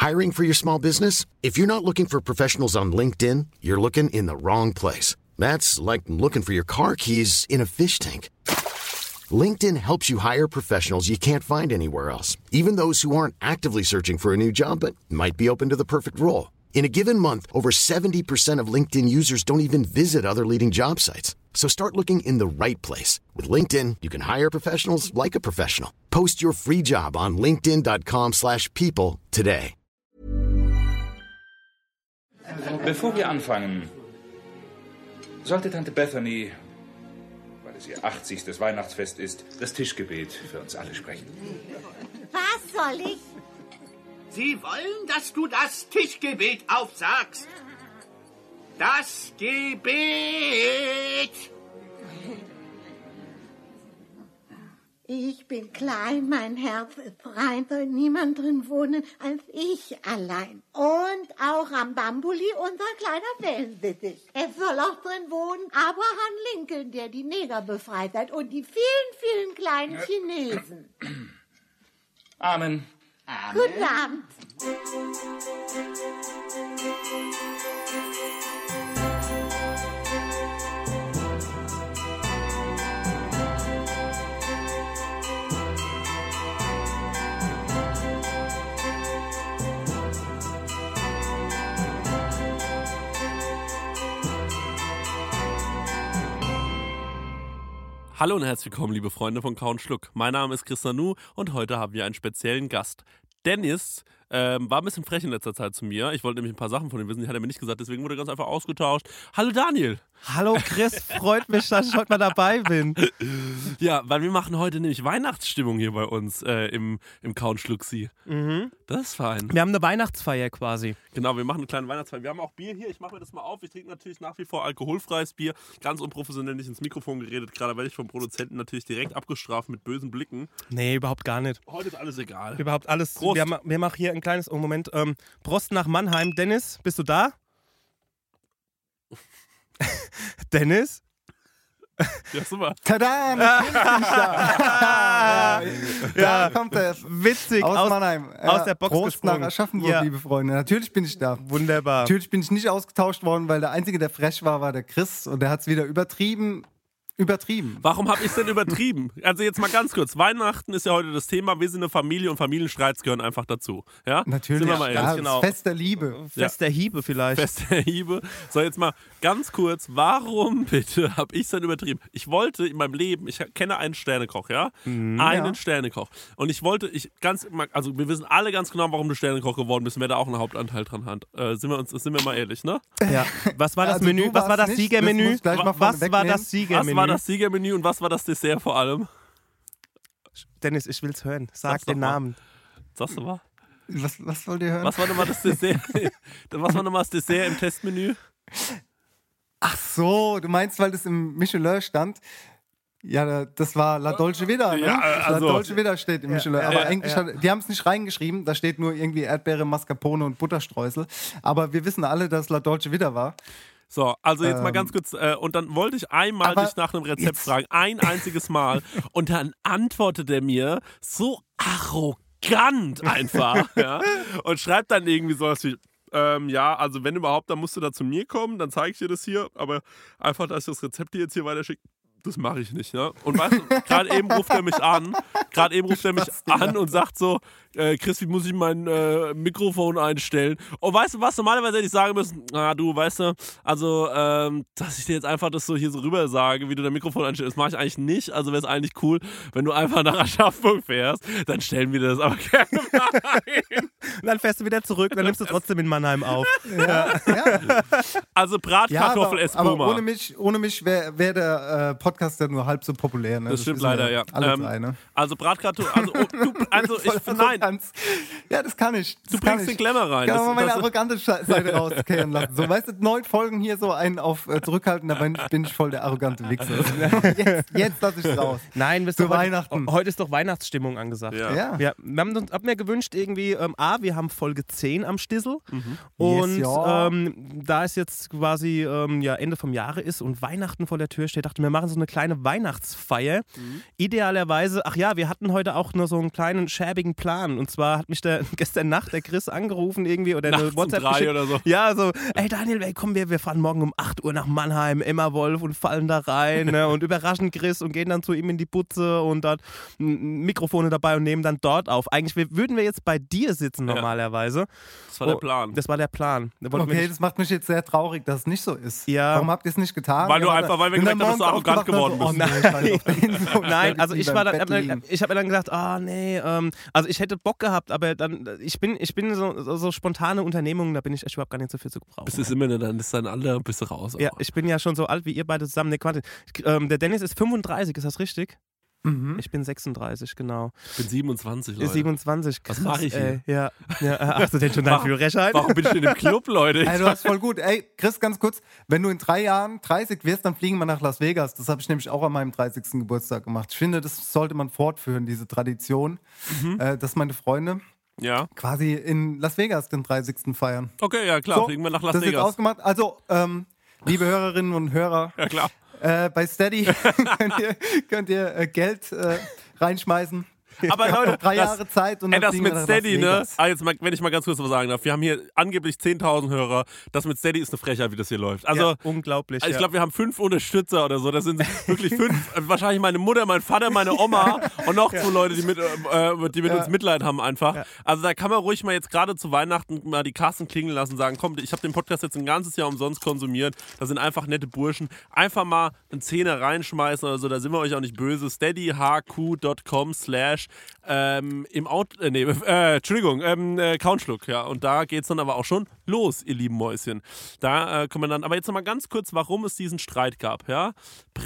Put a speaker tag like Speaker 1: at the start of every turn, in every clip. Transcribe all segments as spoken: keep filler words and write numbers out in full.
Speaker 1: Hiring for your small business? If you're not looking for professionals on LinkedIn, you're looking in the wrong place. That's like looking for your car keys in a fish tank. LinkedIn helps you hire professionals you can't find anywhere else, even those who aren't actively searching for a new job but might be open to the perfect role. In a given month, over seventy percent of LinkedIn users don't even visit other leading job sites. So start looking in the right place. With LinkedIn, you can hire professionals like a professional. Post your free job on linkedin dot com slash people today.
Speaker 2: Bevor wir anfangen, sollte Tante Bethany, weil es ihr achtzigstes Weihnachtsfest ist, das Tischgebet für uns alle sprechen.
Speaker 3: Was soll ich?
Speaker 4: Sie wollen, dass du das Tischgebet aufsagst. Das Gebet.
Speaker 3: Ich bin klein, mein Herz ist rein, soll niemand drin wohnen als ich allein. Und auch am Bambuli unser kleiner Wellensittich. Es soll auch drin wohnen Abraham Lincoln, der die Neger befreit hat und die vielen, vielen kleinen Chinesen.
Speaker 2: Amen.
Speaker 3: Amen. Guten Abend.
Speaker 5: Hallo und herzlich willkommen, liebe Freunde von Kau und Schluck. Mein Name ist Chris Nanu und heute haben wir einen speziellen Gast. Dennis ähm, war ein bisschen frech in letzter Zeit zu mir. Ich wollte nämlich ein paar Sachen von ihm wissen, die hat er mir nicht gesagt, deswegen wurde er ganz einfach ausgetauscht. Hallo Daniel!
Speaker 6: Hallo Chris, freut mich, dass ich heute mal dabei bin.
Speaker 5: Ja, weil wir machen heute nämlich Weihnachtsstimmung hier bei uns äh, im, im Kau und Schluck-Sie.
Speaker 6: Mhm.
Speaker 5: Das ist fein.
Speaker 6: Wir haben eine Weihnachtsfeier quasi.
Speaker 5: Genau, wir machen eine kleine Weihnachtsfeier. Wir haben auch Bier hier, ich mache mir das mal auf. Ich trinke natürlich nach wie vor alkoholfreies Bier. Ganz unprofessionell nicht ins Mikrofon geredet. Gerade werde ich vom Produzenten natürlich direkt abgestraft mit bösen Blicken.
Speaker 6: Nee, überhaupt gar nicht.
Speaker 5: Heute ist alles egal.
Speaker 6: Überhaupt alles.
Speaker 5: Prost.
Speaker 6: Wir, wir machen hier ein kleines oh, Moment. Ähm, Prost nach Mannheim. Dennis, bist du da? Dennis?
Speaker 5: Ja, super.
Speaker 7: Tada, natürlich bin ich da. Da
Speaker 6: Ja,
Speaker 7: kommt er.
Speaker 6: witzig.
Speaker 7: Aus,
Speaker 6: Aus,
Speaker 7: Mannheim.
Speaker 6: aus
Speaker 7: Ja,
Speaker 6: der Box
Speaker 7: Prost
Speaker 6: gesprungen.
Speaker 7: nach Aschaffenburg,
Speaker 6: Ja.
Speaker 7: liebe Freunde. Natürlich bin ich da.
Speaker 6: Wunderbar.
Speaker 7: Natürlich bin ich nicht ausgetauscht worden, weil der Einzige, der frech war, war der Chris. Und der hat es wieder übertrieben. Übertrieben.
Speaker 5: Warum habe ich es denn übertrieben? Also jetzt mal ganz kurz. Weihnachten ist ja heute das Thema. Wir sind eine Familie und Familienstreits gehören einfach dazu. Ja?
Speaker 7: Natürlich.
Speaker 5: Sind wir mal ehrlich?
Speaker 7: Ja,
Speaker 6: genau.
Speaker 7: das Fest der Liebe.
Speaker 6: Fest der Hiebe vielleicht.
Speaker 5: Fest der Hiebe. So, jetzt mal ganz kurz. Warum bitte habe ich es denn übertrieben? Ich wollte in meinem Leben, ich kenne einen Sternekoch, ja?
Speaker 6: Mhm,
Speaker 5: einen
Speaker 7: ja.
Speaker 5: Sternekoch. Und ich wollte, ich ganz, also wir wissen alle ganz genau, warum du Sternekoch geworden bist und wer da auch einen Hauptanteil dran hat. Äh, sind wir uns, sind wir mal ehrlich, ne?
Speaker 6: Ja. Was war das
Speaker 7: Also
Speaker 6: Menü?
Speaker 7: du
Speaker 6: Was war
Speaker 7: warst
Speaker 6: das
Speaker 7: nicht,
Speaker 6: Siegermenü?
Speaker 7: das muss ich gleich mal
Speaker 6: Was
Speaker 7: vorne
Speaker 6: war
Speaker 7: wegnehmen.
Speaker 6: das Siegermenü?
Speaker 5: Was war das Siegermenü und was war das Dessert vor allem?
Speaker 6: Dennis, ich will's hören. Sag
Speaker 5: Sag's doch
Speaker 6: den
Speaker 5: mal.
Speaker 6: Namen.
Speaker 5: Sagst du mal?
Speaker 7: Was, was wollt ihr hören?
Speaker 5: Was war nochmal das Dessert? Was war nochmal das Dessert im Testmenü?
Speaker 7: Ach so, du meinst, weil das im Michelin stand? Ja, das war La Dolce Vita, ne?
Speaker 5: Ja, also-
Speaker 7: La Dolce Vita steht im Michelin. Aber
Speaker 6: ja,
Speaker 7: eigentlich,
Speaker 6: ja.
Speaker 7: Hat, die haben es nicht reingeschrieben. Da steht nur irgendwie Erdbeere, Mascarpone und Butterstreusel. Aber wir wissen alle, dass La Dolce Vita war.
Speaker 5: So, also jetzt mal
Speaker 7: Ähm,
Speaker 5: ganz kurz, äh, und dann wollte ich einmal
Speaker 7: aber
Speaker 5: dich nach einem Rezept
Speaker 7: jetzt-
Speaker 5: fragen, ein einziges Mal, und dann antwortet er mir so arrogant einfach, ja, und schreibt dann irgendwie sowas wie, ähm, ja, also wenn überhaupt, dann musst du da zu mir kommen, dann zeige ich dir das hier, aber einfach, dass ich das Rezept dir jetzt hier weiterschicke, das mache ich nicht, ne? Und weißt du, gerade eben ruft er mich an, gerade eben ruft er mich an und sagt so, äh, Chris, wie muss ich mein äh, Mikrofon einstellen? Und weißt du was, normalerweise hätte ich sagen müssen, ah du, weißt du, also, ähm, dass ich dir jetzt einfach das so hier so rüber sage, wie du dein Mikrofon einstellst, das mache ich eigentlich nicht, also wäre es eigentlich cool, wenn du einfach nach Aschaffenburg fährst, dann stellen wir das aber gerne mal ein.
Speaker 6: Und dann fährst du wieder zurück, dann nimmst du trotzdem in Mannheim auf.
Speaker 7: Ja, ja.
Speaker 5: Also Bratkartoffel
Speaker 7: aber,
Speaker 5: Espuma.
Speaker 7: aber ohne mich, ohne mich wäre wär der äh, Podcast ja nur halb so populär. Ne?
Speaker 5: Das stimmt
Speaker 7: wissen
Speaker 5: leider,
Speaker 7: wir
Speaker 5: ja.
Speaker 7: Alle
Speaker 5: Ähm,
Speaker 7: drei, ne?
Speaker 5: Also Bratkartoffel, also, oh, du, also ich,
Speaker 7: Voll
Speaker 5: nein,
Speaker 7: Arroganz. Ja, das kann ich. Das
Speaker 5: du
Speaker 7: kann
Speaker 5: bringst
Speaker 7: ich.
Speaker 5: den Glamour rein.
Speaker 7: Kann
Speaker 5: Das-
Speaker 7: man meine
Speaker 5: das-
Speaker 7: arrogante Sche- Seite rauskehren lassen. So, weißt du, neun Folgen hier so einen auf äh, zurückhalten, da bin ich, bin ich voll der arrogante Wichser. Jetzt, jetzt lass ich's raus.
Speaker 6: Nein, wir
Speaker 7: Zu
Speaker 6: doch heute,
Speaker 7: Weihnachten.
Speaker 6: heute ist doch Weihnachtsstimmung angesagt.
Speaker 5: Ja.
Speaker 7: Ja.
Speaker 6: Wir, wir haben uns hab mir gewünscht, irgendwie, ähm, A, wir wir haben Folge zehn am Stissel.
Speaker 5: Mhm.
Speaker 6: Und
Speaker 7: Yes, ja.
Speaker 6: ähm, da es jetzt quasi ähm, ja, Ende vom Jahre ist und Weihnachten vor der Tür steht, dachten wir, wir machen so eine kleine Weihnachtsfeier. Mhm. Idealerweise, ach ja, wir hatten heute auch nur so einen kleinen schäbigen Plan. Und zwar hat mich der gestern Nacht der Chris angerufen irgendwie oder
Speaker 5: Nachts
Speaker 6: eine WhatsApp
Speaker 5: um drei
Speaker 6: geschickt.
Speaker 5: oder so.
Speaker 6: Ja, so, ey Daniel, ey, komm, wir, wir fahren morgen um acht Uhr nach Mannheim, Emma-Wolf und fallen da rein ne, und überraschen Chris und gehen dann zu ihm in die Butze und dann m, Mikrofone dabei und nehmen dann dort auf. Eigentlich wir, würden wir jetzt bei dir sitzen
Speaker 5: Ja.
Speaker 6: normalerweise.
Speaker 5: Das war der
Speaker 6: Oh,
Speaker 5: Plan.
Speaker 6: Das war der Plan. Da wollten wir
Speaker 7: Okay,
Speaker 6: nicht-
Speaker 7: das macht mich jetzt sehr traurig, dass es nicht so ist.
Speaker 6: Ja.
Speaker 7: Warum habt ihr es nicht getan?
Speaker 5: Weil du
Speaker 7: Ja,
Speaker 5: einfach- weil wir
Speaker 7: bin dann
Speaker 5: gemerkt haben, dass du
Speaker 7: morgens
Speaker 5: arrogant
Speaker 7: aufgewacht
Speaker 5: geworden
Speaker 7: und so, oh, nee, scheiß auf den, so,
Speaker 6: Nein, also
Speaker 7: jetzt
Speaker 6: ich war
Speaker 7: lieber
Speaker 6: dann,
Speaker 7: im Bett liegen.
Speaker 6: ich habe mir dann gedacht, ah nee, ähm, also ich hätte Bock gehabt, aber dann, ich bin, ich bin so, so, so spontane Unternehmungen, da bin ich echt überhaupt gar nicht so viel zu gebrauchen.
Speaker 5: Bist du immer nur, dann ist dein Alter ein bisschen raus.
Speaker 6: Ja,
Speaker 5: aber.
Speaker 6: ich bin ja schon so alt wie ihr beide zusammen. Nee, Quatsch. Ich, ähm, der Dennis ist fünfunddreißig, ist das richtig?
Speaker 7: Mhm.
Speaker 6: Ich bin sechsunddreißig, genau.
Speaker 5: Ich bin siebenundzwanzig, Leute.
Speaker 6: siebenundzwanzig, krass,
Speaker 5: Was mach ich
Speaker 6: ey.
Speaker 5: hier?
Speaker 6: Ja, ja, hast du denn schon deinen
Speaker 5: Warum-
Speaker 6: Führerschein?
Speaker 5: Warum bin ich in dem Club, Leute?
Speaker 7: Ey, du hast voll gut. Ey, Chris, ganz kurz, wenn du in drei Jahren dreißig wirst, dann fliegen wir nach Las Vegas. Das habe ich nämlich auch an meinem dreißigsten Geburtstag gemacht. Ich finde, das sollte man fortführen, diese Tradition,
Speaker 5: Mhm.
Speaker 7: äh, dass meine Freunde
Speaker 5: Ja.
Speaker 7: quasi in Las Vegas den dreißigsten feiern.
Speaker 5: Okay, ja klar,
Speaker 7: So,
Speaker 5: fliegen wir nach Las
Speaker 7: das ist jetzt
Speaker 5: Vegas.
Speaker 7: ausgemacht. Also, ähm, liebe Hörerinnen und Hörer,
Speaker 5: Ja klar.
Speaker 7: äh, bei Steady könnt ihr, könnt ihr äh, Geld äh, reinschmeißen.
Speaker 5: Aber
Speaker 7: Ihr habt
Speaker 5: Leute,
Speaker 7: noch drei
Speaker 5: das-
Speaker 7: Jahre Zeit und
Speaker 5: Ey,
Speaker 7: dann
Speaker 5: das
Speaker 7: fliegen
Speaker 5: mit
Speaker 7: wir nach
Speaker 5: Steady,
Speaker 7: Las
Speaker 5: ne?
Speaker 7: Vegas.
Speaker 5: Ah, jetzt mal, wenn ich mal ganz kurz was sagen darf. Wir haben hier angeblich zehntausend Hörer. Das mit Steady ist eine Frechheit, wie das hier läuft. Also,
Speaker 6: ja, unglaublich.
Speaker 5: ich
Speaker 6: ja.
Speaker 5: glaube, wir haben fünf Unterstützer oder so. Das sind wirklich fünf. äh, Wahrscheinlich meine Mutter, mein Vater, meine Oma und noch zwei Leute, die mit, äh, die mit
Speaker 7: Ja.
Speaker 5: uns Mitleid haben einfach.
Speaker 6: Ja.
Speaker 5: Also da kann man ruhig mal jetzt gerade zu Weihnachten mal die Kassen klingeln lassen und sagen, komm, ich habe den Podcast jetzt ein ganzes Jahr umsonst konsumiert. Das sind einfach nette Burschen. Einfach mal einen Zehner reinschmeißen oder so. Da sind wir euch auch nicht böse. steadyhq.com slash ähm, im Out... Äh, nee, äh, Entschuldigung, ähm, äh, Countschluck, ja. Und da geht's dann aber auch schon los, ihr lieben Mäuschen. Da äh, können wir dann... Aber jetzt noch mal ganz kurz, warum es diesen Streit gab, ja.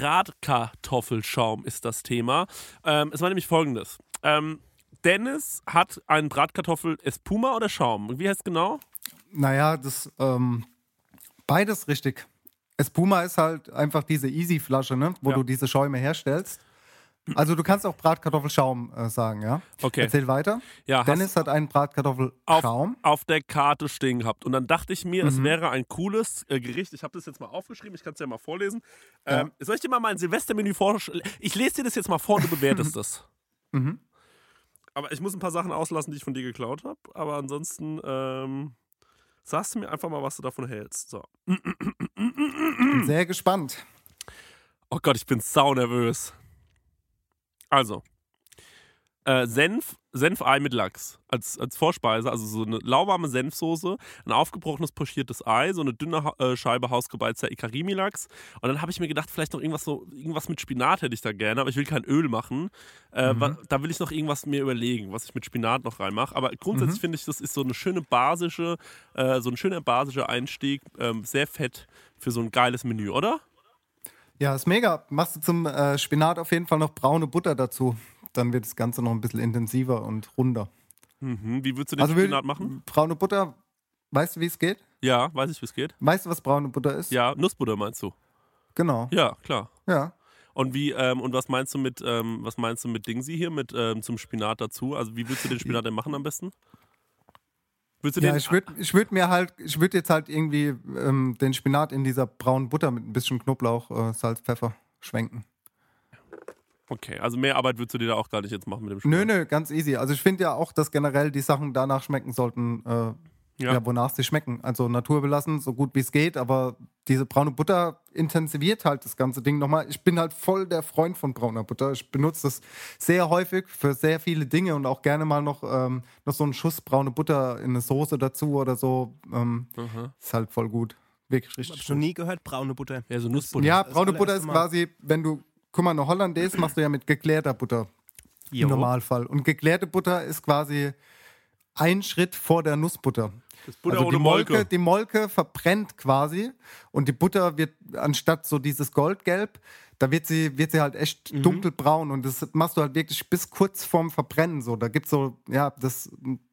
Speaker 5: Bratkartoffelschaum ist das Thema. Ähm, es war nämlich folgendes. Ähm, Dennis hat einen Bratkartoffel Espuma oder Schaum? Wie heißt es genau?
Speaker 7: Naja, das ähm, beides richtig. Espuma ist halt einfach diese Easy-Flasche, ne? Wo
Speaker 5: Ja.
Speaker 7: du diese Schäume herstellst. Also du kannst auch Bratkartoffelschaum äh, sagen, ja?
Speaker 5: Okay.
Speaker 7: Erzähl weiter.
Speaker 5: Ja, hast-
Speaker 7: Dennis hat einen
Speaker 5: auf,
Speaker 7: Bratkartoffelschaum.
Speaker 5: auf der Karte stehen gehabt. Und dann dachte ich mir,
Speaker 7: Mhm.
Speaker 5: es wäre ein cooles äh, Gericht. Ich habe das jetzt mal aufgeschrieben, ich kann es ja mal vorlesen.
Speaker 7: Ja.
Speaker 5: Ähm, soll ich dir mal mein Silvestermenü vorstellen? Ich lese dir das jetzt mal vor und du bewertest das.
Speaker 7: Mhm.
Speaker 5: Aber ich muss ein paar Sachen auslassen, die ich von dir geklaut habe. Aber ansonsten ähm, sagst du mir einfach mal, was du davon hältst. So.
Speaker 7: Bin sehr gespannt.
Speaker 5: Oh Gott, ich bin sau nervös. Also, äh, Senf, Senfei mit Lachs als, als Vorspeise, also so eine lauwarme Senfsoße, ein aufgebrochenes pochiertes Ei, so eine dünne Ha- äh, Scheibe hausgebeizter Ikarimi-Lachs. Und dann habe ich mir gedacht, vielleicht noch irgendwas so, irgendwas mit Spinat hätte ich da gerne, aber ich will kein Öl machen. Äh,
Speaker 7: Mhm.
Speaker 5: wa- da will ich noch irgendwas mir überlegen, was ich mit Spinat noch reinmache. Aber grundsätzlich
Speaker 7: Mhm.
Speaker 5: finde ich, das ist so eine schöne basische, äh, so ein schöner basischer Einstieg, ähm, sehr fett für so ein geiles Menü, oder?
Speaker 7: Ja, ist mega. Machst du zum äh, Spinat auf jeden Fall noch braune Butter dazu. Dann wird das Ganze noch ein bisschen intensiver und runder.
Speaker 5: Mhm. Wie würdest du den
Speaker 7: Also will-
Speaker 5: Spinat machen?
Speaker 7: Braune Butter, weißt du, wie es geht?
Speaker 5: Ja, weiß ich, wie es geht.
Speaker 7: Weißt du, was braune Butter ist?
Speaker 5: Ja, Nussbutter meinst du?
Speaker 7: Genau.
Speaker 5: Ja, klar.
Speaker 7: Ja.
Speaker 5: Und wie ähm, und was meinst du mit ähm, was meinst du mit Dingsi hier mit ähm, zum Spinat dazu? Also wie würdest du den Spinat denn machen am besten? Würdest du
Speaker 7: Ja,
Speaker 5: den
Speaker 7: ich würde ich würd mir halt, ich würde jetzt halt irgendwie ähm, den Spinat in dieser braunen Butter mit ein bisschen Knoblauch, äh, Salz, Pfeffer schwenken.
Speaker 5: Okay, also mehr Arbeit würdest du dir da auch gar nicht jetzt machen mit dem
Speaker 7: Nö,
Speaker 5: Spinat.
Speaker 7: nö, ganz easy. Also ich finde ja auch, dass generell die Sachen danach schmecken sollten, äh,
Speaker 5: Ja.
Speaker 7: ja. wonach sie schmecken. Also naturbelassen, so gut wie es geht, aber diese braune Butter intensiviert halt das ganze Ding nochmal. Ich bin halt voll der Freund von brauner Butter. Ich benutze das sehr häufig für sehr viele Dinge und auch gerne mal noch, ähm, noch so einen Schuss braune Butter in eine Soße dazu oder so. Ähm,
Speaker 5: Aha.
Speaker 7: ist halt voll gut. Wirklich
Speaker 6: Hab
Speaker 7: richtig
Speaker 6: ich noch
Speaker 7: gut.
Speaker 6: nie gehört, braune Butter.
Speaker 5: Ja, so Nussbutter.
Speaker 7: Ja,
Speaker 6: das
Speaker 7: braune
Speaker 6: allererste
Speaker 7: Butter ist
Speaker 6: Mal.
Speaker 7: quasi, wenn du, guck mal, eine Hollandaise machst du ja mit geklärter Butter.
Speaker 6: Jo.
Speaker 7: Im Normalfall. Und geklärte Butter ist quasi ein Schritt vor der Nussbutter.
Speaker 5: Das ist Butter
Speaker 7: also
Speaker 5: ohne
Speaker 7: die Molke,
Speaker 5: Molke.
Speaker 7: die Molke verbrennt quasi und die Butter wird anstatt so dieses Goldgelb, da wird sie, wird sie halt echt
Speaker 5: Mhm.
Speaker 7: dunkelbraun und das machst du halt wirklich bis kurz vorm Verbrennen so. Da gibt's so, ja, das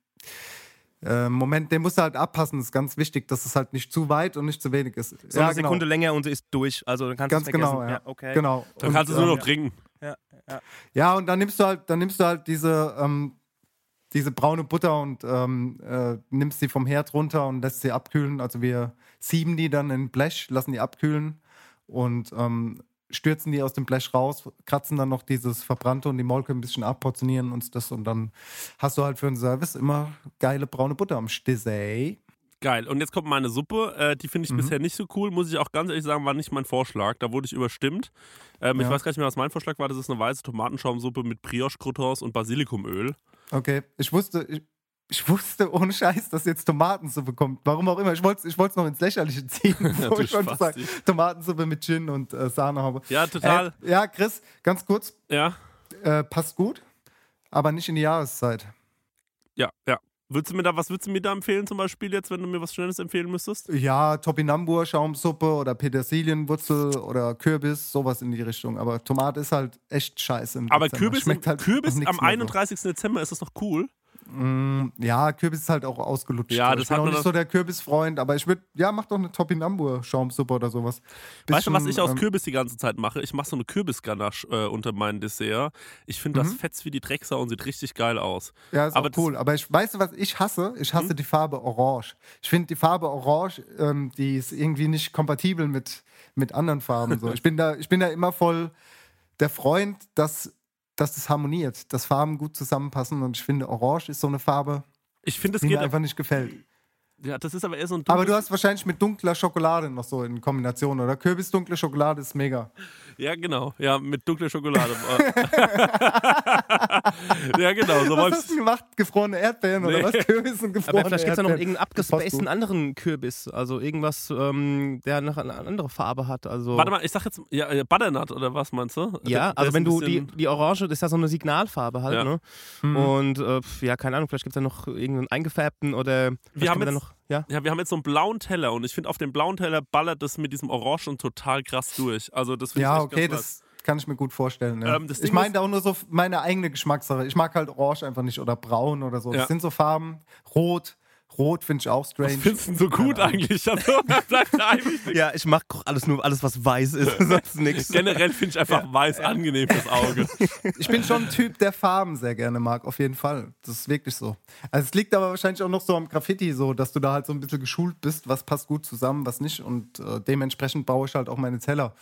Speaker 7: äh, Moment, den musst du halt abpassen, das ist ganz wichtig, dass es halt nicht zu weit und nicht zu wenig ist.
Speaker 6: So
Speaker 7: ja,
Speaker 6: eine Sekunde länger und sie ist durch. Also dann kannst du
Speaker 7: Ganz
Speaker 6: es
Speaker 7: genau,
Speaker 6: vergessen.
Speaker 7: ja.
Speaker 6: okay.
Speaker 7: Genau.
Speaker 5: Dann
Speaker 7: Und,
Speaker 5: kannst du es nur
Speaker 7: ähm,
Speaker 5: noch trinken.
Speaker 6: Ja, ja.
Speaker 7: Ja, und dann nimmst du halt, dann nimmst du halt diese, ähm, diese braune Butter und ähm, äh, nimmst sie vom Herd runter und lässt sie abkühlen. Also wir sieben die dann in Blech, lassen die abkühlen und ähm, stürzen die aus dem Blech raus, kratzen dann noch dieses Verbrannte und die Molke ein bisschen ab, portionieren uns das und dann hast du halt für den Service immer geile braune Butter am Stissey.
Speaker 5: Geil. Und jetzt kommt meine Suppe. Äh, die finde ich mhm. bisher nicht so cool. Muss ich auch ganz ehrlich sagen, war nicht mein Vorschlag. Da wurde ich überstimmt. Ähm, ja. Ich weiß gar nicht mehr, was mein Vorschlag war. Das ist eine weiße Tomatenschaumsuppe mit Brioche-Croutons und Basilikumöl.
Speaker 7: Okay. Ich wusste, ich, ich wusste ohne Scheiß, dass jetzt Tomatensuppe kommt. Warum auch immer. Ich wollte es ich noch ins Lächerliche ziehen. So, ich wollte sagen, Tomatensuppe mit Gin und äh, Sahne habe.
Speaker 5: Ja, total.
Speaker 7: Äh, ja, Chris, ganz kurz.
Speaker 5: Ja.
Speaker 7: Äh, passt gut, aber nicht in die Jahreszeit.
Speaker 5: Ja, ja. Würdest du mir da, was würdest du mir da empfehlen, zum Beispiel jetzt, wenn du mir was Schnelles empfehlen müsstest?
Speaker 7: Ja, Topinambur, Schaumsuppe oder Petersilienwurzel oder Kürbis, sowas in die Richtung. Aber Tomate ist halt echt scheiße. Im
Speaker 5: Aber
Speaker 7: Dezember.
Speaker 5: Kürbis,
Speaker 7: Schmeckt halt
Speaker 5: Kürbis am
Speaker 7: so.
Speaker 5: einunddreißigsten Dezember, ist das doch cool?
Speaker 7: Mm, ja, Kürbis ist halt auch ausgelutscht.
Speaker 5: Ja, das
Speaker 7: ich bin
Speaker 5: hat
Speaker 7: auch
Speaker 5: man
Speaker 7: nicht
Speaker 5: das
Speaker 7: so der Kürbisfreund, aber ich würde, ja, mach doch eine Topinambur-Schaumsuppe oder sowas. Bisschen,
Speaker 5: weißt du, was ich aus
Speaker 7: ähm,
Speaker 5: Kürbis die ganze Zeit mache? Ich mache so eine Kürbisganache äh, unter meinem Dessert. Ich finde, das
Speaker 7: Mhm.
Speaker 5: fetzt wie die Drecksau und sieht richtig geil aus.
Speaker 7: Ja, ist
Speaker 5: aber
Speaker 7: auch cool. Aber ich weißt du, was ich hasse? Ich hasse hm? die Farbe Orange. Ich finde die Farbe Orange, ähm, die ist irgendwie nicht kompatibel mit, mit anderen Farben. So. Ich bin da, ich bin da immer voll der Freund, dass, dass das harmoniert, dass Farben gut zusammenpassen. Und ich finde, Orange ist so eine Farbe,
Speaker 5: ich finde, es
Speaker 7: die
Speaker 5: geht
Speaker 7: mir einfach nicht gefällt.
Speaker 5: Ja, das ist aber eher so ein
Speaker 7: Aber du hast wahrscheinlich mit dunkler Schokolade noch so in Kombination, oder? Kürbis-dunkle Schokolade ist mega.
Speaker 5: Ja, genau. Ja, mit dunkler Schokolade. Ja, genau. So
Speaker 7: was hast du gemacht? Gefrorene Erdbeeren
Speaker 5: nee.
Speaker 7: oder was? Kürbis und gefrorene
Speaker 6: Aber vielleicht gibt es ja noch
Speaker 7: Erdbeeren.
Speaker 6: irgendeinen abgespaceden anderen Kürbis. Also irgendwas, ähm, der noch eine andere Farbe hat. Also
Speaker 5: Warte mal, ich sag jetzt, ja, Butternut oder was meinst du?
Speaker 6: Ja,
Speaker 5: Der,
Speaker 6: also
Speaker 5: der
Speaker 6: wenn du,
Speaker 5: bisschen...
Speaker 6: die, die Orange, das ist ja so eine Signalfarbe halt,
Speaker 5: ja.
Speaker 6: ne?
Speaker 7: Mhm.
Speaker 6: Und äh, ja, keine Ahnung, vielleicht gibt es ja noch irgendeinen eingefärbten oder
Speaker 5: wir haben,
Speaker 6: wir
Speaker 5: jetzt,
Speaker 6: noch, ja?
Speaker 5: ja, wir haben jetzt so einen blauen Teller und ich finde, auf dem blauen Teller ballert das mit diesem Orangen total krass durch. Also das
Speaker 7: Ja,
Speaker 5: ich
Speaker 7: okay,
Speaker 5: ganz
Speaker 7: das kann ich mir gut vorstellen. Ja.
Speaker 5: Ähm, das
Speaker 7: ich
Speaker 5: Ding
Speaker 7: meine
Speaker 5: ist-
Speaker 7: auch nur so meine eigene Geschmackssache. Ich mag halt Orange einfach nicht oder Braun oder so.
Speaker 5: Ja.
Speaker 7: Das sind so Farben. Rot. Rot finde ich auch strange.
Speaker 5: Was findest du denn so gut
Speaker 7: Keine Ahnung.
Speaker 5: eigentlich? Also, bleibt da eigentlich nichts.
Speaker 6: Ja, ich mag alles nur, alles was weiß ist, sonst nichts.
Speaker 5: Generell finde ich einfach weiß angenehm fürs Auge.
Speaker 7: Ich bin schon ein Typ, der Farben sehr gerne mag, auf jeden Fall. Das ist wirklich so. Also es liegt aber wahrscheinlich auch noch so am Graffiti so, dass du da halt so ein bisschen geschult bist, was passt gut zusammen, was nicht. Und äh, dementsprechend baue ich halt auch meine Teller.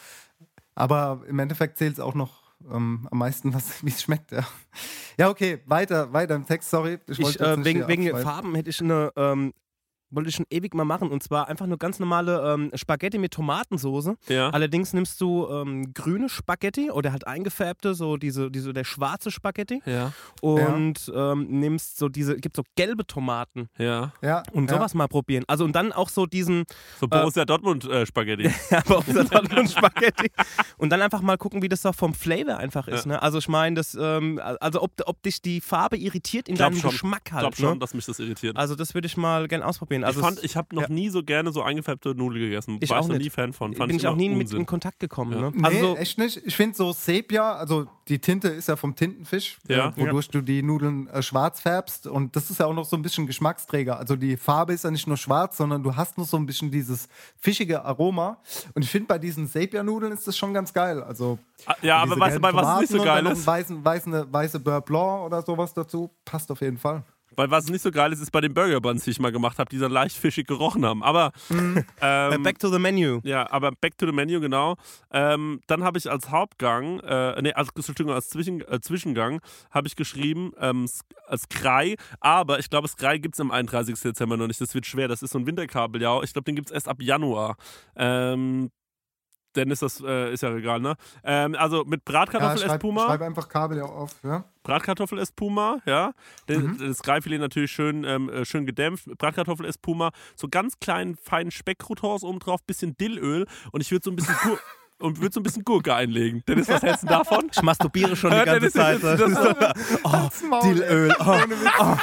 Speaker 7: Aber im Endeffekt zählt es auch noch ähm, am meisten, wie es schmeckt. Ja. ja, okay, weiter, weiter im Text, sorry. Ich,
Speaker 6: Ich,
Speaker 7: wollte jetzt
Speaker 6: äh,
Speaker 7: nicht
Speaker 6: wegen
Speaker 7: hier
Speaker 6: wegen
Speaker 7: abschweifen.
Speaker 6: Farben hätte ich eine, ähm, wollte ich schon ewig mal machen. Und zwar einfach nur ganz normale ähm, Spaghetti mit Tomatensoße.
Speaker 5: Ja.
Speaker 6: Allerdings nimmst du ähm, grüne Spaghetti oder halt eingefärbte, so diese, diese der schwarze Spaghetti.
Speaker 5: Ja,
Speaker 6: Und ähm, nimmst so diese, gibt so gelbe Tomaten.
Speaker 5: ja.
Speaker 7: Ja,
Speaker 6: Und
Speaker 7: ja.
Speaker 6: sowas mal probieren. Also und dann auch so diesen
Speaker 5: So Borussia Dortmund äh, Spaghetti.
Speaker 6: aber auch so Dortmund Spaghetti. Und dann einfach mal gucken, wie das doch vom Flavor einfach ist.
Speaker 5: Ja.
Speaker 6: Ne? Also ich meine, das, ähm, also ob, ob dich die Farbe irritiert in
Speaker 5: Glaub
Speaker 6: deinem
Speaker 5: schon.
Speaker 6: Geschmack
Speaker 5: Ich
Speaker 6: halt.
Speaker 5: glaube schon,
Speaker 6: Ne?
Speaker 5: dass mich das irritiert.
Speaker 6: Also das würde ich mal gern ausprobieren. Also
Speaker 5: ich fand,
Speaker 6: es-
Speaker 5: ich habe noch
Speaker 6: ja.
Speaker 5: nie so gerne so eingefärbte Nudeln gegessen.
Speaker 6: Ich
Speaker 5: War
Speaker 6: auch
Speaker 5: ich noch
Speaker 6: nicht.
Speaker 5: nie Fan von. Fand
Speaker 6: bin ich auch
Speaker 5: immer
Speaker 6: nie mit
Speaker 5: Unsinn.
Speaker 6: in Kontakt gekommen.
Speaker 5: Ja.
Speaker 6: Ne?
Speaker 7: Nee,
Speaker 6: Also
Speaker 7: echt nicht. Ich finde so Sepia, also die Tinte ist ja vom Tintenfisch,
Speaker 5: Ja.
Speaker 7: äh, wodurch du die Nudeln äh, schwarz färbst. Und das ist ja auch noch so ein bisschen Geschmacksträger. Also die Farbe ist ja nicht nur schwarz, sondern du hast noch so ein bisschen dieses fischige Aroma. Und ich finde, bei diesen Sepia-Nudeln ist das schon ganz geil. Also
Speaker 5: Ah, ja, aber
Speaker 7: diese
Speaker 5: weißt du,
Speaker 7: gelben
Speaker 5: bei was es nicht so
Speaker 7: Tomaten
Speaker 5: geil
Speaker 7: und dann
Speaker 5: ist?
Speaker 7: noch einen weißen, weißen, weiße Beurre Blanc oder sowas dazu, passt auf jeden Fall.
Speaker 5: Weil was nicht so geil ist, ist bei den Burger Buns, die ich mal gemacht habe, die so leicht fischig gerochen haben. Aber
Speaker 6: äh,
Speaker 5: ähm,
Speaker 6: back to the menu.
Speaker 5: ja, aber back to the menu, genau. Ähm, dann habe ich als Hauptgang, äh, nee, als, Entschuldigung, als Zwischen, äh, Zwischengang habe ich geschrieben, ähm, als Skrei, aber ich glaube, Skrei gibt es am einunddreißigsten Dezember noch nicht. Das wird schwer, das ist so ein Winterkabeljau. Ich glaube, den gibt es erst ab Januar. Ähm, Dann ist das, äh, ist ja egal, ne? Ähm, also mit Bratkartoffel
Speaker 7: schreib,
Speaker 5: Espuma.
Speaker 7: schreib einfach Kabel ja auf. Ja?
Speaker 5: Bratkartoffel Espuma, ja. Das,
Speaker 7: Mhm.
Speaker 5: das Skraifilet natürlich schön, ähm, äh, schön gedämpft. Bratkartoffel Espuma, so ganz kleinen, feinen Speckcroutons oben drauf, bisschen Dillöl und ich würde so ein bisschen Gur und würde so ein bisschen Gurke einlegen. Dennis, was hältst du davon?
Speaker 6: Ich masturbiere schon die
Speaker 5: Ja,
Speaker 6: ganze
Speaker 5: das ist-
Speaker 6: Zeit.
Speaker 5: das ist-
Speaker 6: oh,
Speaker 7: Maul,
Speaker 6: Dillöl.
Speaker 7: ey.
Speaker 6: Oh.
Speaker 7: Ohne Witz. Oh.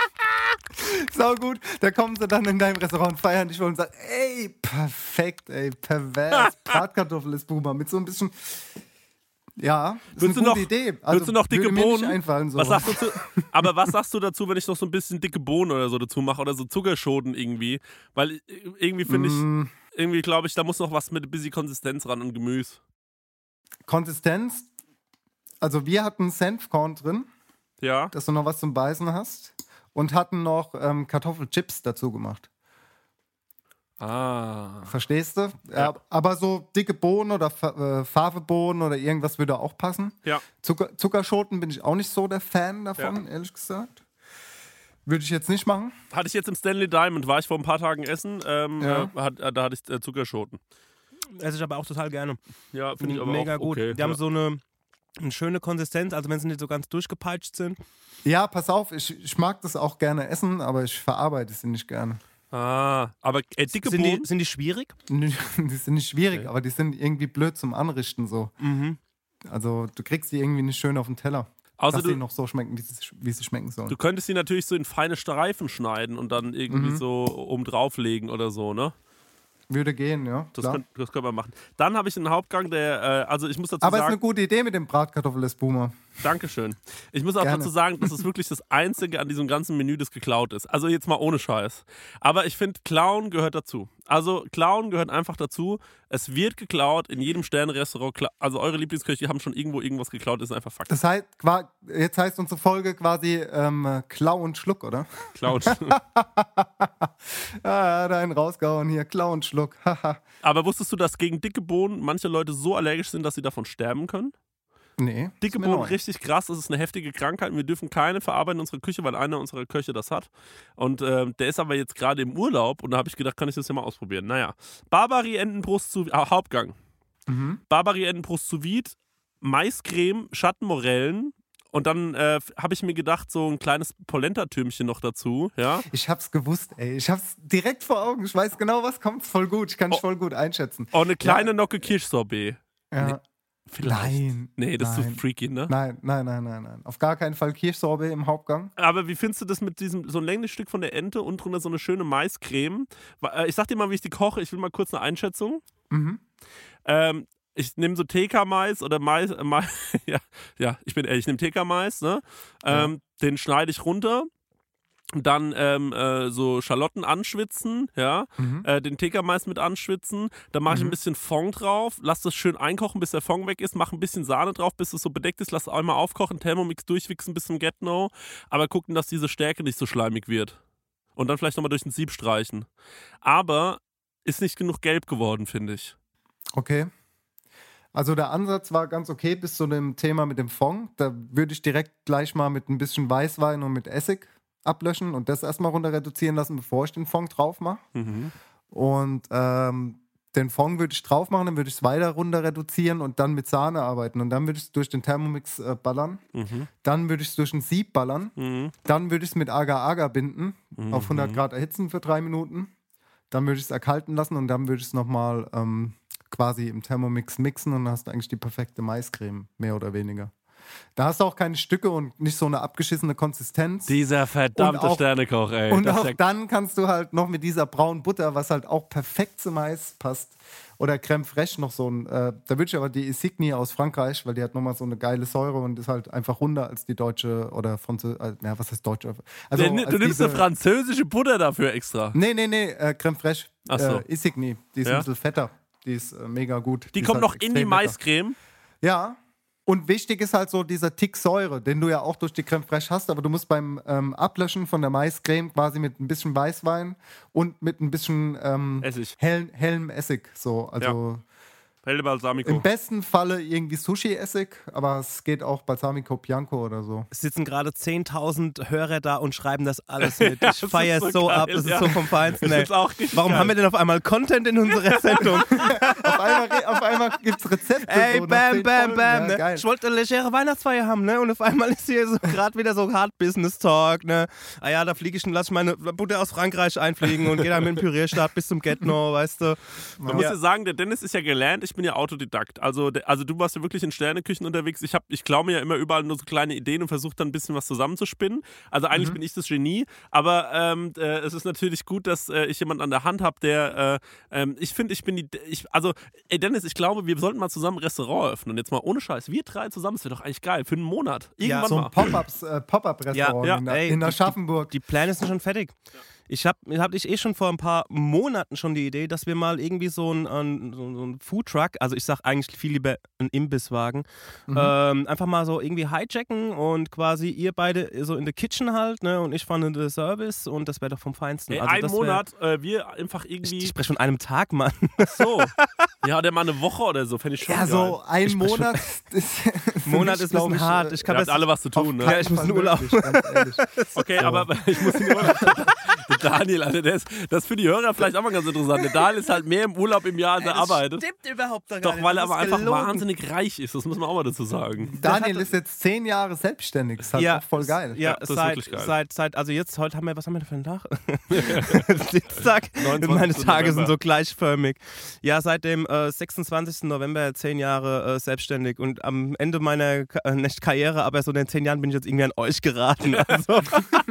Speaker 7: Sau gut. Da kommen sie dann in deinem Restaurant und feiern dich und sagen, ey, perfekt, ey, pervers. Bratkartoffel ist Boomer mit so ein bisschen. Ja, ist
Speaker 5: Würdest
Speaker 7: eine
Speaker 5: du
Speaker 7: gute
Speaker 5: noch-
Speaker 7: Idee.
Speaker 5: würdest du noch dicke
Speaker 7: würde mir
Speaker 5: Bohnen?
Speaker 7: Nicht einfallen, so.
Speaker 5: Was sagst du zu, aber was sagst du dazu, wenn ich noch so ein bisschen dicke Bohnen oder so dazu mache oder so Zuckerschoten irgendwie? Weil irgendwie finde ich,
Speaker 7: Mm,
Speaker 5: irgendwie glaube ich, da muss noch was mit ein bisschen Konsistenz ran und Gemüse.
Speaker 7: Konsistenz. Also wir hatten Senfkorn drin.
Speaker 5: Ja.
Speaker 7: dass du noch was zum Beißen hast. Und hatten noch ähm, Kartoffelchips dazu gemacht.
Speaker 5: Ah.
Speaker 7: Verstehst du?
Speaker 5: Ja.
Speaker 7: Ja, aber so dicke Bohnen oder Fa- äh, Favebohnen oder irgendwas würde auch passen.
Speaker 5: Ja.
Speaker 7: Zucker, Zuckerschoten bin ich auch nicht so der Fan davon,
Speaker 5: Ja.
Speaker 7: ehrlich gesagt. Würde ich jetzt nicht machen.
Speaker 5: Hatte ich jetzt im Stanley Diamond, war ich vor ein paar Tagen essen, ähm,
Speaker 7: Ja.
Speaker 5: äh, hat, äh, da hatte ich äh, Zuckerschoten.
Speaker 6: Esse ich aber auch total gerne.
Speaker 5: Ja, finde ich aber
Speaker 6: Mega
Speaker 5: auch
Speaker 6: gut.
Speaker 5: okay.
Speaker 6: Die haben so eine, eine schöne Konsistenz, also wenn sie nicht so ganz durchgepeitscht sind.
Speaker 7: Ja, pass auf, ich, ich mag das auch gerne essen, aber ich verarbeite sie nicht gerne.
Speaker 5: Ah, aber äh, dicke
Speaker 6: Sind die,
Speaker 5: Bohnen?
Speaker 6: sind die schwierig?
Speaker 7: Die sind nicht schwierig,
Speaker 5: Okay.
Speaker 7: aber die sind irgendwie blöd zum Anrichten so.
Speaker 6: Mhm.
Speaker 7: Also du kriegst die irgendwie nicht schön auf den Teller.
Speaker 5: Außer
Speaker 7: dass
Speaker 5: du,
Speaker 7: die noch so schmecken, wie sie, wie sie schmecken sollen.
Speaker 5: du könntest sie natürlich so in feine Streifen schneiden und dann irgendwie
Speaker 7: Mhm.
Speaker 5: so oben drauflegen oder so, ne?
Speaker 7: Würde gehen, ja.
Speaker 5: Das,
Speaker 7: klar.
Speaker 5: könnt, das können wir machen. Dann habe ich einen Hauptgang, der, äh, also ich muss dazu
Speaker 7: Aber es ist
Speaker 5: sagen,
Speaker 7: eine gute Idee mit dem Bratkartoffel des Boomer.
Speaker 5: Dankeschön. Ich muss auch
Speaker 7: Gerne.
Speaker 5: dazu sagen, das ist wirklich das Einzige an diesem ganzen Menü, das geklaut ist. Also jetzt mal ohne Scheiß. Aber ich finde, Klauen gehört dazu. Also Klauen gehört einfach dazu. Es wird geklaut in jedem Sterne-Restaurant. Kla- Also eure Lieblingsköche haben schon irgendwo irgendwas geklaut, ist einfach Fakt.
Speaker 7: Das heißt, qua- jetzt heißt unsere Folge quasi ähm, Klau und Schluck, oder?
Speaker 5: Klauen.
Speaker 7: Ah, da einen rausgehauen hier, Klau und Schluck. Haha.
Speaker 5: Aber wusstest du, dass gegen dicke Bohnen manche Leute so allergisch sind, dass sie davon sterben können?
Speaker 7: Nee.
Speaker 5: Dicke
Speaker 7: ist mir
Speaker 5: Bohnen,
Speaker 7: neu.
Speaker 5: richtig krass. Das ist eine heftige Krankheit. Wir dürfen keine verarbeiten in unserer Küche, weil einer unserer Köche das hat. Und ähm, der ist aber jetzt gerade im Urlaub und da habe ich gedacht, kann ich das ja mal ausprobieren. Naja. Barbary-Entenbrust zu ah, Hauptgang.
Speaker 7: Mhm.
Speaker 5: Barbary-Entenbrust sous vide, Maiscreme, Schattenmorellen. Und dann äh, habe ich mir gedacht, so ein kleines Polenta-Türmchen noch dazu. Ja.
Speaker 7: Ich hab's gewusst, ey. Ich hab's direkt vor Augen. Ich weiß genau, was kommt. Voll gut. Ich kann es
Speaker 5: Oh.
Speaker 7: voll gut einschätzen.
Speaker 5: Und eine kleine Nocke Kirschsorbet.
Speaker 7: Ja.
Speaker 5: Vielleicht.
Speaker 7: Nein.
Speaker 5: Nee, das ist
Speaker 7: nein.
Speaker 5: zu freaky, ne?
Speaker 7: Nein, nein, nein, nein, nein. Auf gar keinen Fall Kirschsorbet im Hauptgang.
Speaker 5: Aber wie findest du das mit diesem, so ein längliches Stück von der Ente und drunter so eine schöne Maiscreme? Wa- äh, Ich sag dir mal, wie ich die koche. Ich will mal kurz eine Einschätzung.
Speaker 7: Mhm.
Speaker 5: Ähm, ich nehme so T K-Mais oder Mais, äh, Mais ja, ja, ich bin ehrlich, ich nehme T K-Mais, ne? Ähm, Den schneide ich runter. Dann ähm, äh, so Schalotten anschwitzen, ja,
Speaker 7: Mhm.
Speaker 5: äh, den T K-Mais mit anschwitzen, dann mache ich ein
Speaker 7: Mhm.
Speaker 5: bisschen Fond drauf, lass das schön einkochen, bis der Fond weg ist, mache ein bisschen Sahne drauf, bis es so bedeckt ist, lass es einmal aufkochen, Thermomix durchwichsen bis zum Get-No, aber gucken, dass diese Stärke nicht so schleimig wird. Und dann vielleicht nochmal durch ein Sieb streichen. Aber ist nicht genug gelb geworden, finde ich.
Speaker 7: Okay. Also der Ansatz war ganz okay bis zu dem Thema mit dem Fond. Da würde ich direkt gleich mal mit ein bisschen Weißwein und mit Essig ablöschen und das erstmal runter reduzieren lassen, bevor ich den Fond drauf mache.
Speaker 5: Mhm.
Speaker 7: Und ähm, den Fond würde ich drauf machen, dann würde ich es weiter runter reduzieren und dann mit Sahne arbeiten. Und dann würde ich es durch den Thermomix äh, ballern.
Speaker 5: Mhm.
Speaker 7: Dann würde ich es durch ein Sieb ballern.
Speaker 5: Mhm.
Speaker 7: Dann würde ich es mit Agar-Agar binden,
Speaker 5: Mhm.
Speaker 7: auf hundert Grad erhitzen für drei Minuten. Dann würde ich es erkalten lassen und dann würde ich es nochmal ähm, quasi im Thermomix mixen und dann hast du eigentlich die perfekte Maiscreme, mehr oder weniger. Da hast du auch keine Stücke und nicht so eine abgeschissene Konsistenz.
Speaker 5: Dieser verdammte
Speaker 7: Und auch-
Speaker 5: Sternekoch, ey.
Speaker 7: und
Speaker 5: Das ist
Speaker 7: auch
Speaker 5: ja-
Speaker 7: dann kannst du halt noch mit dieser braunen Butter, was halt auch perfekt zum Mais passt, oder Crème Fraiche noch so ein, äh, da würde ich aber die Isigny aus Frankreich, weil die hat nochmal so eine geile Säure und ist halt einfach runder als die deutsche oder französische, äh, ja, was heißt deutsche? Also,
Speaker 5: du,
Speaker 7: als
Speaker 5: du nimmst
Speaker 7: diese-
Speaker 5: eine französische Butter dafür extra.
Speaker 7: Nee, nee, nee, äh, Crème Fraiche.
Speaker 5: Ach so.
Speaker 7: Äh, Isigny, die ist
Speaker 5: Ja.
Speaker 7: ein bisschen fetter. Die ist äh, mega gut.
Speaker 5: Die
Speaker 7: ist
Speaker 5: kommt
Speaker 7: halt
Speaker 5: noch in die
Speaker 7: extrem lecker.
Speaker 5: Maiscreme.
Speaker 7: Ja. Und wichtig ist halt so dieser Tick Säure, den du ja auch durch die Crème Fraiche hast, aber du musst beim ähm, Ablöschen von der Maiscreme quasi mit ein bisschen Weißwein und mit ein bisschen ähm,
Speaker 5: Essig.
Speaker 7: hellen, hellem Essig. So. Also
Speaker 5: Helle Balsamico.
Speaker 7: im besten Falle irgendwie Sushi-Essig, aber es geht auch Balsamico Bianco oder so.
Speaker 6: Es sitzen gerade zehntausend Hörer da und schreiben das alles mit.
Speaker 5: Ja,
Speaker 6: Ich
Speaker 5: das
Speaker 6: feiere
Speaker 5: ist
Speaker 6: es
Speaker 5: so
Speaker 6: so
Speaker 5: geil,
Speaker 6: ab, es ist
Speaker 5: ja.
Speaker 6: so vom Feinsten.
Speaker 5: Ich
Speaker 6: Ey.
Speaker 5: find's auch richtig
Speaker 6: Warum
Speaker 5: geil.
Speaker 6: haben wir denn auf einmal Content in unserer Sendung?
Speaker 7: Auf einmal, auf einmal gibt es Rezepte.
Speaker 6: Ey,
Speaker 7: so nach
Speaker 6: bam,
Speaker 7: zehn
Speaker 6: bam,
Speaker 7: Folgen.
Speaker 6: bam.
Speaker 7: Ja,
Speaker 6: Ne?
Speaker 7: geil.
Speaker 6: Ich wollte eine legere Weihnachtsfeier haben, ne? Und auf einmal ist hier so gerade wieder so Hard Business Talk, ne? Ah ja, da fliege ich und lass ich meine Butter aus Frankreich einfliegen und gehe dann mit dem Pürierstab bis zum Get-No, weißt du?
Speaker 5: Man muss ja sagen, der Dennis ist ja gelernt, ich bin ja Autodidakt. Also, der, also du warst ja wirklich in Sterneküchen unterwegs. Ich, hab, ich klaue mir ja immer überall nur so kleine Ideen und versuche dann ein bisschen was zusammenzuspinnen. Also eigentlich bin ich das Genie, aber ähm, äh, es ist natürlich gut, dass äh, ich jemanden an der Hand habe, der, äh, ähm, ich finde, ich bin die, ich, also, ey Dennis, ich glaube, wir sollten mal zusammen ein Restaurant eröffnen. Jetzt mal ohne Scheiß, wir drei zusammen, das wäre doch eigentlich geil, für einen Monat. Irgendwann
Speaker 7: So
Speaker 5: mal.
Speaker 7: ein Pop-ups, äh, Pop-up-Restaurant
Speaker 6: Ja, ja,
Speaker 7: in, der-
Speaker 6: ey,
Speaker 7: in
Speaker 6: die-
Speaker 7: Aschaffenburg.
Speaker 6: Die Pläne sind schon fertig. Ich habe hab ich eh schon vor ein paar Monaten schon die Idee, dass wir mal irgendwie so ein, ein, so ein Foodtruck, also ich sag eigentlich viel lieber einen Imbisswagen, mhm. ähm, einfach mal so irgendwie hijacken und quasi ihr beide so in der Kitchen halt, ne, und ich fahre in den Service und das wäre doch vom Feinsten.
Speaker 5: Ey,
Speaker 6: also
Speaker 5: einen
Speaker 6: das
Speaker 5: Monat, äh, wir einfach irgendwie...
Speaker 6: Ich, ich spreche von einem Tag, Mann.
Speaker 5: Ach so. Ja, der mal eine Woche oder so, fände ich schon
Speaker 7: Ja,
Speaker 5: geil.
Speaker 7: so ein Monat ist...
Speaker 6: Monat ist ein bisschen
Speaker 7: ich,
Speaker 6: hart. Ich kann
Speaker 5: Ihr habt
Speaker 6: das
Speaker 5: alle was zu tun, ne?
Speaker 6: Ja, ich muss in Urlaub.
Speaker 5: Okay, aber ich muss in den Urlaub. Der Daniel, Alter, der ist, das ist für die Hörer vielleicht auch mal ganz interessant. Der Daniel ist halt mehr im Urlaub im Jahr, als er arbeitet.
Speaker 6: Stimmt überhaupt gar
Speaker 5: Doch,
Speaker 6: nicht.
Speaker 5: weil er
Speaker 6: Das
Speaker 5: aber
Speaker 6: ist
Speaker 5: einfach
Speaker 6: gelogen.
Speaker 5: wahnsinnig reich ist. Das muss man auch mal dazu sagen.
Speaker 7: Daniel ist jetzt zehn Jahre selbstständig. Das ist halt auch voll geil.
Speaker 6: Ja,
Speaker 5: Ja, das ist
Speaker 6: seit,
Speaker 5: wirklich geil.
Speaker 6: seit, seit, also jetzt, heute haben wir, was haben wir denn für einen Tag? Dienstag.
Speaker 5: neunundzwanzigsten
Speaker 6: Meine Tage
Speaker 5: November.
Speaker 6: sind so gleichförmig. Ja, seit dem äh, sechsundzwanzigsten November zehn Jahre äh, selbstständig und am Ende meiner Ka äh, nicht Karriere, aber so in den zehn Jahren bin ich jetzt irgendwie an euch geraten. Also.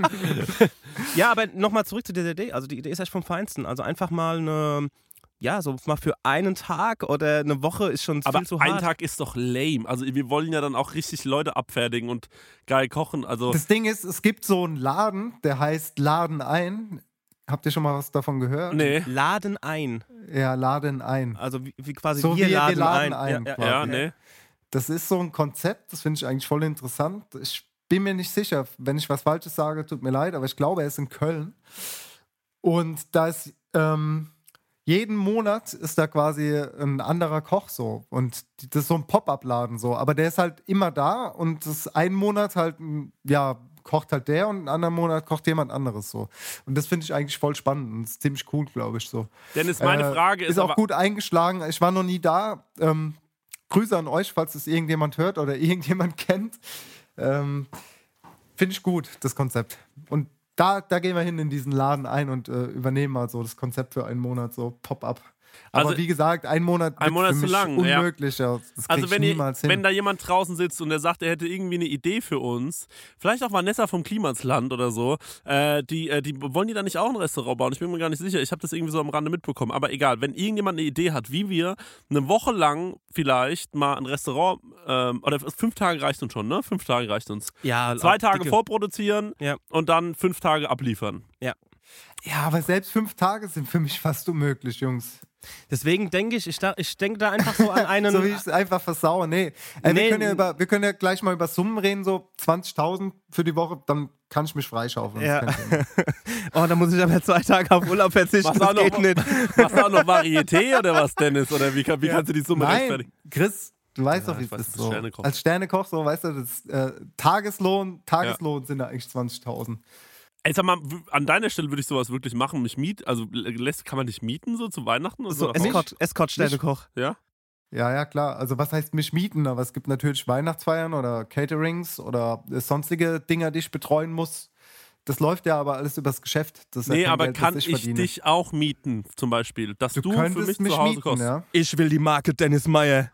Speaker 6: Ja, aber nochmal zurück zu dieser Idee. Also die Idee ist echt vom Feinsten. Also einfach mal eine, ja, so mal für einen Tag oder eine Woche ist schon
Speaker 5: Aber
Speaker 6: viel zu
Speaker 5: ein
Speaker 6: hart.
Speaker 5: Tag ist doch lame. Also wir wollen ja dann auch richtig Leute abfertigen und geil kochen. Also
Speaker 7: Das Ding ist, es gibt so einen Laden, der heißt Laden ein. Habt ihr schon mal was davon gehört?
Speaker 5: nee.
Speaker 6: Laden ein.
Speaker 7: Ja, Laden ein.
Speaker 6: Also wie, wie quasi
Speaker 7: So
Speaker 6: wir,
Speaker 7: wie wir
Speaker 6: laden,
Speaker 7: laden
Speaker 6: ein.
Speaker 7: ein,
Speaker 6: Ja, ja,
Speaker 7: quasi.
Speaker 5: Ja, nee.
Speaker 7: Das ist so ein Konzept, das finde ich eigentlich voll interessant. Ich bin mir nicht sicher, wenn ich was Falsches sage, tut mir leid, aber ich glaube, er ist in Köln. Und da ist ähm, jeden Monat ist da quasi ein anderer Koch so. Und das ist so ein Pop-Up-Laden so. Aber der ist halt immer da und das ist ein Monat halt, ja, kocht halt der und einen anderen Monat kocht jemand anderes so. Und das finde ich eigentlich voll spannend und ist ziemlich cool, glaube ich so.
Speaker 5: Dennis, meine
Speaker 7: Äh,
Speaker 5: Frage ist,
Speaker 7: Ist auch
Speaker 5: aber,
Speaker 7: gut eingeschlagen. Ich war noch nie da. Ähm, Grüße an euch, falls es irgendjemand hört oder irgendjemand kennt. Ähm, Finde ich gut, das Konzept. Und da, da gehen wir hin in diesen Laden ein und äh, übernehmen mal so das Konzept für einen Monat, so Pop-up. Aber
Speaker 5: Also,
Speaker 7: wie gesagt, ein Monat,
Speaker 5: ein
Speaker 7: wird
Speaker 5: Monat
Speaker 7: für
Speaker 5: zu
Speaker 7: mich
Speaker 5: lang, ja.
Speaker 7: unmöglich. Ja. Das krieg
Speaker 5: Also
Speaker 7: ich
Speaker 5: wenn, ihr,
Speaker 7: niemals hin.
Speaker 5: wenn da jemand draußen sitzt und der sagt, er hätte irgendwie eine Idee für uns, vielleicht auch Vanessa vom Klimasland oder so, äh, die, äh, die wollen die da nicht auch ein Restaurant bauen? Ich bin mir gar nicht sicher. Ich habe das irgendwie so am Rande mitbekommen. Aber egal, wenn irgendjemand eine Idee hat, wie wir eine Woche lang vielleicht mal ein Restaurant, ähm, oder fünf Tage reicht uns schon, ne? Fünf Tage reicht uns.
Speaker 6: Ja,
Speaker 5: Zwei
Speaker 6: auch
Speaker 5: Tage
Speaker 6: dicke-
Speaker 5: vorproduzieren
Speaker 6: Ja.
Speaker 5: und dann fünf Tage abliefern.
Speaker 6: Ja.
Speaker 7: Ja, aber selbst fünf Tage sind für mich fast unmöglich, Jungs.
Speaker 6: Deswegen denke ich, ich, da, ich denke da einfach so an einen.
Speaker 7: So wie ich es einfach versaue. Nee. Äh,
Speaker 6: Nee.
Speaker 7: wir, können ja über, wir können ja gleich mal über Summen reden, so zwanzigtausend für die Woche, dann kann ich mich freischaufeln.
Speaker 6: Ja.
Speaker 7: Das ist kein Thema.
Speaker 6: Oh, da muss ich aber zwei Tage auf Urlaub verzichten.
Speaker 5: Machst
Speaker 6: Das
Speaker 5: du auch
Speaker 6: geht
Speaker 5: noch,
Speaker 6: nicht.
Speaker 5: machst du auch noch Varieté oder was, Dennis? Oder wie, kann, wie kannst du die Summe
Speaker 7: Nein,
Speaker 5: rechtfertigen?
Speaker 7: Chris, du weißt
Speaker 5: Ja,
Speaker 7: doch, wie
Speaker 5: ich
Speaker 7: es
Speaker 5: weiß,
Speaker 7: ist.
Speaker 5: du bist
Speaker 7: So.
Speaker 5: Sternekoch.
Speaker 7: Als Sternekoch, so, weißt du, das äh, Tageslohn, Tageslohn sind da eigentlich zwanzigtausend.
Speaker 5: Ey, sag mal, w- an deiner Stelle würde ich sowas wirklich machen. Mich miet, also lässt, kann man dich mieten so zu Weihnachten oder
Speaker 6: So,
Speaker 5: so?
Speaker 6: Escort, Escort Sternekoch.
Speaker 5: Ja?
Speaker 7: Ja, ja, klar. Also was heißt mich mieten? Aber es gibt natürlich Weihnachtsfeiern oder Caterings oder äh, sonstige Dinger, die ich betreuen muss. Das läuft ja aber alles übers Geschäft. Das ist ja
Speaker 5: Nee,
Speaker 7: kein
Speaker 5: aber
Speaker 7: Geld,
Speaker 5: kann
Speaker 7: das
Speaker 5: ich,
Speaker 7: ich verdiene.
Speaker 5: dich auch mieten, zum Beispiel? Dass du,
Speaker 7: Du
Speaker 5: für
Speaker 7: könntest
Speaker 5: mich
Speaker 7: mich
Speaker 5: zu Hause
Speaker 7: mieten,
Speaker 5: kochst.
Speaker 7: ja.
Speaker 6: Ich will die Marke Dennis Meyer.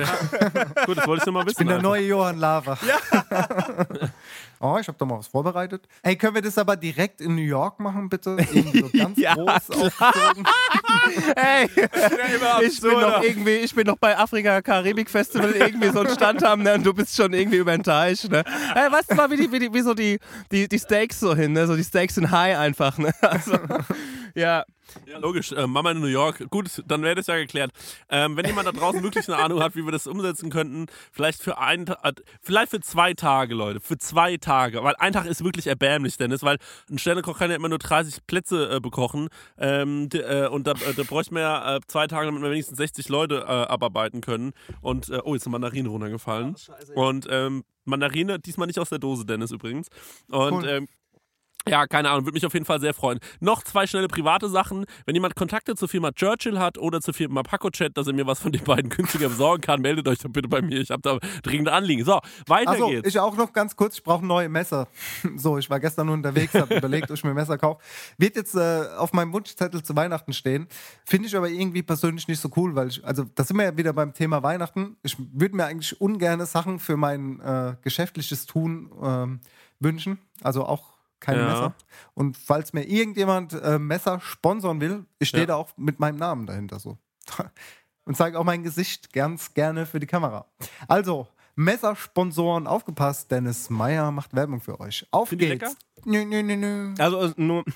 Speaker 5: Gut, das wollte ich nur mal wissen.
Speaker 7: Ich bin der
Speaker 5: einfach.
Speaker 7: neue Johann Lava. Ja. Oh, ich habe doch mal was vorbereitet. Ey, können wir das aber direkt in New York machen, bitte? Irgendwie so ganz
Speaker 6: Ja,
Speaker 7: groß aufgezogen.
Speaker 6: Hey, ich bin noch irgendwie, ich bin noch bei Afrika Karibik Festival irgendwie so einen Stand haben, ne? Und du bist schon irgendwie über den Teich, ne? Hey, weißt du mal, wie, die, wie, die, wie so die, die, die Steaks so hin, ne? So die Steaks sind high einfach, ne? Also, ja.
Speaker 5: Ja, logisch. Äh, Mama in New York. Gut, dann wäre das ja geklärt. Ähm, wenn jemand da draußen wirklich eine Ahnung hat, wie wir das umsetzen könnten, vielleicht für einen, Ta- äh, vielleicht für zwei Tage, Leute. Für zwei Tage. Weil ein Tag ist wirklich erbärmlich, Dennis, weil ein Sternekoch kann ja immer nur dreißig Plätze äh, bekochen. Ähm, d- äh, und da, äh, da bräuchte man ja äh, zwei Tage, damit wir wenigstens sechzig Leute äh, abarbeiten können. Und, äh, oh, jetzt ist eine Mandarine runtergefallen. Und ähm, Mandarine, diesmal nicht aus der Dose, Dennis übrigens. Und
Speaker 7: Cool.
Speaker 5: ähm, ja, keine Ahnung, würde mich auf jeden Fall sehr freuen. Noch zwei schnelle private Sachen. Wenn jemand Kontakte zur Firma Churchill hat oder zur Firma PacoChat, dass er mir was von den beiden günstiger besorgen kann, meldet euch doch bitte bei mir. Ich habe da dringende Anliegen. So, weiter
Speaker 7: Achso,
Speaker 5: geht's.
Speaker 7: ich auch noch ganz kurz, ich brauche neue Messer. So, ich war gestern unterwegs, habe überlegt, ob ich mir Messer kaufe. Wird jetzt äh, auf meinem Wunschzettel zu Weihnachten stehen. Finde ich aber irgendwie persönlich nicht so cool, weil ich, also da sind wir ja wieder beim Thema Weihnachten. Ich würde mir eigentlich ungerne Sachen für mein äh, geschäftliches Tun ähm, wünschen. Also auch keine
Speaker 5: Ja.
Speaker 7: Messer. Und falls mir irgendjemand äh, Messer sponsern will, ich stehe
Speaker 5: Ja.
Speaker 7: da auch mit meinem Namen dahinter so. Und zeige auch mein Gesicht ganz gerne für die Kamera. Also, Messersponsoren, aufgepasst, Dennis Meyer macht Werbung für euch. Auf
Speaker 5: Sind die
Speaker 7: geht's.
Speaker 5: lecker?
Speaker 7: Nö, nö, nö, nö.
Speaker 6: Also äh, nur,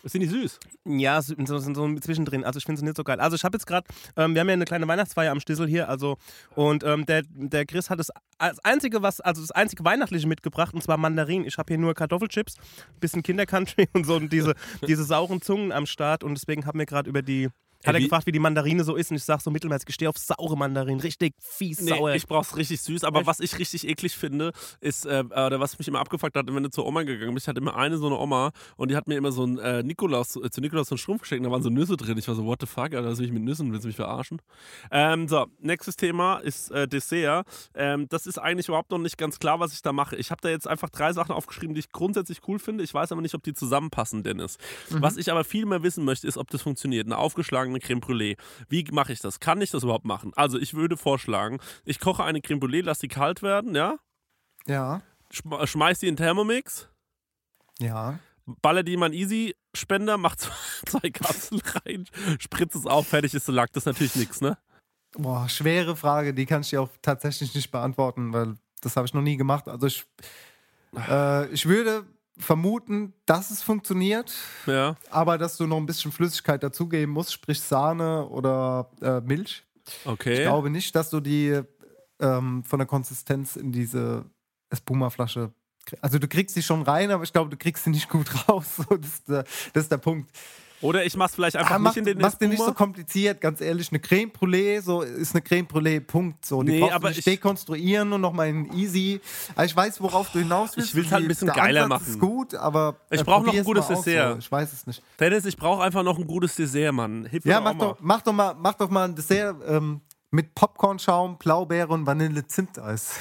Speaker 5: Sind die süß?
Speaker 6: Ja, so, so, so zwischendrin. Also ich finde sie nicht so geil. Also ich habe jetzt gerade, ähm, wir haben ja eine kleine Weihnachtsfeier am Stissel hier, also und ähm, der, der Chris hat das, das einzige, was, also das einzige Weihnachtliche mitgebracht, und zwar Mandarinen. Ich habe hier nur Kartoffelchips, bisschen Kindercountry und so und diese, diese sauren Zungen am Start, und deswegen haben wir gerade über die. Hat er
Speaker 5: wie-
Speaker 6: gefragt, wie die Mandarine so ist, und ich sag so mittelmäßig, ich stehe auf saure Mandarinen, richtig fies
Speaker 5: Nee,
Speaker 6: sauer.
Speaker 5: ich brauch's richtig süß, aber
Speaker 6: Echt?
Speaker 5: was ich richtig eklig finde, ist, äh, oder was mich immer abgefuckt hat, wenn du zur Oma gegangen bist, ich hatte immer eine so eine Oma und die hat mir immer so ein äh, Nikolaus, äh, zu Nikolaus so einen Strumpf geschenkt, da waren so Nüsse drin. Ich war so, what the fuck, Alter, was will ich mit Nüssen, willst du mich verarschen? Ähm, so, nächstes Thema ist äh, Dessert. Ähm, das ist eigentlich überhaupt noch nicht ganz klar, was ich da mache. Ich habe da jetzt einfach drei Sachen aufgeschrieben, die ich grundsätzlich cool finde. Ich weiß aber nicht, ob die zusammenpassen, Dennis.
Speaker 6: Mhm.
Speaker 5: Was ich aber viel mehr wissen möchte, ist, ob das funktioniert. Eine aufgeschlagene Creme Brûlée. Wie mache ich das? Kann ich das überhaupt machen? Also ich würde vorschlagen, ich koche eine Creme Brûlée, lass die kalt werden, ja?
Speaker 7: Ja,
Speaker 5: Schm- Schmeiß die in den Thermomix,
Speaker 7: ja.
Speaker 5: baller die in meinen Easy-Spender, mach zwei, zwei Kapseln rein, spritz es auf, fertig ist der Lack. Das ist natürlich nichts, ne?
Speaker 7: Boah, schwere Frage, die kann ich dir auch tatsächlich nicht beantworten, weil das habe ich noch nie gemacht. Also ich, äh, ich würde vermuten, dass es funktioniert,
Speaker 5: Ja.
Speaker 7: aber dass du noch ein bisschen Flüssigkeit dazugeben musst, sprich Sahne oder äh, Milch.
Speaker 5: Okay.
Speaker 7: Ich glaube nicht, dass du die ähm, von der Konsistenz in diese Espuma-Flasche kriegst. Also du kriegst sie schon rein, aber ich glaube, du kriegst sie nicht gut raus. So, das, ist der, das ist der Punkt.
Speaker 5: Oder ich mach's vielleicht einfach
Speaker 7: Ah,
Speaker 5: nicht
Speaker 7: mach,
Speaker 5: in den
Speaker 7: mach's dir nicht so
Speaker 5: Espuma.
Speaker 7: kompliziert, ganz ehrlich. Eine Creme Brûlée, so ist eine Creme Brûlée, Punkt. So, die
Speaker 5: Nee,
Speaker 7: brauchst
Speaker 5: aber
Speaker 7: du nicht
Speaker 5: ich-
Speaker 7: dekonstruieren und nochmal in easy. Aber ich weiß, worauf du hinaus willst.
Speaker 5: Ich will's halt ein
Speaker 7: Die-
Speaker 5: bisschen
Speaker 7: der
Speaker 5: geiler
Speaker 7: Ansatz
Speaker 5: machen.
Speaker 7: ist gut, aber
Speaker 5: Ich
Speaker 7: äh,
Speaker 5: brauch noch ein
Speaker 7: probier's
Speaker 5: gutes
Speaker 7: mal aus,
Speaker 5: Dessert.
Speaker 7: So. Ich weiß es nicht.
Speaker 5: Dennis, ich brauche einfach noch ein gutes Dessert, Mann. Hilf
Speaker 7: Ja,
Speaker 5: mir
Speaker 7: mach
Speaker 5: auch mal.
Speaker 7: doch, mach, doch mal, mach doch mal ein Dessert ähm, mit Popcornschaum, Blaubeere und Vanille-Zimteis.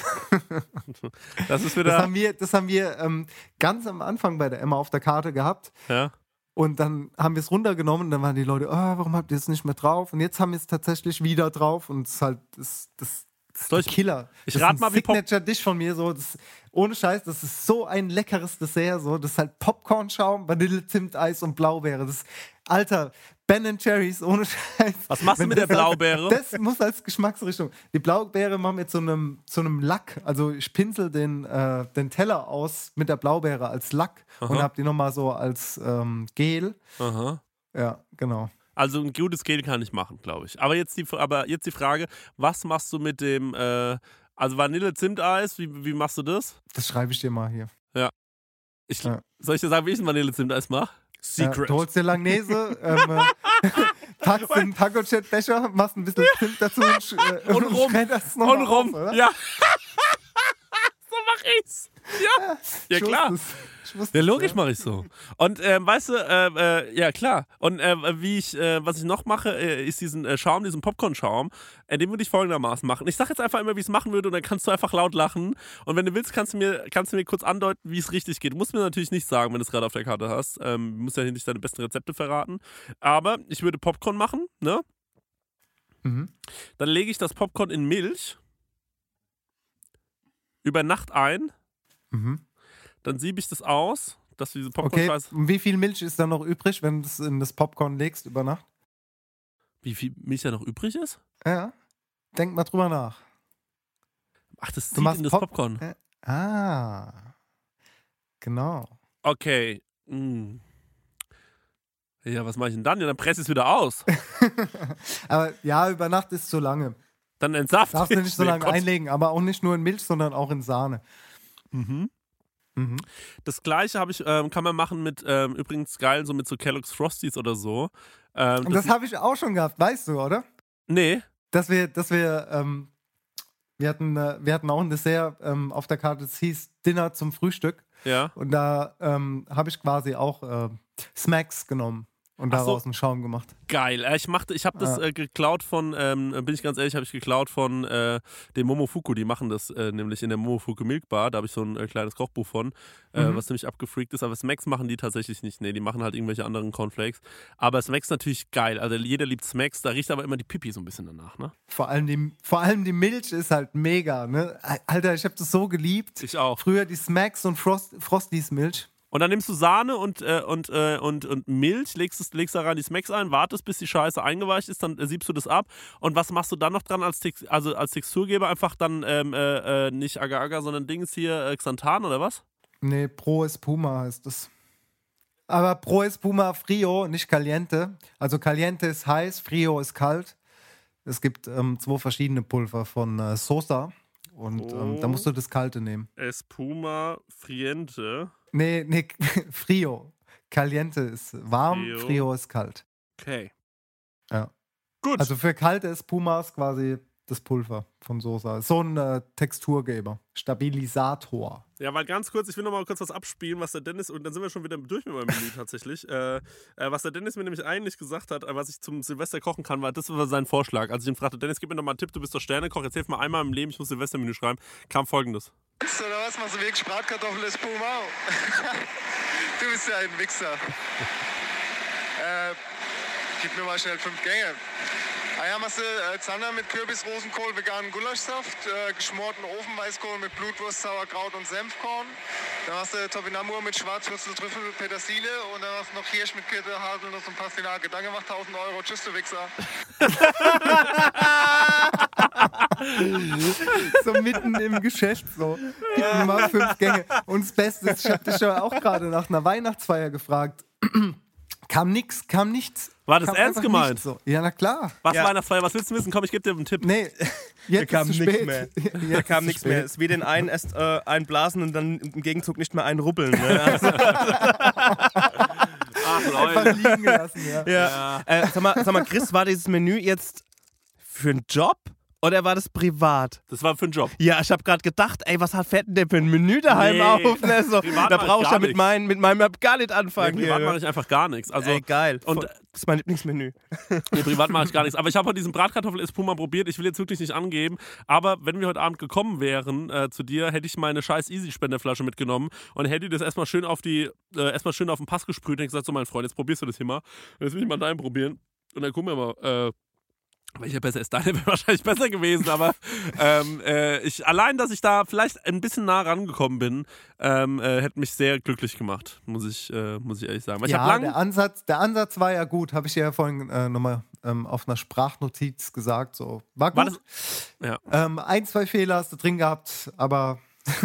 Speaker 5: Das ist
Speaker 7: Das
Speaker 5: wieder.
Speaker 7: haben wir, das haben wir ähm, ganz am Anfang bei der Emma auf der Karte gehabt.
Speaker 5: Ja.
Speaker 7: Und dann haben wir es runtergenommen und dann waren die Leute, oh, warum habt ihr es nicht mehr drauf? Und jetzt haben wir es tatsächlich wieder drauf und es ist halt, das, das, das ist
Speaker 5: Soll
Speaker 7: der
Speaker 5: ich-
Speaker 7: Killer.
Speaker 5: ich
Speaker 7: das
Speaker 5: rat
Speaker 7: ist
Speaker 5: mal,
Speaker 7: ein
Speaker 5: wie Pop-
Speaker 7: Signature-Dish von mir, so, das, ohne Scheiß, das ist so ein leckeres Dessert, so, das ist halt Popcornschaum, Vanille, Zimteis und Blaubeere. Das ist, Alter, Ben Cherries, ohne Scheiß.
Speaker 5: Was machst du
Speaker 7: Wenn
Speaker 5: mit der
Speaker 7: das halt-
Speaker 5: Blaubeere?
Speaker 7: Das muss als Geschmacksrichtung. Die Blaubeere machen wir zu einem, zu einem Lack. Also ich pinsel den, äh, den Teller aus mit der Blaubeere als Lack und hab die nochmal so als ähm, Gel.
Speaker 5: Aha.
Speaker 7: Ja, genau.
Speaker 5: Also ein gutes Gel kann ich machen, glaube ich. Aber jetzt die, aber jetzt die Frage, was machst du mit dem, äh, also Vanille-Zimteis, wie, wie machst du das?
Speaker 7: Das schreibe ich dir mal hier.
Speaker 5: Ich,
Speaker 7: Ja.
Speaker 5: Soll ich dir sagen, wie ich ein Vanille-Zimteis mache?
Speaker 7: Ja, du holst dir Langnese, ähm, äh, packst den Taco-Chat-Becher, machst ein bisschen Zimt dazu und, sch- äh,
Speaker 5: Und rum.
Speaker 7: schredderst noch
Speaker 5: Und
Speaker 7: mal
Speaker 5: rum.
Speaker 7: auf, oder?
Speaker 5: Ja. So mach ich's. Ja. Ja,
Speaker 7: Ich wusste
Speaker 5: klar.
Speaker 7: es. Ich wusste
Speaker 5: Ja,
Speaker 7: es,
Speaker 5: logisch mache ich so. Und ähm, weißt du, äh, äh, ja klar. Und äh, wie ich, äh, was ich noch mache, äh, ist diesen äh, Schaum, diesen Popcorn-Schaum. Äh, den würde ich folgendermaßen machen. Ich sage jetzt einfach immer, wie ich es machen würde, und dann kannst du einfach laut lachen. Und wenn du willst, kannst du mir, kannst du mir kurz andeuten, wie es richtig geht. Du musst mir natürlich nicht sagen, wenn du es gerade auf der Karte hast. Ähm, du musst ja hier nicht deine besten Rezepte verraten. Aber ich würde Popcorn machen, ne?
Speaker 7: Mhm.
Speaker 5: Dann lege ich das Popcorn in Milch über Nacht ein.
Speaker 7: Mhm.
Speaker 5: Dann siebe ich das aus, dass diese
Speaker 7: Okay,
Speaker 5: Popcorn-Scheiß.
Speaker 7: und wie viel Milch ist da noch übrig, wenn du es in das Popcorn legst über Nacht?
Speaker 5: Wie viel Milch da noch übrig ist?
Speaker 7: Ja, denk mal drüber nach.
Speaker 5: Ach, das
Speaker 7: Du
Speaker 5: zieht
Speaker 7: machst
Speaker 5: in das
Speaker 7: Pop-
Speaker 5: Popcorn.
Speaker 7: Äh, ah, genau.
Speaker 5: Okay. Mm. Ja, was mache ich denn dann? Ja, dann presse ich es wieder aus.
Speaker 7: Aber ja, über Nacht ist zu lange.
Speaker 5: Dann entsaft
Speaker 7: Darfst du
Speaker 5: ich.
Speaker 7: nicht so
Speaker 5: Nee,
Speaker 7: lange
Speaker 5: Gott.
Speaker 7: einlegen, aber auch nicht nur in Milch, sondern auch in Sahne.
Speaker 5: Mhm.
Speaker 7: Mhm.
Speaker 5: Das gleiche habe ich, ähm, kann man machen mit, ähm, übrigens geil, so mit so Kellogg's Frosties oder so. Ähm,
Speaker 7: Und das habe ich auch schon gehabt, weißt du, oder?
Speaker 5: nee.
Speaker 7: Dass wir, dass wir, ähm, wir hatten, äh, wir hatten auch ein Dessert ähm, auf der Karte, das hieß Dinner zum Frühstück.
Speaker 5: Ja.
Speaker 7: Und da ähm, habe ich quasi auch äh, Smacks genommen und
Speaker 5: Ach so.
Speaker 7: daraus einen Schaum gemacht.
Speaker 5: Geil. Äh, Ich machte, ich habe das
Speaker 7: Ja.
Speaker 5: äh, geklaut von, ähm, bin ich ganz ehrlich, habe ich geklaut von äh, dem Momofuku. Die machen das äh, nämlich in der Momofuku Milk Bar. Da habe ich so ein äh, kleines Kochbuch von, äh,
Speaker 7: Mhm.
Speaker 5: was ziemlich abgefreakt ist. Aber Smacks machen die tatsächlich nicht. Nee, die machen halt irgendwelche anderen Cornflakes. Aber Smacks natürlich geil. Also jeder liebt Smacks. Da riecht aber immer die Pipi so ein bisschen danach, ne?
Speaker 7: Vor allem die, vor allem die Milch ist halt mega, ne? Alter, ich habe das so geliebt.
Speaker 5: Ich auch.
Speaker 7: Früher die Smacks und Frost, Frosties Milch.
Speaker 5: Und dann nimmst du Sahne und, äh, und, äh, und, und Milch, legst, es, legst da rein die Smacks ein, wartest, bis die Scheiße eingeweicht ist, dann äh, siebst du das ab. Und was machst du dann noch dran als, Tex also als Texturgeber? Einfach dann ähm, äh, äh, nicht Agar-Agar, sondern Dings hier, äh, Xanthan oder was?
Speaker 7: Nee, Pro Espuma heißt das. Aber Pro Espuma Frio, nicht Caliente. Also Caliente ist heiß, Frio ist kalt. Es gibt ähm, zwei verschiedene Pulver von äh, Sosa. Und
Speaker 5: oh.
Speaker 7: ähm, da musst du das Kalte nehmen.
Speaker 5: Espuma Friente.
Speaker 7: Nee, nee, Frio. Caliente ist warm,
Speaker 5: Frio,
Speaker 7: Frio ist kalt.
Speaker 5: Okay.
Speaker 7: Ja.
Speaker 5: Gut.
Speaker 7: Also für kalte Espuma ist quasi das Pulver von Sosa. So ein äh, Texturgeber. Stabilisator.
Speaker 5: Ja, weil ganz kurz, ich will noch mal kurz was abspielen, was der Dennis, und dann sind wir schon wieder durch mit meinem Menü tatsächlich. äh, äh, was der Dennis mir nämlich eigentlich gesagt hat, äh, was ich zum Silvester kochen kann, war, das war sein Vorschlag. Also ich ihn fragte, Dennis, gib mir noch mal einen Tipp, du bist doch Sternekoch, jetzt hilf mir einmal im Leben, ich muss Silvestermenü schreiben, kam folgendes.
Speaker 8: Oder was, machst du wirklich Bratkartoffel Espuma? Du bist ja ein Wichser. Äh, gib mir mal schnell fünf Gänge. Eier machst du äh, Zander mit Kürbis, Rosenkohl, veganen Gulaschsaft, äh, geschmorten Ofenweißkohl mit Blutwurst, Sauerkraut und Senfkorn. Dann machst du Topinambur mit Schwarzwürzel, Trüffel, Petersilie und dann hast du noch Hirsch mit Kirte, Haselnuss und Pastinake. Dann gemacht tausend Euro. Tschüss, du Wichser.
Speaker 7: So mitten im Geschäft so. Gib mir mal fünf Gänge. Und das Beste ist, ich hab dich ja auch gerade nach einer Weihnachtsfeier gefragt. Kam nix, kam nichts.
Speaker 5: War das
Speaker 7: kam
Speaker 5: ernst gemeint?
Speaker 7: So. Ja, na klar.
Speaker 5: Was
Speaker 6: Ja.
Speaker 5: Weihnachtsfeier, was willst du wissen? Komm, ich gebe dir einen Tipp.
Speaker 7: Nee,
Speaker 6: Hier
Speaker 7: jetzt
Speaker 6: kam
Speaker 7: ist zu
Speaker 6: nichts
Speaker 7: spät.
Speaker 6: mehr.
Speaker 7: Jetzt
Speaker 6: Hier kam
Speaker 7: ist
Speaker 6: nichts
Speaker 7: zu
Speaker 6: mehr.
Speaker 7: spät.
Speaker 6: Es ist wie den einen erst äh, einblasen und dann im Gegenzug nicht mehr einrubbeln. Ne? Also,
Speaker 5: Ach,
Speaker 7: Einfach
Speaker 5: Leute.
Speaker 7: liegen gelassen, ja.
Speaker 6: ja. Äh, sag, mal, sag mal, Chris, war dieses Menü jetzt für einen Job oder war das privat?
Speaker 5: Das war für einen Job.
Speaker 6: Ja, ich habe gerade gedacht, ey, was hat fährt denn der für ein Menü daheim
Speaker 5: Nee,
Speaker 6: auf? Ne? So,
Speaker 5: privat
Speaker 6: da
Speaker 5: mach ich
Speaker 6: brauche ich
Speaker 5: gar
Speaker 6: ja mit,
Speaker 5: nichts.
Speaker 6: mein, mit meinem gar nicht anfangen.
Speaker 5: Nee, privat
Speaker 6: hier,
Speaker 5: mache ich einfach gar nichts. Also,
Speaker 6: ey, geil.
Speaker 5: und-
Speaker 6: Voll- das ist mein Lieblingsmenü.
Speaker 5: nee, privat mache ich gar nichts. Aber ich habe heute diesen Bratkartoffel Espuma probiert. Ich will jetzt wirklich nicht angeben. Aber wenn wir heute Abend gekommen wären äh, zu dir, hätte ich meine scheiß Easy-Spenderflasche mitgenommen und hätte das erstmal schön auf die, äh, erstmal schön auf den Pass gesprüht und gesagt, so mein Freund, jetzt probierst du das hier mal. Und jetzt will ich mal deinen probieren. Und dann gucken wir mal, äh, welcher besser ist. Deine wäre wahrscheinlich besser gewesen, aber ähm, äh, ich, allein, dass ich da vielleicht ein bisschen nah rangekommen bin, ähm, äh, hätte mich sehr glücklich gemacht, muss ich, äh, muss ich ehrlich sagen. Weil ich hab
Speaker 7: Ja,
Speaker 5: lang,
Speaker 7: der Ansatz, der Ansatz war ja gut, habe ich ja vorhin äh, nochmal ähm, auf einer Sprachnotiz gesagt. So. War gut.
Speaker 5: War das- ja.
Speaker 7: ähm, ein, zwei Fehler hast du drin gehabt, aber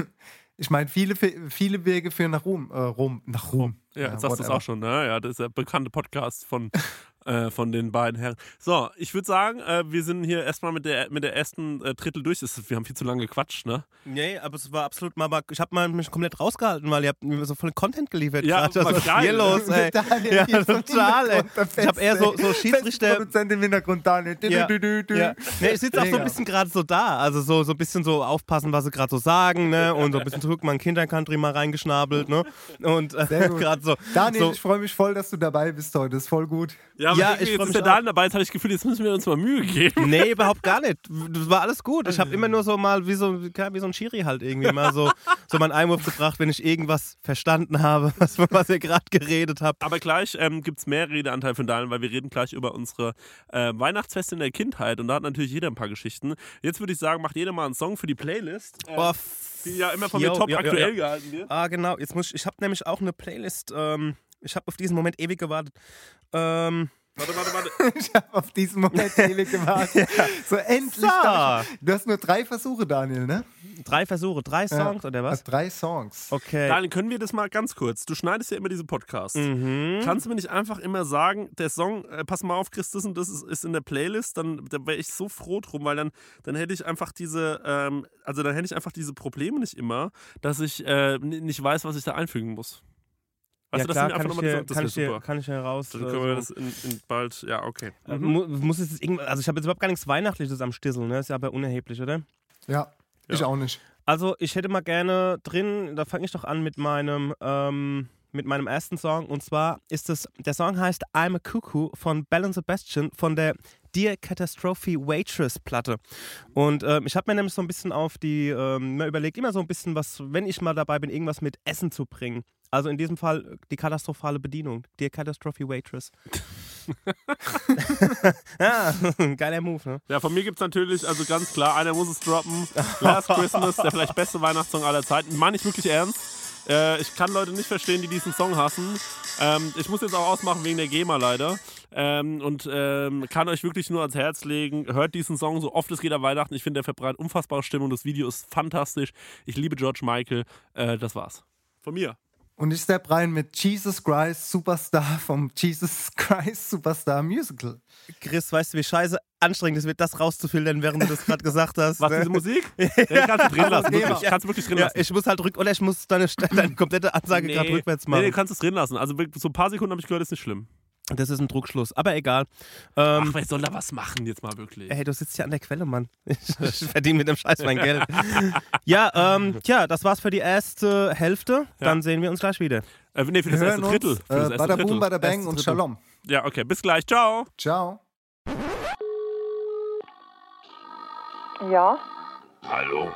Speaker 7: ich meine, viele, Fe- viele Wege führen nach Ruhm. Äh, Rom, nach Ruhm.
Speaker 5: Ja, jetzt sagst du es
Speaker 7: whatever.
Speaker 5: auch schon, ne? Ja, das ist der bekannte Podcast von, äh, von den beiden Herren. So, ich würde sagen, äh, wir sind hier erstmal mit der, mit der ersten äh, Drittel durch. Das ist, wir haben viel zu lange gequatscht, ne?
Speaker 6: Nee, aber es war absolut mal, ich habe mal mich komplett rausgehalten, weil ihr habt mir so voll Content geliefert.
Speaker 5: Ja,
Speaker 6: grad.
Speaker 5: war
Speaker 6: Was ist
Speaker 5: geil,
Speaker 6: hier
Speaker 5: ne?
Speaker 6: los, ey?
Speaker 7: Daniel,
Speaker 6: Ja,
Speaker 7: hier vom
Speaker 6: total, ey.
Speaker 7: Hintergrund, der
Speaker 6: Ich habe eher so, so
Speaker 7: Feste
Speaker 6: Schiedsrichter...
Speaker 7: Produzent im Hintergrund, Daniel. Du,
Speaker 6: Ja,
Speaker 7: du, du, du.
Speaker 6: ja. Nee, ich sitze auch so ein
Speaker 7: Mega.
Speaker 6: bisschen gerade so da. Also so, so ein bisschen so aufpassen, was sie gerade so sagen, ne? Und so ein bisschen zurück mal in Kindercountry mal reingeschnabelt, ne? Und äh,
Speaker 7: Sehr gut.
Speaker 6: gerade so.
Speaker 7: Daniel,
Speaker 6: so,
Speaker 7: ich freue mich voll, dass du dabei bist heute. Das ist voll gut.
Speaker 5: Ja, aber
Speaker 6: Ja,
Speaker 5: irgendwie
Speaker 6: ich
Speaker 5: jetzt
Speaker 6: freu
Speaker 5: ist
Speaker 6: mich
Speaker 5: der
Speaker 6: auch.
Speaker 5: Daniel dabei. Jetzt habe ich das Gefühl, jetzt müssen wir uns mal Mühe geben.
Speaker 6: Nee, überhaupt gar nicht. Das war alles gut. Ich habe immer nur so mal wie so, wie so ein Schiri halt irgendwie mal so, so meinen Einwurf gebracht, wenn ich irgendwas verstanden habe, was, was ihr gerade geredet habt.
Speaker 5: Aber gleich ähm, gibt es mehr Redeanteil von Daniel, weil wir reden gleich über unsere äh, Weihnachtsfeste in der Kindheit. Und da hat natürlich jeder ein paar Geschichten. Jetzt würde ich sagen, macht jeder mal einen Song für die Playlist. Äh,
Speaker 6: Oh,
Speaker 5: die ja immer von
Speaker 6: yo,
Speaker 5: mir top
Speaker 6: ja, ja,
Speaker 5: aktuell
Speaker 6: ja.
Speaker 5: gehalten wird.
Speaker 6: Ah, genau. Jetzt muss ich, ich habe nämlich auch eine Playlist. Ähm, ich habe auf diesen Moment ewig gewartet. Ähm,
Speaker 5: Warte, warte, warte.
Speaker 7: Ich habe auf diesen Moment ewig gewartet. So endlich.
Speaker 6: So.
Speaker 7: darf ich- Du hast nur drei Versuche, Daniel, ne?
Speaker 6: drei Versuche, drei Songs oder was?
Speaker 7: Hast drei Songs.
Speaker 6: Okay.
Speaker 5: Daniel, können wir das mal ganz kurz? Du schneidest ja immer diese Podcasts.
Speaker 6: Mhm.
Speaker 5: Kannst du mir nicht einfach immer sagen, der Song, äh, pass mal auf, Chris, das und das ist, ist in der Playlist, dann da wäre ich so froh drum, weil dann, dann hätte ich einfach diese, ähm, also dann hätte ich einfach diese Probleme nicht immer, dass ich äh, n- nicht weiß, was ich da einfügen muss. Weißt
Speaker 6: Ja,
Speaker 5: du, dass
Speaker 6: klar,
Speaker 5: du mir einfach
Speaker 6: kann ich,
Speaker 5: nochmal
Speaker 6: hier,
Speaker 5: das, das
Speaker 6: kann,
Speaker 5: wäre
Speaker 6: ich hier,
Speaker 5: super.
Speaker 6: kann ich heraus.
Speaker 5: Dann
Speaker 6: äh,
Speaker 5: können wir
Speaker 6: so-
Speaker 5: das in, in bald, ja, okay.
Speaker 6: Äh,
Speaker 5: Mhm.
Speaker 6: mu- muss es jetzt irgendwas, also ich habe jetzt überhaupt gar nichts Weihnachtliches am Stissel, ne? Ist ja aber unerheblich, oder?
Speaker 7: Ja, ich
Speaker 5: Ja.
Speaker 7: auch nicht.
Speaker 6: Also ich hätte mal gerne drin, da fange ich doch an mit meinem, ähm, mit meinem ersten Song. Und zwar ist es, der Song heißt I'm a Cuckoo von Belle and Sebastian von der Dear Catastrophe Waitress Platte. Und ähm, ich habe mir nämlich so ein bisschen auf die, ähm, mir überlegt, immer so ein bisschen was, wenn ich mal dabei bin, irgendwas mit Essen zu bringen. Also in diesem Fall die katastrophale Bedienung. Dear Catastrophe Waitress. Ja, geiler Move, ne?
Speaker 5: Ja, von mir gibt es natürlich, also ganz klar, einer muss es droppen. Last Christmas, der vielleicht beste Weihnachtssong aller Zeiten. Meine ich wirklich ernst. Äh, ich kann Leute nicht verstehen, die diesen Song hassen. Ähm, ich muss jetzt auch ausmachen wegen der GEMA leider. Ähm, und ähm, kann euch wirklich nur ans Herz legen. Hört diesen Song so oft es geht an Weihnachten. Ich finde, der verbreitet unfassbare Stimmung. Das Video ist fantastisch. Ich liebe George Michael. Äh, das war's. Von mir.
Speaker 7: Und ich step rein mit Jesus Christ Superstar vom Jesus Christ Superstar Musical.
Speaker 6: Chris, weißt du, wie scheiße anstrengend es wird, das rauszufiltern, während du das gerade gesagt hast?
Speaker 5: Was,
Speaker 6: ne?
Speaker 5: diese Musik? Ja, kannst du drin lassen, wirklich. Kannst du wirklich drin
Speaker 6: Ja,
Speaker 5: lassen.
Speaker 6: ich muss halt rück, oder ich muss deine, deine komplette Ansage
Speaker 5: Nee.
Speaker 6: gerade rückwärts machen.
Speaker 5: Nee, du kannst es drin lassen. Also so ein paar Sekunden habe ich gehört, ist nicht schlimm.
Speaker 6: Das ist ein Druckschluss, aber egal. Ähm,
Speaker 5: Ach, wer soll da was machen jetzt mal wirklich?
Speaker 6: Hey, du sitzt ja an der Quelle, Mann. Ich, ich verdiene mit dem Scheiß mein Geld. Ja, ähm, tja, das war's für die erste Hälfte. Dann sehen wir uns gleich wieder.
Speaker 5: Äh, nee, für das
Speaker 7: Wir
Speaker 5: erste
Speaker 7: hören
Speaker 5: Drittel.
Speaker 7: uns.
Speaker 5: Für das
Speaker 7: Äh,
Speaker 5: erste
Speaker 7: bada
Speaker 5: Drittel.
Speaker 7: boom, bada bang
Speaker 5: Erstes
Speaker 7: und
Speaker 5: Drittel.
Speaker 7: Shalom.
Speaker 5: Ja, okay, bis gleich. Ciao.
Speaker 7: Ciao.
Speaker 9: Ja,
Speaker 10: Hallo,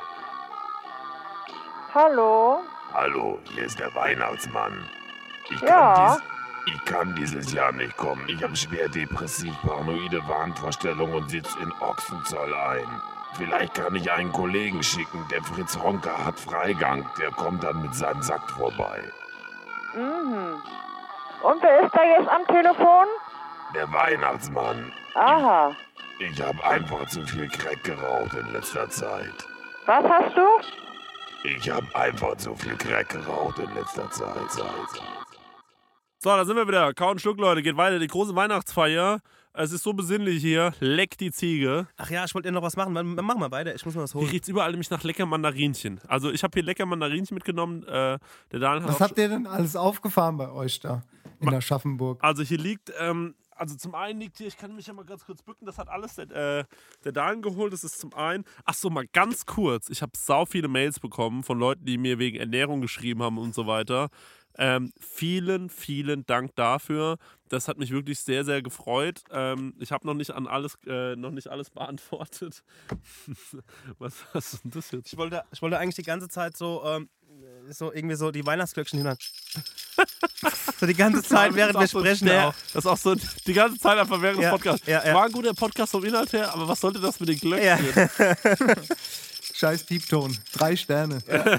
Speaker 9: hallo.
Speaker 10: hallo, hier ist der Weihnachtsmann. Ich kann,
Speaker 9: Ja.
Speaker 10: dies, ich kann dieses Jahr nicht kommen. Ich habe schwer depressiv-paranoide Wahnvorstellungen und sitze in Ochsenzoll ein. Vielleicht kann ich einen Kollegen schicken, der Fritz Honka hat Freigang. Der kommt dann mit seinem Sack vorbei.
Speaker 9: Mhm. Und wer ist da jetzt am Telefon?
Speaker 10: Der Weihnachtsmann.
Speaker 9: Aha.
Speaker 10: Ich habe einfach zu viel Crack geraucht in letzter Zeit.
Speaker 9: Was hast du?
Speaker 10: Ich habe einfach zu viel Crack geraucht in letzter Zeit. Zeit.
Speaker 5: So, da sind wir wieder. Kau und Schluck, Leute. Geht weiter. Die große Weihnachtsfeier. Es ist so besinnlich hier. Leck die Ziege.
Speaker 6: Ach ja, ich wollte dir noch was machen. Mach mal weiter, ich muss mal was
Speaker 5: Hier
Speaker 6: holen.
Speaker 5: riecht es überall nämlich nach lecker Mandarinchen. Also ich habe hier lecker Mandarinchen mitgenommen. Äh, der Daniel hat
Speaker 7: Was
Speaker 5: auch
Speaker 7: habt ihr denn alles aufgefahren bei euch da in der Schaffenburg?
Speaker 5: Also hier liegt, ähm, also zum einen liegt hier, ich kann mich ja mal ganz kurz bücken, das hat alles der, äh, der Daniel geholt, das ist zum einen, ach so, mal ganz kurz, ich habe sau viele Mails bekommen von Leuten, die mir wegen Ernährung geschrieben haben und so weiter. Ähm, vielen, vielen Dank dafür. Das hat mich wirklich sehr, sehr gefreut. Ähm, ich habe noch nicht an alles, äh, noch nicht alles beantwortet. was, was ist denn das jetzt?
Speaker 6: Ich wollte, ich wollte eigentlich die ganze Zeit so, ähm, so irgendwie so die Weihnachtsglöckchen hin. So die ganze Zeit, während wir
Speaker 5: so
Speaker 6: sprechen
Speaker 5: der,
Speaker 6: auch.
Speaker 5: Das ist auch so die ganze Zeit einfach während
Speaker 6: Ja,
Speaker 5: des Podcasts.
Speaker 6: ja, ja.
Speaker 5: War ein guter Podcast vom Inhalt her, aber was sollte das mit den Glöckchen?
Speaker 6: Ja.
Speaker 7: Scheiß Piepton. Drei Sterne.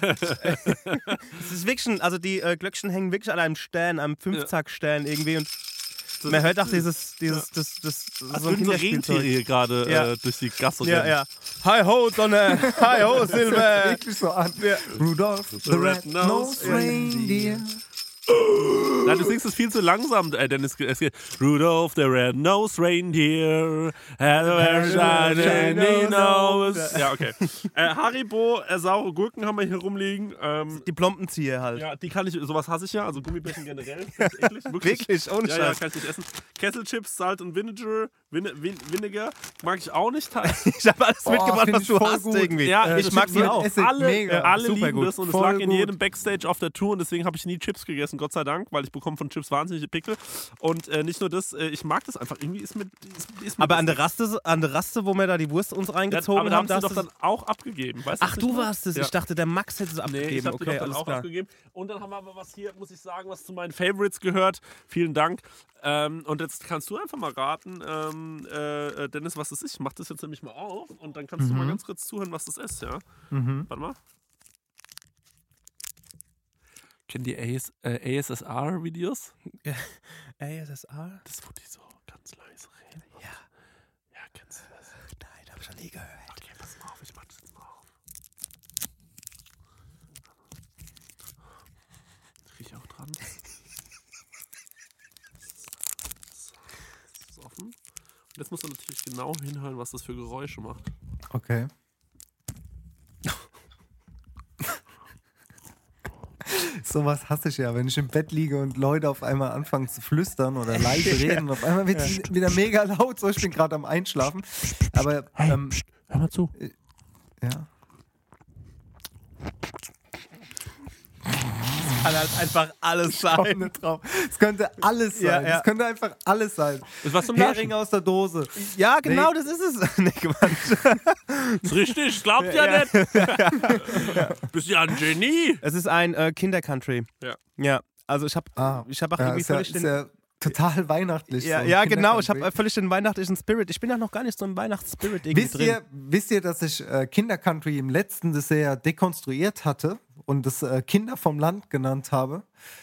Speaker 6: Es ist wirklich schon, also die äh, Glöckchen hängen wirklich an einem Stern, einem Fünfzack-Stern irgendwie und man hört auch dieses, dieses, das, das, das
Speaker 5: Als
Speaker 6: so ein
Speaker 5: würden so Rentiere
Speaker 6: Kinderspielzeug.
Speaker 5: hier gerade
Speaker 6: Ja.
Speaker 5: äh, durch die Gasse
Speaker 6: Ja,
Speaker 5: rennen.
Speaker 6: ja. Hi ho, Sonne. Hi ho, Silber.
Speaker 7: Wirklich so an.
Speaker 6: Ja.
Speaker 7: Rudolph the Red-Nosed Reindeer.
Speaker 5: Nein, du singst es viel zu langsam, äh, Dennis. Es geht Rudolph the Red-Nosed Reindeer had a very shiny nose. Ja, okay. Äh, Haribo, äh, saure Gurken haben wir hier rumliegen. Ähm,
Speaker 6: Die Plompenzieher halt.
Speaker 5: ja, die kann ich, sowas hasse ich ja, also Gummibärchen generell. Finde ich eklig, wirklich.
Speaker 6: Wirklich, ohne
Speaker 5: Ja, ja,
Speaker 6: Scheiß.
Speaker 5: kann ich nicht essen. Kesselchips, Salt und Vinegar, Vin Vin Vinegar, mag ich auch nicht.
Speaker 6: Ich habe alles
Speaker 7: Oh,
Speaker 6: mitgebracht,
Speaker 7: find
Speaker 6: was
Speaker 7: ich
Speaker 6: du
Speaker 7: voll
Speaker 6: hast
Speaker 7: gut.
Speaker 6: irgendwie.
Speaker 5: Ja,
Speaker 6: ich
Speaker 5: das
Speaker 6: mag
Speaker 5: Chips
Speaker 6: die auch.
Speaker 7: Essig,
Speaker 5: Alle,
Speaker 7: mega.
Speaker 5: alle
Speaker 6: Super
Speaker 5: lieben
Speaker 6: gut.
Speaker 5: das und es
Speaker 7: Voll
Speaker 5: lag in
Speaker 7: gut.
Speaker 5: jedem Backstage auf der Tour und deswegen habe ich nie Chips gegessen, Gott sei Dank, weil ich bekomme von Chips wahnsinnige Pickel. Und äh, nicht nur das, äh, ich mag das einfach. Irgendwie ist mit. Ist, ist mit
Speaker 6: Aber an der, Raste, an der Raste, wo wir da die Wurst uns
Speaker 5: ja,
Speaker 6: reingezogen
Speaker 5: aber da haben
Speaker 6: haben,
Speaker 5: sie
Speaker 6: da
Speaker 5: doch
Speaker 6: hast
Speaker 5: dann auch abgegeben. Weißt
Speaker 6: Ach,
Speaker 5: das
Speaker 6: du
Speaker 5: nicht noch?
Speaker 6: warst es.
Speaker 5: Ja.
Speaker 6: Ich dachte, der Max hätte es
Speaker 5: Nee,
Speaker 6: abgegeben.
Speaker 5: ich habe
Speaker 6: okay,
Speaker 5: die doch dann
Speaker 6: alles
Speaker 5: auch
Speaker 6: klar.
Speaker 5: abgegeben. Und dann haben wir aber was hier, muss ich sagen, was zu meinen Favorites gehört. Vielen Dank. Ähm, und jetzt kannst du einfach mal raten, ähm, äh, Dennis, was das ist. Ich mach das jetzt nämlich mal auf und dann kannst
Speaker 7: Mhm.
Speaker 5: du mal ganz kurz zuhören, was das ist, ja?
Speaker 7: Mhm.
Speaker 5: Warte mal. Kennt ihr A S, äh, A S S R-Videos?
Speaker 6: A S S R?
Speaker 5: Das, wo die so ganz leise reden.
Speaker 6: Ja.
Speaker 5: Ja, kennst du das?
Speaker 6: Nein, habe ich noch nie gehört.
Speaker 5: Okay, pass mal auf, ich mach das jetzt mal auf. Ich rieche auch dran. Das ist offen. Und jetzt musst du natürlich genau hinhören, was das für Geräusche macht.
Speaker 7: Okay. Sowas hasse ich ja, wenn ich im Bett liege und Leute auf einmal anfangen zu flüstern oder leise reden. Und auf einmal wird es wieder mega laut. So, ich bin gerade am Einschlafen. Aber, ähm,
Speaker 5: Hör mal zu.
Speaker 7: ja.
Speaker 6: Kann halt einfach alles
Speaker 7: Komm
Speaker 6: sein.
Speaker 7: nicht drauf. Es könnte alles sein.
Speaker 6: Ja,
Speaker 7: Es
Speaker 6: ja.
Speaker 7: könnte einfach alles sein.
Speaker 5: Ist was zum
Speaker 7: Hering
Speaker 5: Naschen.
Speaker 7: aus der Dose.
Speaker 6: Ja, genau,
Speaker 7: Nee.
Speaker 6: das ist es. Nee, Quatsch.
Speaker 5: Ist richtig, glaubt ja,
Speaker 6: Ja.
Speaker 5: nicht. Bist ja ein Genie.
Speaker 6: Es ist ein äh, Kinder-Country.
Speaker 5: Ja.
Speaker 6: Ja, also ich habe
Speaker 7: Ah,
Speaker 6: ich hab auch
Speaker 7: ja,
Speaker 6: irgendwie
Speaker 7: ist ja,
Speaker 6: völlig
Speaker 7: ist
Speaker 6: den...
Speaker 7: ja total weihnachtlich.
Speaker 6: Ja,
Speaker 7: so ein
Speaker 6: ja genau, ich habe
Speaker 7: Kinder-Country.
Speaker 6: äh, völlig den weihnachtlichen Spirit. Ich bin ja noch gar nicht so im Weihnachtsspirit irgendwie
Speaker 7: Wisst
Speaker 6: drin.
Speaker 7: ihr, wisst ihr, dass ich äh, Kinder-Country im letzten Dessert dekonstruiert hatte und das äh, Kinder vom Land genannt habe?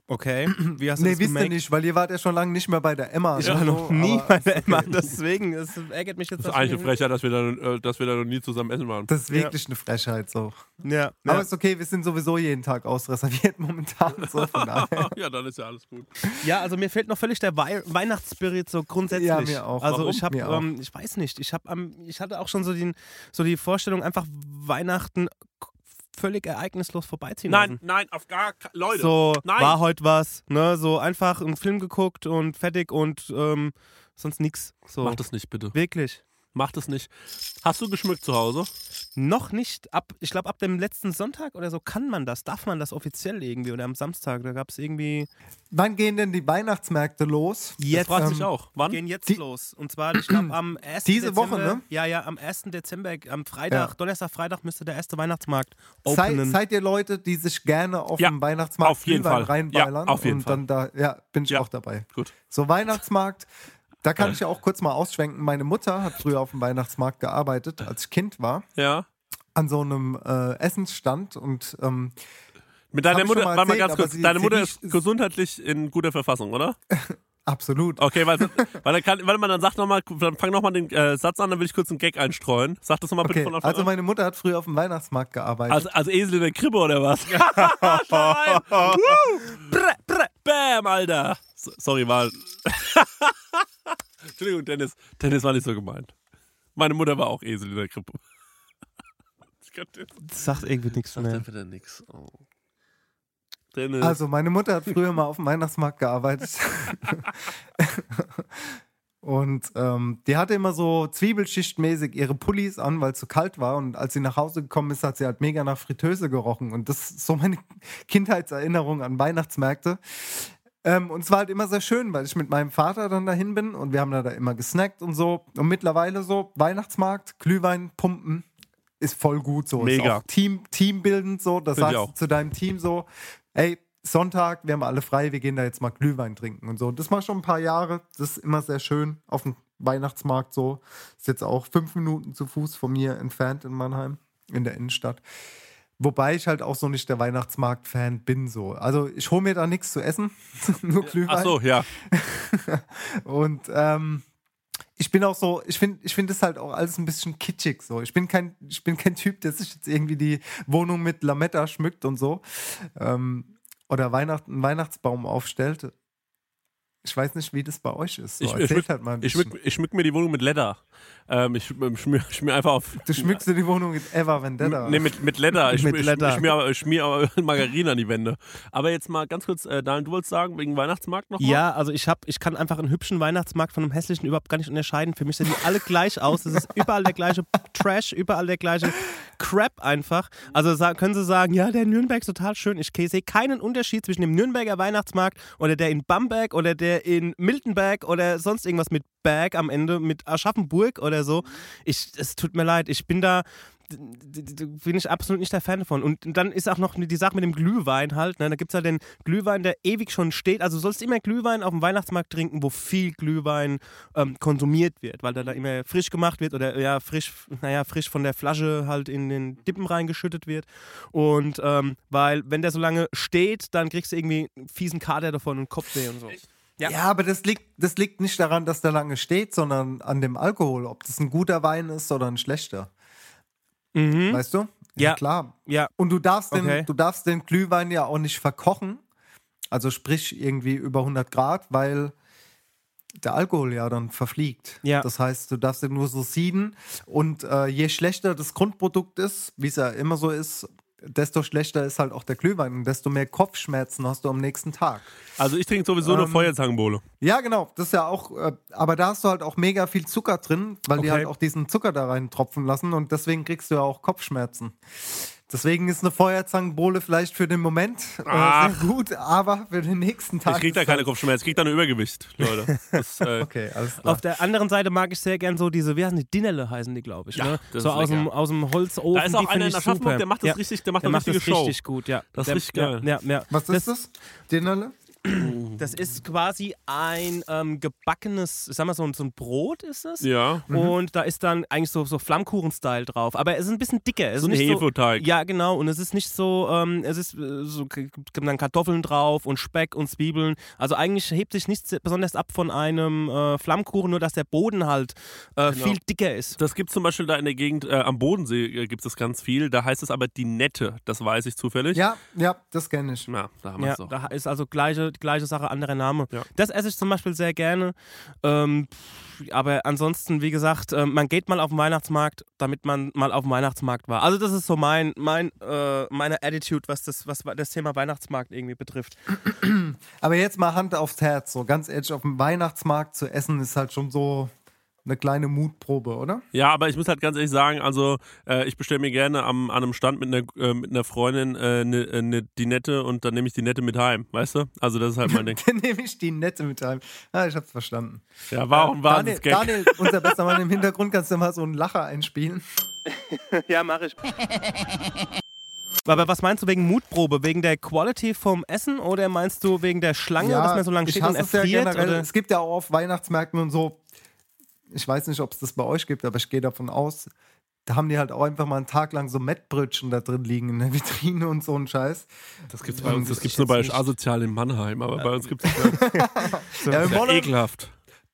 Speaker 6: Okay, wie hast du
Speaker 7: Nee,
Speaker 6: das
Speaker 7: wisst ihr
Speaker 6: gemerkt?
Speaker 7: nicht, weil ihr wart ja schon lange nicht mehr bei der Emma.
Speaker 6: Ich war
Speaker 7: oder
Speaker 6: noch
Speaker 7: so,
Speaker 6: nie
Speaker 7: aber
Speaker 6: bei der
Speaker 7: ist
Speaker 6: Emma,
Speaker 7: okay.
Speaker 6: deswegen, das ärgert mich jetzt.
Speaker 5: Das ist eigentlich eine Frechheit, dass wir, da, äh, dass wir da noch nie zusammen essen waren.
Speaker 7: Das ist wirklich eine Frechheit so.
Speaker 6: Ja,
Speaker 7: Aber
Speaker 6: ja.
Speaker 7: ist okay, wir sind sowieso jeden Tag ausreserviert momentan. So von daher.
Speaker 5: Ja, dann ist ja alles gut.
Speaker 6: Ja, also mir fehlt noch völlig der Wei Weihnachtsspirit so grundsätzlich.
Speaker 7: Ja, mir auch.
Speaker 6: Also
Speaker 7: Warum?
Speaker 6: ich habe,
Speaker 7: Mir auch.
Speaker 6: ähm, ich weiß nicht, ich habe, ähm, ich hatte auch schon so, den, so die Vorstellung, einfach Weihnachten k- völlig ereignislos vorbeiziehen
Speaker 5: Nein,
Speaker 6: lassen.
Speaker 5: nein, auf gar keine Leute.
Speaker 6: So,
Speaker 5: nein.
Speaker 6: war heute was, ne? So einfach einen Film geguckt und fertig und ähm, sonst nix. So.
Speaker 5: Mach das nicht, bitte.
Speaker 6: Wirklich.
Speaker 5: Mach das nicht. Hast du geschmückt zu Hause?
Speaker 6: Noch nicht. Ab, ich glaube, ab dem letzten Sonntag oder so kann man das, darf man das offiziell irgendwie. Oder am Samstag, da gab es irgendwie.
Speaker 7: Wann gehen denn die Weihnachtsmärkte los?
Speaker 6: Jetzt.
Speaker 5: Fragt
Speaker 7: Ähm,
Speaker 5: sich auch. Wann?
Speaker 6: Gehen jetzt
Speaker 7: Die-
Speaker 6: los. Und zwar, ich glaube, am ersten
Speaker 7: Diese
Speaker 6: Dezember.
Speaker 7: Woche, ne?
Speaker 6: Ja, ja, am ersten Dezember, am Freitag,
Speaker 7: Ja.
Speaker 6: Donnerstag, Freitag müsste der erste Weihnachtsmarkt
Speaker 7: Seid,
Speaker 6: openen.
Speaker 7: seid ihr Leute, die sich gerne auf
Speaker 5: Ja,
Speaker 7: dem Weihnachtsmarkt
Speaker 5: auf jeden
Speaker 7: Glühwein
Speaker 5: Fall.
Speaker 7: reinballern?
Speaker 5: Ja, auf jeden
Speaker 7: und dann da, ja, bin ich
Speaker 5: Ja.
Speaker 7: auch dabei.
Speaker 5: Gut.
Speaker 7: So Weihnachtsmarkt, da kann ich ja auch kurz mal ausschwenken. Meine Mutter hat früher auf dem Weihnachtsmarkt gearbeitet, als ich Kind war,
Speaker 5: Ja.
Speaker 7: an so einem äh, Essensstand und ähm,
Speaker 5: Mit
Speaker 7: hab
Speaker 5: deiner
Speaker 7: ich
Speaker 5: Mutter,
Speaker 7: schon mal
Speaker 5: warte mal
Speaker 7: erzählt,
Speaker 5: ganz
Speaker 7: aber
Speaker 5: kurz,
Speaker 7: sie-
Speaker 5: deine
Speaker 7: sie
Speaker 5: Mutter
Speaker 7: riecht-
Speaker 5: ist gesundheitlich in guter Verfassung, oder?
Speaker 7: absolut.
Speaker 5: Okay, weil, weil, dann kann, weil man dann sagt nochmal, dann fang nochmal den äh, Satz an, dann will ich kurz einen Gag einstreuen. Sag das nochmal bitte
Speaker 7: Okay,
Speaker 5: von Anfang
Speaker 7: also
Speaker 5: an.
Speaker 7: meine Mutter hat früher auf dem Weihnachtsmarkt gearbeitet.
Speaker 5: Als, als Esel in der Krippe oder was? Nein. Woo. Brr, brr, Bam, Alter. So, sorry, war. Entschuldigung, Dennis. Dennis war nicht so gemeint. Meine Mutter war auch Esel in der Krippe. Ich kann den-
Speaker 6: Das sagt irgendwie nichts
Speaker 5: Sagt
Speaker 6: mehr.
Speaker 5: einfach wieder nix. Oh. Dennis.
Speaker 7: Also meine Mutter hat früher mal auf dem Weihnachtsmarkt gearbeitet. Und ähm, die hatte immer so zwiebelschichtmäßig ihre Pullis an, weil es so kalt war. Und als sie nach Hause gekommen ist, hat sie halt mega nach Fritteuse gerochen. Und das ist so meine Kindheitserinnerung an Weihnachtsmärkte. Ähm, und es war halt immer sehr schön, weil ich mit meinem Vater dann dahin bin und wir haben da, da immer gesnackt und so. Und mittlerweile so Weihnachtsmarkt, Glühwein pumpen ist voll gut so.
Speaker 5: Mega.
Speaker 7: Ist auch Team, teambildend so. Das
Speaker 5: Find ich
Speaker 7: sagst
Speaker 5: auch.
Speaker 7: du zu deinem Team so, ey, Sonntag, wir haben alle frei, wir gehen da jetzt mal Glühwein trinken und so. Das mache ich schon ein paar Jahre. Das ist immer sehr schön auf dem Weihnachtsmarkt so. Ist jetzt auch fünf Minuten zu Fuß von mir entfernt in Mannheim, in der Innenstadt. Wobei ich halt auch so nicht der Weihnachtsmarkt-Fan bin so. Also ich hole mir da nichts zu essen, nur Glühwein.
Speaker 5: Ach so, ja.
Speaker 7: Und ähm, ich bin auch so, ich finde ich find das halt auch alles ein bisschen kitschig so. Ich bin kein, ich bin kein Typ, der sich jetzt irgendwie die Wohnung mit Lametta schmückt und so. Ähm, oder Weihnacht, einen Weihnachtsbaum aufstellt. Ich weiß nicht, wie das bei euch ist. So,
Speaker 5: Ich, ich,
Speaker 7: erzählt
Speaker 5: schmück,
Speaker 7: halt mal ein
Speaker 5: ich,
Speaker 7: bisschen.
Speaker 5: schmück, ich schmück mir die Wohnung mit Leder. Ähm, ich ähm, schmier, schmier einfach auf.
Speaker 7: Du schmückst dir die Wohnung mit Eva Vendetta.
Speaker 5: Nee, mit, mit Leder. Ich,
Speaker 6: Mit
Speaker 5: ich,
Speaker 6: Leder.
Speaker 5: ich schmier, ich schmier aber Margarine an die Wände. Aber jetzt mal ganz kurz, äh, Daniel, du wolltest sagen, wegen Weihnachtsmarkt noch mal?
Speaker 6: Ja, also ich hab, ich kann einfach einen hübschen Weihnachtsmarkt von einem hässlichen überhaupt gar nicht unterscheiden. Für mich sehen die alle gleich aus. Es ist überall der gleiche Trash, überall der gleiche Crap einfach. Also sa- können Sie sagen, ja, der in Nürnberg ist total schön. Ich sehe keinen Unterschied zwischen dem Nürnberger Weihnachtsmarkt oder der in Bamberg oder der in Miltenberg oder sonst irgendwas mit Berg am Ende, mit Aschaffenburg oder so. Ich, es tut mir leid, ich bin da, d- d- d- bin ich absolut nicht der Fan davon. Und dann ist auch noch die Sache mit dem Glühwein halt. Ne? Da gibt es ja den Glühwein, der ewig schon steht. Also du sollst immer Glühwein auf dem Weihnachtsmarkt trinken, wo viel Glühwein ähm, konsumiert wird, weil der da immer frisch gemacht wird oder ja, frisch, naja, frisch von der Flasche halt in den Dippen reingeschüttet wird. Und ähm, weil, wenn der so lange steht, dann kriegst du irgendwie einen fiesen Kater davon und Kopfweh und so.
Speaker 7: Ja. ja, aber das liegt, das liegt nicht daran, dass der lange steht, sondern an dem Alkohol. Ob das ein guter Wein ist oder ein schlechter.
Speaker 6: Mhm.
Speaker 7: Weißt du?
Speaker 6: Ja.
Speaker 7: Klar.
Speaker 6: Ja.
Speaker 7: Und du darfst, den,
Speaker 6: Okay.
Speaker 7: du darfst den Glühwein ja auch nicht verkochen. Also sprich irgendwie über hundert Grad, weil der Alkohol ja dann verfliegt.
Speaker 6: Ja.
Speaker 7: Das heißt, du darfst den nur so sieden. Und äh, je schlechter das Grundprodukt ist, wie es ja immer so ist, desto schlechter ist halt auch der Glühwein und desto mehr Kopfschmerzen hast du am nächsten Tag.
Speaker 5: Also ich trinke sowieso nur
Speaker 7: Ähm,
Speaker 5: Feuerzangenbowle.
Speaker 7: Ja, genau. Das ist ja auch, äh, aber da hast du halt auch mega viel Zucker drin, weil die
Speaker 6: Okay.
Speaker 7: halt auch diesen Zucker da rein tropfen lassen und deswegen kriegst du ja auch Kopfschmerzen. Deswegen ist eine Feuerzangenbowle vielleicht für den Moment äh,
Speaker 5: Ach.
Speaker 7: sehr gut, aber für den nächsten Tag.
Speaker 5: Ich krieg da
Speaker 7: ist
Speaker 5: keine
Speaker 7: halt-
Speaker 5: Kopfschmerzen, ich krieg da nur Übergewicht, Leute. Das, äh,
Speaker 7: Okay, alles klar.
Speaker 6: Auf der anderen Seite mag ich sehr gern so diese, wie heißen die, Dinnerle heißen die, glaube ich.
Speaker 5: Ja,
Speaker 6: ne?
Speaker 5: das
Speaker 6: So
Speaker 5: ist
Speaker 6: aus dem,
Speaker 5: lecker.
Speaker 6: aus dem Holzofen.
Speaker 5: Da ist auch
Speaker 6: die
Speaker 5: einer
Speaker 6: finde
Speaker 5: in
Speaker 6: ich
Speaker 5: Aschaffenburg,
Speaker 6: super.
Speaker 5: der macht das
Speaker 6: ja.
Speaker 5: richtig, der macht
Speaker 6: der
Speaker 5: eine
Speaker 6: macht das
Speaker 5: richtige Show.
Speaker 6: richtig gut, ja.
Speaker 5: Das ist
Speaker 6: der,
Speaker 5: richtig geil.
Speaker 6: Ja, ja, ja.
Speaker 7: Was
Speaker 6: das,
Speaker 7: ist das? Dinnerle?
Speaker 6: Der das ist quasi ein ähm, gebackenes, sag mal so, so ein Brot ist es.
Speaker 5: Ja.
Speaker 6: Und da ist dann eigentlich so, so Flammkuchen-Style drauf. Aber es ist ein bisschen dicker. Es
Speaker 5: So
Speaker 6: ist
Speaker 5: ein
Speaker 6: nicht
Speaker 5: Hefeteig.
Speaker 6: So, ja, genau. Und es ist nicht so, ähm, es ist äh, so, gibt dann Kartoffeln drauf und Speck und Zwiebeln. Also eigentlich hebt sich nichts besonders ab von einem äh, Flammkuchen, nur dass der Boden halt äh,
Speaker 5: Genau.
Speaker 6: viel dicker ist.
Speaker 5: Das gibt es zum Beispiel da in der Gegend, äh, am Bodensee äh, gibt es ganz viel. Da heißt es aber Dinette, das weiß ich zufällig.
Speaker 7: Ja, ja, das kenne ich.
Speaker 5: Ja, da haben wir
Speaker 6: Ja,
Speaker 5: es doch.
Speaker 6: da ist also gleiche, gleiche Sache, anderer Name.
Speaker 5: Ja.
Speaker 6: Das esse ich zum Beispiel sehr gerne. Ähm, aber ansonsten, wie gesagt, äh, man geht mal auf den Weihnachtsmarkt, damit man mal auf dem Weihnachtsmarkt war. Also das ist so mein, mein, äh, meine Attitude, was das, was das Thema Weihnachtsmarkt irgendwie betrifft.
Speaker 7: Aber jetzt mal Hand aufs Herz, so ganz ehrlich, auf dem Weihnachtsmarkt zu essen ist halt schon so eine kleine Mutprobe, oder?
Speaker 5: Ja, aber ich muss halt ganz ehrlich sagen, also äh, ich bestelle mir gerne am, an einem Stand mit einer, äh, mit einer Freundin eine äh, ne, ne Dinette und dann nehme ich die Nette mit heim, weißt du? Also das ist halt mein Ding.
Speaker 7: Dann nehme ich die Nette mit heim. Ah, ich hab's verstanden.
Speaker 5: Ja, war auch ein
Speaker 7: Daniel,
Speaker 5: Wahnsinnsgag.
Speaker 7: Daniel, unser bester Mann im Hintergrund, kannst du mal so einen Lacher einspielen?
Speaker 6: Ja, mache ich. Aber was meinst du wegen Mutprobe? Wegen der Quality vom Essen oder meinst du wegen der Schlange, dass man so lange
Speaker 7: ich
Speaker 6: steht und
Speaker 7: hasse es ja
Speaker 6: erfriert?
Speaker 7: generell.
Speaker 6: Oder?
Speaker 7: Es gibt ja auch auf Weihnachtsmärkten und so, ich weiß nicht, ob es das bei euch gibt, aber ich gehe davon aus, da haben die halt auch einfach mal einen Tag lang so Mettbrötchen da drin liegen in der Vitrine und so ein Scheiß.
Speaker 5: Das gibt's bei uns, das gibt's nur bei Asozial in Mannheim, aber bei uns gibt's das
Speaker 7: Ja,
Speaker 5: ja,
Speaker 7: ja,
Speaker 5: ekelhaft.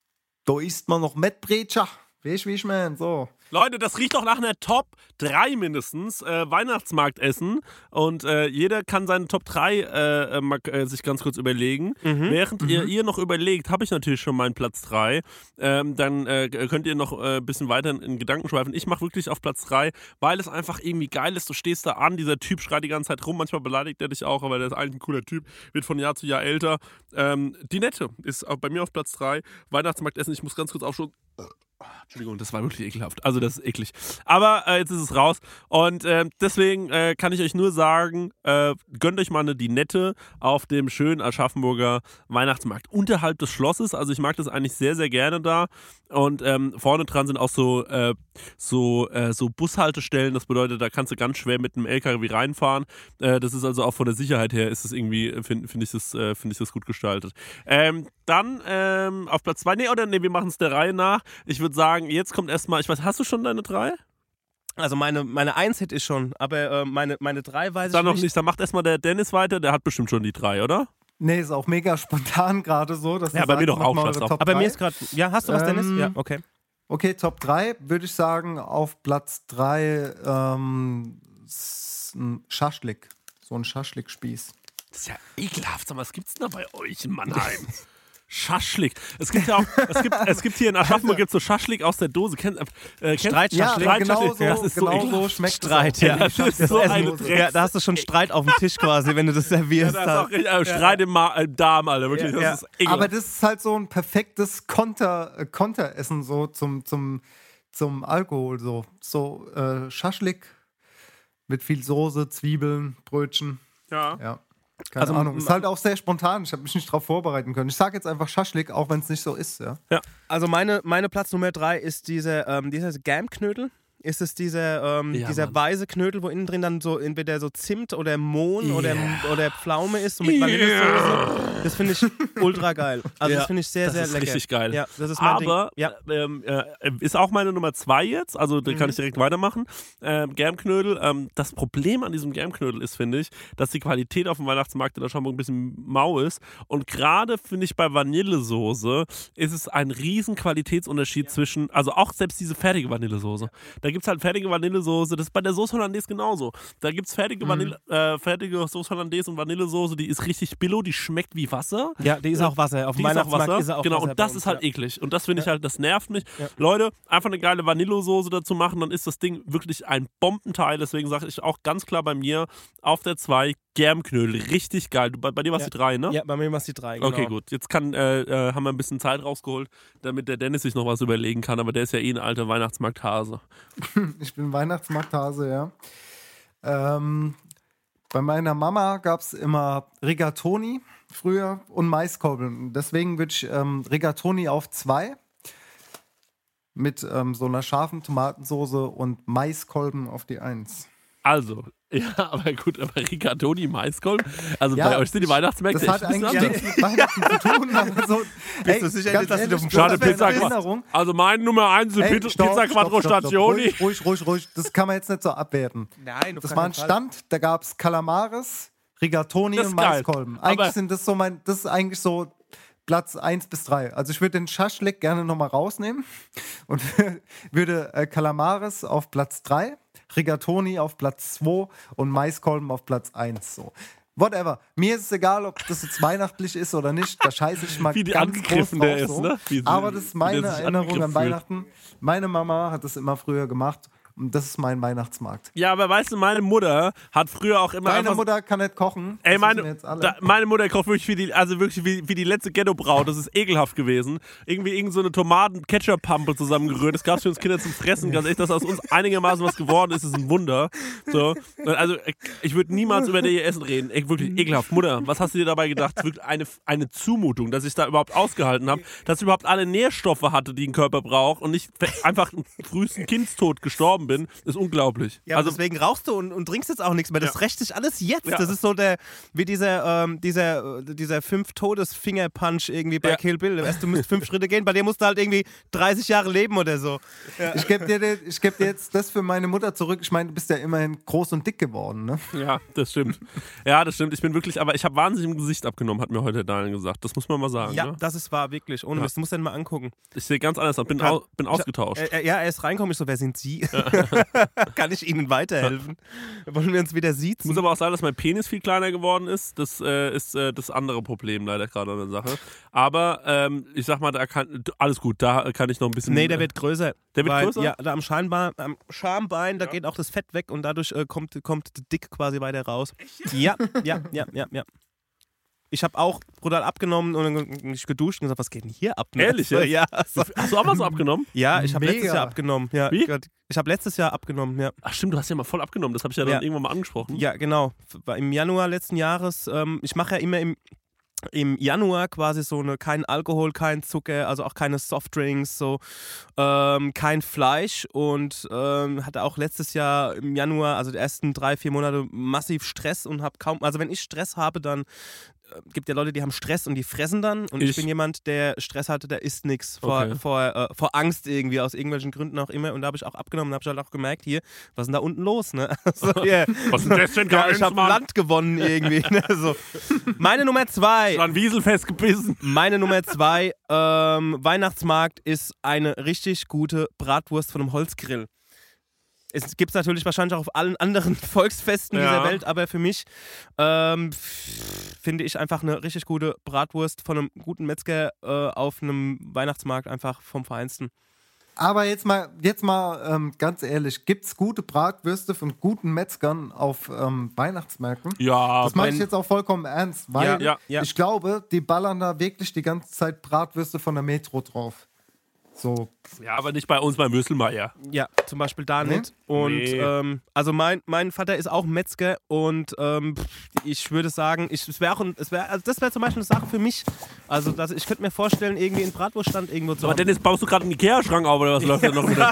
Speaker 7: Da isst man noch Mettbrötchen. Weißt du, wie ich mein? So.
Speaker 5: Leute, das riecht doch nach einer Top drei mindestens äh, Weihnachtsmarktessen und äh, jeder kann seine Top drei äh, äh, mal, äh, sich ganz kurz überlegen.
Speaker 6: Mhm.
Speaker 5: Während
Speaker 6: Mhm.
Speaker 5: ihr, ihr noch überlegt, habe ich natürlich schon meinen Platz drei. Ähm, dann äh, könnt ihr noch ein äh, bisschen weiter in, in Gedanken schweifen. Ich mache wirklich auf Platz drei, weil es einfach irgendwie geil ist. Du stehst da an, dieser Typ schreit die ganze Zeit rum, manchmal beleidigt er dich auch, aber der ist eigentlich ein cooler Typ, wird von Jahr zu Jahr älter. Ähm, die Nette ist auch bei mir auf Platz drei. Weihnachtsmarktessen, ich muss ganz kurz aufschauen. Entschuldigung, das war wirklich ekelhaft. Also das ist eklig. Aber äh, jetzt ist es raus. Und äh, deswegen äh, kann ich euch nur sagen, äh, gönnt euch mal eine Dinette auf dem schönen Aschaffenburger Weihnachtsmarkt. Unterhalb des Schlosses. Also ich mag das eigentlich sehr, sehr gerne da. Und ähm, vorne dran sind auch so, äh, so, äh, so Bushaltestellen. Das bedeutet, da kannst du ganz schwer mit einem L K W reinfahren. Äh, das ist also auch von der Sicherheit her, ist es irgendwie, finde find ich, das, äh, find ich das gut gestaltet. Ähm, dann ähm, auf Platz zwei, nee, oder nee, wir machen es der Reihe nach. Ich würde sagen, jetzt kommt erstmal, ich weiß, hast du schon deine drei?
Speaker 6: Also meine, meine Eins-Hit ist schon, aber äh, meine, meine drei weiß
Speaker 5: Dann
Speaker 6: ich
Speaker 5: noch
Speaker 6: nicht.
Speaker 5: nicht, dann macht erstmal der Dennis weiter, der hat bestimmt schon die drei, oder?
Speaker 7: Nee, ist auch mega spontan gerade so. Dass
Speaker 5: Ja,
Speaker 7: du
Speaker 5: bei mir
Speaker 7: sagst,
Speaker 5: doch auch,
Speaker 7: mach mal
Speaker 5: Schatz,
Speaker 7: eure
Speaker 5: auch.
Speaker 7: Top
Speaker 6: Aber
Speaker 7: drei.
Speaker 6: mir ist gerade, ja, hast du was, Dennis?
Speaker 7: Ähm,
Speaker 6: Ja, okay.
Speaker 7: Okay, Top drei würde ich sagen, auf Platz drei ähm, s- ein Schaschlik. So ein Schaschlik-Spieß.
Speaker 5: Das ist ja ekelhaft, aber was gibt's denn da bei euch in Mannheim? Schaschlik. Es gibt ja auch, es gibt, es gibt hier in Aschaffenburg gibt's so Schaschlik aus der Dose. Kennt, äh, kennst,
Speaker 6: Streitschaschlik.
Speaker 7: Ja, genau
Speaker 5: Streitschaschlik.
Speaker 7: so,
Speaker 5: Das ist so
Speaker 7: genau so
Speaker 5: ekelhaft.
Speaker 7: schmeckt
Speaker 6: Streit,
Speaker 7: es auch.
Speaker 6: ja.
Speaker 5: Das ist so
Speaker 6: Essen-
Speaker 5: eine Drecks-
Speaker 6: ja, da hast du schon Streit auf dem Tisch quasi, wenn du das
Speaker 5: Ja,
Speaker 6: servierst.
Speaker 5: das ist auch richtig, äh, Streit im, Ma im Darm, Alter. Wirklich,
Speaker 6: Ja,
Speaker 5: das
Speaker 6: ja.
Speaker 5: ist ekelhaft.
Speaker 7: Aber das ist halt so ein perfektes Konter, äh, Konteressen so zum, zum, zum Alkohol. So, so äh, Schaschlik mit viel Soße, Zwiebeln, Brötchen.
Speaker 5: ja.
Speaker 7: Ja. Keine
Speaker 6: Also,
Speaker 7: Ahnung. Ist halt auch sehr spontan. Ich habe mich nicht darauf vorbereiten können. Ich sage jetzt einfach Schaschlik, auch wenn es nicht so ist. Ja.
Speaker 6: Also meine, meine Platz Nummer drei ist dieser, ähm, dieser Gam-Knödel. Ist es dieser, ähm,
Speaker 5: Ja,
Speaker 6: dieser
Speaker 5: Mann.
Speaker 6: weiße Knödel, wo innen drin dann so entweder so Zimt oder Mohn oder,
Speaker 5: Yeah.
Speaker 6: oder Pflaume ist, so mit Vanillesoße. Das finde ich ultra geil. Also
Speaker 5: Ja,
Speaker 6: das finde ich sehr,
Speaker 5: das
Speaker 6: sehr
Speaker 5: ist
Speaker 6: lecker.
Speaker 5: richtig geil.
Speaker 6: Ja, das ist mein
Speaker 5: Aber
Speaker 6: Ding. Ja.
Speaker 5: ähm, äh, ist auch meine Nummer zwei jetzt, also da kann
Speaker 6: Mhm.
Speaker 5: ich direkt weitermachen. Ähm, Germknödel. Ähm, das Problem an diesem Germknödel ist, finde ich, dass die Qualität auf dem Weihnachtsmarkt in Aschaffenburg ein bisschen mau ist. Und gerade, finde ich, bei Vanillesoße ist es ein riesen Qualitätsunterschied zwischen, also auch selbst diese fertige Vanillesoße. Da gibt es halt fertige Vanillesoße, das ist bei der Sauce Hollandaise genauso. Da gibt es fertige, Vanille, äh, fertige Sauce Hollandaise und Vanillesoße, die ist richtig billo, die schmeckt wie Wasser.
Speaker 6: Ja, die ist auch Wasser. Auf dem
Speaker 5: Die ist auch
Speaker 6: Weihnachtsmarkt
Speaker 5: Wasser.
Speaker 6: ist er auch
Speaker 5: genau,
Speaker 6: Wasser.
Speaker 5: und das
Speaker 6: bei uns,
Speaker 5: ist halt
Speaker 6: ja.
Speaker 5: eklig. Und das finde ich
Speaker 6: Ja.
Speaker 5: halt, das nervt mich.
Speaker 6: Ja.
Speaker 5: Leute, einfach eine geile Vanillesoße dazu machen, dann ist das Ding wirklich ein Bombenteil. Deswegen sage ich auch ganz klar bei mir auf der zwei Germknödel. Richtig geil. Du, bei, bei dir warst
Speaker 6: Ja.
Speaker 5: die drei, ne?
Speaker 6: Ja, bei mir war es die drei, genau.
Speaker 5: Okay, gut. Jetzt kann, äh, äh, haben wir ein bisschen Zeit rausgeholt, damit der Dennis sich noch was überlegen kann. Aber der ist ja eh ein alter Weihnachtsmarkthase.
Speaker 7: Ich bin Weihnachtsmarkthase, ja. Ähm, bei meiner Mama gab es immer Rigatoni früher und Maiskolben. Deswegen würde ich ähm, Rigatoni auf zwei mit ähm, so einer scharfen Tomatensoße und Maiskolben auf die eins.
Speaker 5: Also, Ja, aber gut, aber Rigatoni, Maiskolben, also
Speaker 7: Ja,
Speaker 5: bei euch sind die Weihnachtsmärkte
Speaker 7: Das hat
Speaker 5: echt ein bisschen
Speaker 7: eigentlich
Speaker 5: anders.
Speaker 7: nichts mit Weihnachten zu tun, aber so.
Speaker 6: Bist du sicher,
Speaker 7: ganz
Speaker 6: dass du
Speaker 7: ehrlich,
Speaker 6: auf dem
Speaker 5: Schade,
Speaker 7: das wäre
Speaker 5: Pizza
Speaker 7: eine
Speaker 5: Quattro.
Speaker 7: Erinnerung.
Speaker 5: Also mein Nummer eins ist
Speaker 7: Ey,
Speaker 5: Pizza,
Speaker 7: stopp,
Speaker 5: Pizza
Speaker 7: stopp,
Speaker 5: Quattro
Speaker 7: stopp, stopp.
Speaker 5: Stationi.
Speaker 7: Ruhig, ruhig, ruhig, ruhig. Das kann man jetzt nicht so abwerten.
Speaker 6: Nein,
Speaker 7: Das war ein Stand, da gab es Calamares, Rigatoni
Speaker 5: Das
Speaker 7: und
Speaker 5: ist geil.
Speaker 7: Maiskolben. Eigentlich
Speaker 5: Aber-
Speaker 7: sind das so mein, das ist eigentlich so Platz eins bis drei. Also ich würde den Schaschlik gerne nochmal rausnehmen und würde äh, Calamares auf Platz drei, Rigatoni auf Platz zwei und Maiskolben auf Platz eins. So. Whatever. Mir ist es egal, ob das jetzt weihnachtlich ist oder nicht. Da scheiße ich mal
Speaker 5: Wie die
Speaker 7: ganz
Speaker 5: angegriffen
Speaker 7: groß
Speaker 5: der
Speaker 7: drauf,
Speaker 5: ist,
Speaker 7: so.
Speaker 5: ne? Wie sie-
Speaker 7: Aber das ist
Speaker 5: wie
Speaker 7: meine
Speaker 5: der sich
Speaker 7: Erinnerung an
Speaker 5: angegriffen fühlt.
Speaker 7: Weihnachten. Meine Mama hat das immer früher gemacht und das ist mein Weihnachtsmarkt.
Speaker 5: Ja, aber weißt du, meine Mutter hat früher auch immer
Speaker 7: Deine
Speaker 5: einfach...
Speaker 7: Mutter kann nicht kochen.
Speaker 5: Ey,
Speaker 7: das
Speaker 5: meine,
Speaker 7: wissen wir jetzt alle.
Speaker 5: da, meine Mutter kocht wirklich wie die, also wirklich wie, wie die letzte Ghetto-Braut. Das ist ekelhaft gewesen. Irgendwie irgend so eine Tomaten-Ketchup-Pampe zusammengerührt. Das gab es für uns Kinder zum Fressen. Ganz ehrlich, dass aus uns einigermaßen was geworden ist, ist ein Wunder. So. Also, ich würde niemals über ihr Essen reden. Ey, wirklich ekelhaft. Mutter, was hast du dir dabei gedacht? Wirklich eine, eine Zumutung, dass ich da überhaupt ausgehalten habe. Dass ich überhaupt alle Nährstoffe hatte, die ein Körper braucht und nicht einfach im frühesten Kindstod gestorben bin, ist unglaublich.
Speaker 6: Ja,
Speaker 5: also,
Speaker 6: deswegen rauchst du und, und trinkst jetzt auch nichts mehr. Das
Speaker 5: Ja.
Speaker 6: rächt sich alles jetzt.
Speaker 5: Ja.
Speaker 6: Das ist so der, wie dieser, ähm, dieser, äh, dieser fünf-Todes-Finger-Punch irgendwie bei
Speaker 5: Ja.
Speaker 6: Kill Bill. Weißt, du musst fünf Schritte gehen, bei dir musst du halt irgendwie dreißig Jahre leben oder so.
Speaker 7: Ich gebe dir, den- ich geb dir jetzt das für meine Mutter zurück. Ich meine, du bist ja immerhin groß und dick geworden, ne?
Speaker 5: Ja, das stimmt. Ja, das stimmt. Ich bin wirklich, aber ich habe wahnsinnig im Gesicht abgenommen, hat mir heute Daniel gesagt. Das muss man mal sagen.
Speaker 6: Ja,
Speaker 5: Ne?
Speaker 6: das ist wahr, wirklich. Ohne
Speaker 5: Ja.
Speaker 6: Mist, du musst den mal angucken.
Speaker 5: Ich sehe ganz anders aus. Bin,
Speaker 6: Ja.
Speaker 5: au, bin
Speaker 6: Ich-
Speaker 5: ausgetauscht.
Speaker 6: Äh, äh, ja, er ist reinkommen, ich so, wer sind Sie? Kann ich Ihnen weiterhelfen? Wollen wir uns wieder siezen?
Speaker 5: Muss aber auch sein, dass mein Penis viel kleiner geworden ist. Das äh, ist äh, das andere Problem leider gerade an der Sache. Aber ähm, ich sag mal, da kann alles gut. Da kann ich noch ein bisschen.
Speaker 6: Nee, der
Speaker 5: äh,
Speaker 6: wird größer.
Speaker 5: Der wird
Speaker 6: weil,
Speaker 5: größer?
Speaker 6: Ja, da am, Schambein, am Schambein, da geht auch das Fett weg und dadurch äh, kommt, kommt der Dick quasi weiter raus. Ja, ja, ja, ja, ja. Ich habe auch brutal abgenommen und dann mich geduscht und gesagt, was geht denn hier ab? Ne?
Speaker 5: Ehrlich,
Speaker 6: so,
Speaker 5: ja?
Speaker 6: ja, so.
Speaker 5: Hast du auch mal so abgenommen?
Speaker 6: Ja, ich habe
Speaker 7: Mega.
Speaker 6: letztes Jahr abgenommen. Ja,
Speaker 5: Wie?
Speaker 6: Gott. Ich habe letztes Jahr abgenommen, ja.
Speaker 5: Ach stimmt, du hast ja mal voll abgenommen. Das habe ich ja dann
Speaker 6: Ja.
Speaker 5: irgendwann mal angesprochen.
Speaker 6: Ja, genau. War im Januar letzten Jahres. Ähm, ich mache ja immer im, im Januar quasi so eine, kein Alkohol, kein Zucker, also auch keine Softdrinks, so ähm, kein Fleisch und ähm, hatte auch letztes Jahr im Januar, also die ersten drei, vier Monate massiv Stress und habe kaum, also wenn ich Stress habe, dann äh, gibt ja Leute, die haben Stress und die fressen dann und ich,
Speaker 5: Ich-
Speaker 6: bin jemand, der Stress hatte, der isst nichts vor,
Speaker 5: Okay.
Speaker 6: vor, äh, vor Angst irgendwie, aus irgendwelchen Gründen auch immer und da habe ich auch abgenommen und habe ich halt auch gemerkt, hier, was ist denn da unten los, ne? Also, hier,
Speaker 5: Was ist denn das denn,
Speaker 6: ja,
Speaker 5: Karl
Speaker 6: ich habe
Speaker 5: Enzmann?
Speaker 6: Land gewonnen irgendwie. Ne? So. Meine Nummer zwei.
Speaker 5: An Wiesel festgebissen.
Speaker 6: Meine Nummer zwei ähm, Weihnachtsmarkt ist eine richtig gute Bratwurst von einem Holzgrill. Es gibt es natürlich wahrscheinlich auch auf allen anderen Volksfesten
Speaker 5: Ja.
Speaker 6: dieser Welt, aber für mich ähm, f- finde ich einfach eine richtig gute Bratwurst von einem guten Metzger äh, auf einem Weihnachtsmarkt einfach vom Feinsten.
Speaker 7: Aber jetzt mal, jetzt mal ähm, ganz ehrlich, gibt es gute Bratwürste von guten Metzgern auf ähm, Weihnachtsmärkten?
Speaker 5: Ja,
Speaker 7: Das meine ich
Speaker 5: wenn-
Speaker 7: jetzt auch vollkommen ernst, weil
Speaker 6: Ja, ja, ja.
Speaker 7: ich glaube, die ballern da wirklich die ganze Zeit Bratwürste von der Metro drauf. So,
Speaker 5: ja, aber nicht bei uns beim Würstelmeier.
Speaker 6: Ja, zum Beispiel da
Speaker 7: Nee?
Speaker 6: nicht. Und
Speaker 5: Nee.
Speaker 6: ähm, also mein, mein Vater ist auch Metzger und ähm, pff, ich würde sagen, ich, es wäre auch ein, es wär, also das wäre zum Beispiel eine Sache für mich. Also dass, ich könnte mir vorstellen, irgendwie einen Bratwurststand irgendwo zu
Speaker 5: Aber
Speaker 6: haben.
Speaker 5: Dennis, baust du gerade einen Ikea-Schrank auf oder was läuft da noch wieder?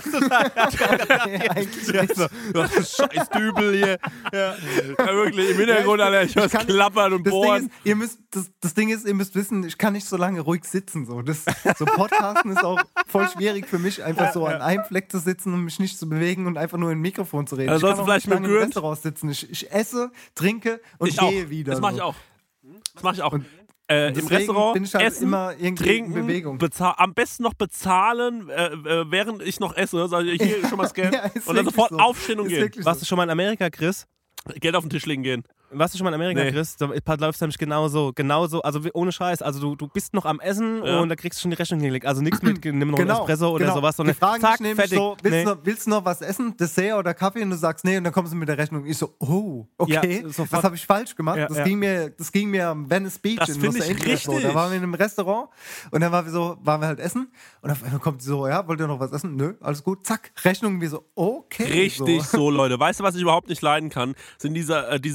Speaker 7: eigentlich
Speaker 6: ja, so, scheiß Dübel hier. Ja.
Speaker 5: Ja, wirklich, im Hintergrund, Alter, ich hör's
Speaker 7: kann-
Speaker 5: klappern und
Speaker 7: das Ding,
Speaker 5: bohren.
Speaker 7: ist, ihr müsst, das, das Ding ist, ihr müsst wissen, ich kann nicht so lange ruhig sitzen. So, das, so Podcasten ist auch voll schwierig für mich, einfach so an einem Fleck zu sitzen und mich nicht zu bewegen und einfach nur in ein Mikrofon zu reden.
Speaker 5: Also
Speaker 7: ich kann
Speaker 5: sollst du
Speaker 7: auch
Speaker 5: vielleicht
Speaker 7: nicht lange
Speaker 5: mit
Speaker 7: im
Speaker 5: Gürnt?
Speaker 7: Restaurant sitzen. Ich, ich esse, trinke und
Speaker 5: Ich auch.
Speaker 7: gehe wieder.
Speaker 5: Das mache ich
Speaker 7: so.
Speaker 5: auch. Das mache ich auch.
Speaker 7: Und
Speaker 5: Äh, Im
Speaker 7: deswegen
Speaker 5: Restaurant
Speaker 7: bin ich halt
Speaker 5: essen,
Speaker 7: immer irgendwie in
Speaker 5: trinken,
Speaker 7: Bewegung.
Speaker 5: bezahl- am besten noch bezahlen, äh, äh, während ich noch esse. Sag ich, hier schon mal scannen.
Speaker 7: Ja, ist
Speaker 5: und dann
Speaker 7: wirklich
Speaker 5: sofort
Speaker 7: so.
Speaker 5: aufstehen und
Speaker 7: Ist
Speaker 5: gehen.
Speaker 7: wirklich
Speaker 6: Warst du schon mal in Amerika, Chris?
Speaker 5: Geld auf den Tisch legen gehen.
Speaker 6: Warst du schon mal in Amerika,
Speaker 5: Nee.
Speaker 6: Chris? Da läuft es nämlich genauso. Genauso, also wie- ohne Scheiß. Also du, du bist noch am Essen
Speaker 5: Ja.
Speaker 6: und da kriegst du schon die Rechnung hingelegt. Also nichts mit, nimm noch einen
Speaker 7: Genau,
Speaker 6: Espresso oder
Speaker 7: genau.
Speaker 6: sowas.
Speaker 7: Die
Speaker 6: Sondern
Speaker 7: fragen
Speaker 6: zack,
Speaker 7: dich nämlich
Speaker 6: fertig.
Speaker 7: so, willst,
Speaker 6: Nee.
Speaker 7: du noch, willst du noch was essen? Dessert oder Kaffee? Und du sagst nee und dann kommst du mit der Rechnung. Ich so, oh, okay,
Speaker 6: Ja, sofort.
Speaker 7: was habe ich falsch gemacht?
Speaker 6: Ja,
Speaker 7: das,
Speaker 6: ja.
Speaker 7: Ging mir, das ging mir am Venice Beach
Speaker 5: Das
Speaker 7: in
Speaker 5: find
Speaker 7: Los
Speaker 5: ich
Speaker 7: Angeles so. Da
Speaker 5: richtig.
Speaker 7: waren wir in einem Restaurant und dann waren wir so, waren wir halt essen und auf einmal kommt sie so, ja, wollt ihr noch was essen? Nö, alles gut, zack, Rechnung, wir so, okay.
Speaker 5: Richtig
Speaker 7: so.
Speaker 5: so, Leute. Weißt du, was ich überhaupt nicht leiden kann? Sind diese, äh, diese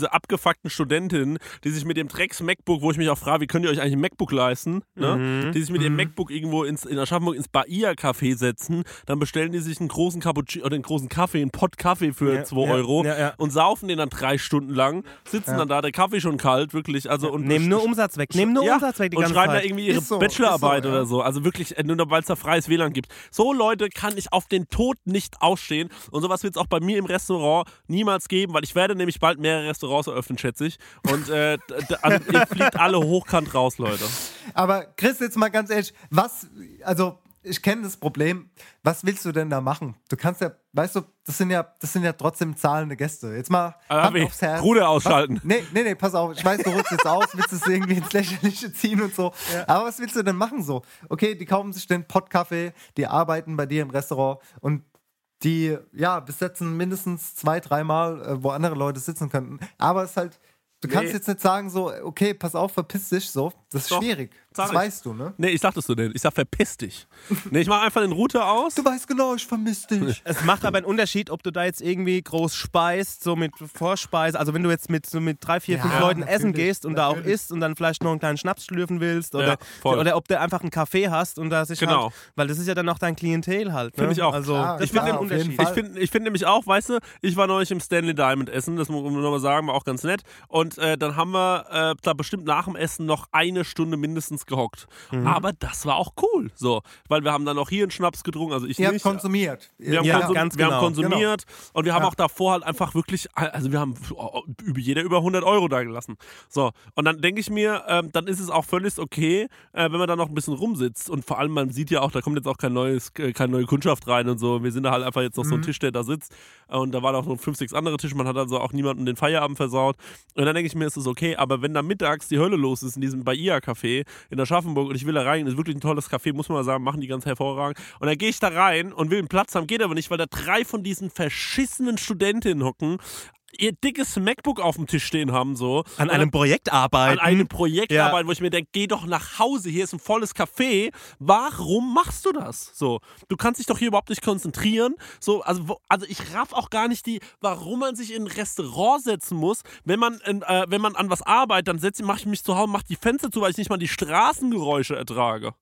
Speaker 5: abgefuckten Studentinnen, die sich mit dem Drecks-MacBook, wo ich mich auch frage, wie könnt ihr euch eigentlich ein MacBook leisten, ne?
Speaker 6: Mhm.
Speaker 5: Die sich mit dem
Speaker 6: Mhm.
Speaker 5: MacBook irgendwo ins, in Aschaffenburg ins Bahia-Café setzen, dann bestellen die sich einen großen Cappuccino oder einen großen Kaffee, einen Pott Kaffee für
Speaker 6: Ja,
Speaker 5: zwei
Speaker 6: ja,
Speaker 5: Euro
Speaker 6: ja, ja.
Speaker 5: und saufen den dann drei Stunden lang, sitzen
Speaker 7: Ja.
Speaker 5: dann da, der Kaffee schon kalt, wirklich. Also, und
Speaker 6: Nehmen nur Umsatz weg, nehmen nur
Speaker 5: ja,
Speaker 6: Umsatz weg die
Speaker 5: und
Speaker 6: ganze
Speaker 5: schreiben
Speaker 6: Zeit.
Speaker 5: da irgendwie ihre
Speaker 7: Ist so,
Speaker 5: Bachelorarbeit
Speaker 7: ist so, ja.
Speaker 5: oder so. Also wirklich, äh, nur weil es da freies W L A N gibt. So Leute kann ich auf den Tod nicht ausstehen. Und sowas wird es auch bei mir im Restaurant niemals geben, weil ich werde nämlich bald mehrere Restaurants eröffnen, schätze ich. Und äh, d- d- also, ihr fliegt alle hochkant raus, Leute.
Speaker 7: Aber Chris, jetzt mal ganz ehrlich, was, also ich kenne das Problem, was willst du denn da machen? Du kannst ja, weißt du, das sind ja, das sind ja trotzdem zahlende Gäste. Jetzt mal
Speaker 5: Aber
Speaker 7: Hand
Speaker 5: wie?
Speaker 7: aufs Herz.
Speaker 5: Ruder ausschalten.
Speaker 7: Was, nee, nee, nee, pass auf, ich weiß, du holst jetzt aus, willst es irgendwie ins Lächerliche ziehen und so. Aber was willst du denn machen so? Okay, die kaufen sich den Pottkaffee, die arbeiten bei dir im Restaurant und die, ja, besetzen mindestens zwei, dreimal, äh, wo andere Leute sitzen könnten. Aber es ist halt, du kannst
Speaker 5: Nee.
Speaker 7: jetzt nicht sagen so, okay, pass auf, verpiss dich so. Das ist
Speaker 5: Doch,
Speaker 7: schwierig.
Speaker 5: sag
Speaker 7: Das
Speaker 5: ich.
Speaker 7: weißt du, ne?
Speaker 5: Nee, ich sag das so nicht. Ich sag, verpiss dich. Nee, ich mach einfach den Router aus.
Speaker 7: Du weißt genau, ich vermisse dich.
Speaker 6: Es macht aber einen Unterschied, ob du da jetzt irgendwie groß speist, so mit Vorspeise. Also wenn du jetzt mit, so mit drei, vier,
Speaker 7: Ja,
Speaker 6: fünf Leuten
Speaker 7: natürlich,
Speaker 6: essen gehst und da auch
Speaker 7: natürlich.
Speaker 6: isst und dann vielleicht noch einen kleinen Schnaps schlürfen willst oder,
Speaker 5: Ja, voll.
Speaker 6: oder ob du einfach einen Kaffee hast und da sich
Speaker 5: Genau.
Speaker 6: halt, weil das ist ja dann auch dein Klientel halt. Ne?
Speaker 5: Find ich auch.
Speaker 6: Also
Speaker 7: Klar,
Speaker 6: ich
Speaker 7: klar,
Speaker 6: finde den
Speaker 7: auf jeden
Speaker 6: Unterschied.
Speaker 7: Fall.
Speaker 5: Ich finde ich find nämlich auch, weißt du, ich war neulich im Stanley Diamond essen, das muss man nochmal sagen, war auch ganz nett. Und äh, dann haben wir äh, da bestimmt nach dem Essen noch eine Stunde mindestens gehockt.
Speaker 6: Mhm.
Speaker 5: Aber das war auch cool, so. Weil wir haben dann auch hier einen Schnaps getrunken, also ich
Speaker 7: Ihr habt
Speaker 5: nicht.
Speaker 7: konsumiert.
Speaker 5: Wir haben,
Speaker 6: Ja,
Speaker 5: konsum
Speaker 6: ganz
Speaker 5: wir haben
Speaker 6: genau.
Speaker 5: konsumiert und wir haben
Speaker 7: Ja.
Speaker 5: auch davor halt einfach wirklich, also wir haben über jeder über hundert Euro da gelassen. So, und dann denke ich mir, ähm, dann ist es auch völlig okay, äh, wenn man da noch ein bisschen rumsitzt und vor allem, man sieht ja auch, da kommt jetzt auch kein neues, äh, keine neue Kundschaft rein und so. Wir sind da halt einfach jetzt noch so ein Tisch, der da sitzt und da waren auch noch fünf, sechs andere Tische, man hat also auch niemanden den Feierabend versaut und dann denke ich mir, ist es okay, aber wenn da mittags die Hölle los ist in diesem Bahia-Café in Aschaffenburg und ich will da rein, ist wirklich ein tolles Café, muss man mal sagen, machen die ganz hervorragend und dann gehe ich da rein und will einen Platz haben, geht aber nicht, weil da drei von diesen verschissenen Studentinnen hocken, ihr dickes MacBook auf dem Tisch stehen haben, so.
Speaker 6: An
Speaker 5: Und
Speaker 6: einem Projekt arbeiten.
Speaker 5: an einem Projekt
Speaker 6: Ja.
Speaker 5: arbeiten, wo ich mir denke, geh doch nach Hause, hier ist ein volles Café, warum machst du das? So, du kannst dich doch hier überhaupt nicht konzentrieren. So, also, wo, also ich raff auch gar nicht die, warum man sich in ein Restaurant setzen muss, wenn man, äh, wenn man an was arbeitet, dann setze mache ich mich zu Hause, mach die Fenster zu, weil ich nicht mal die Straßengeräusche ertrage.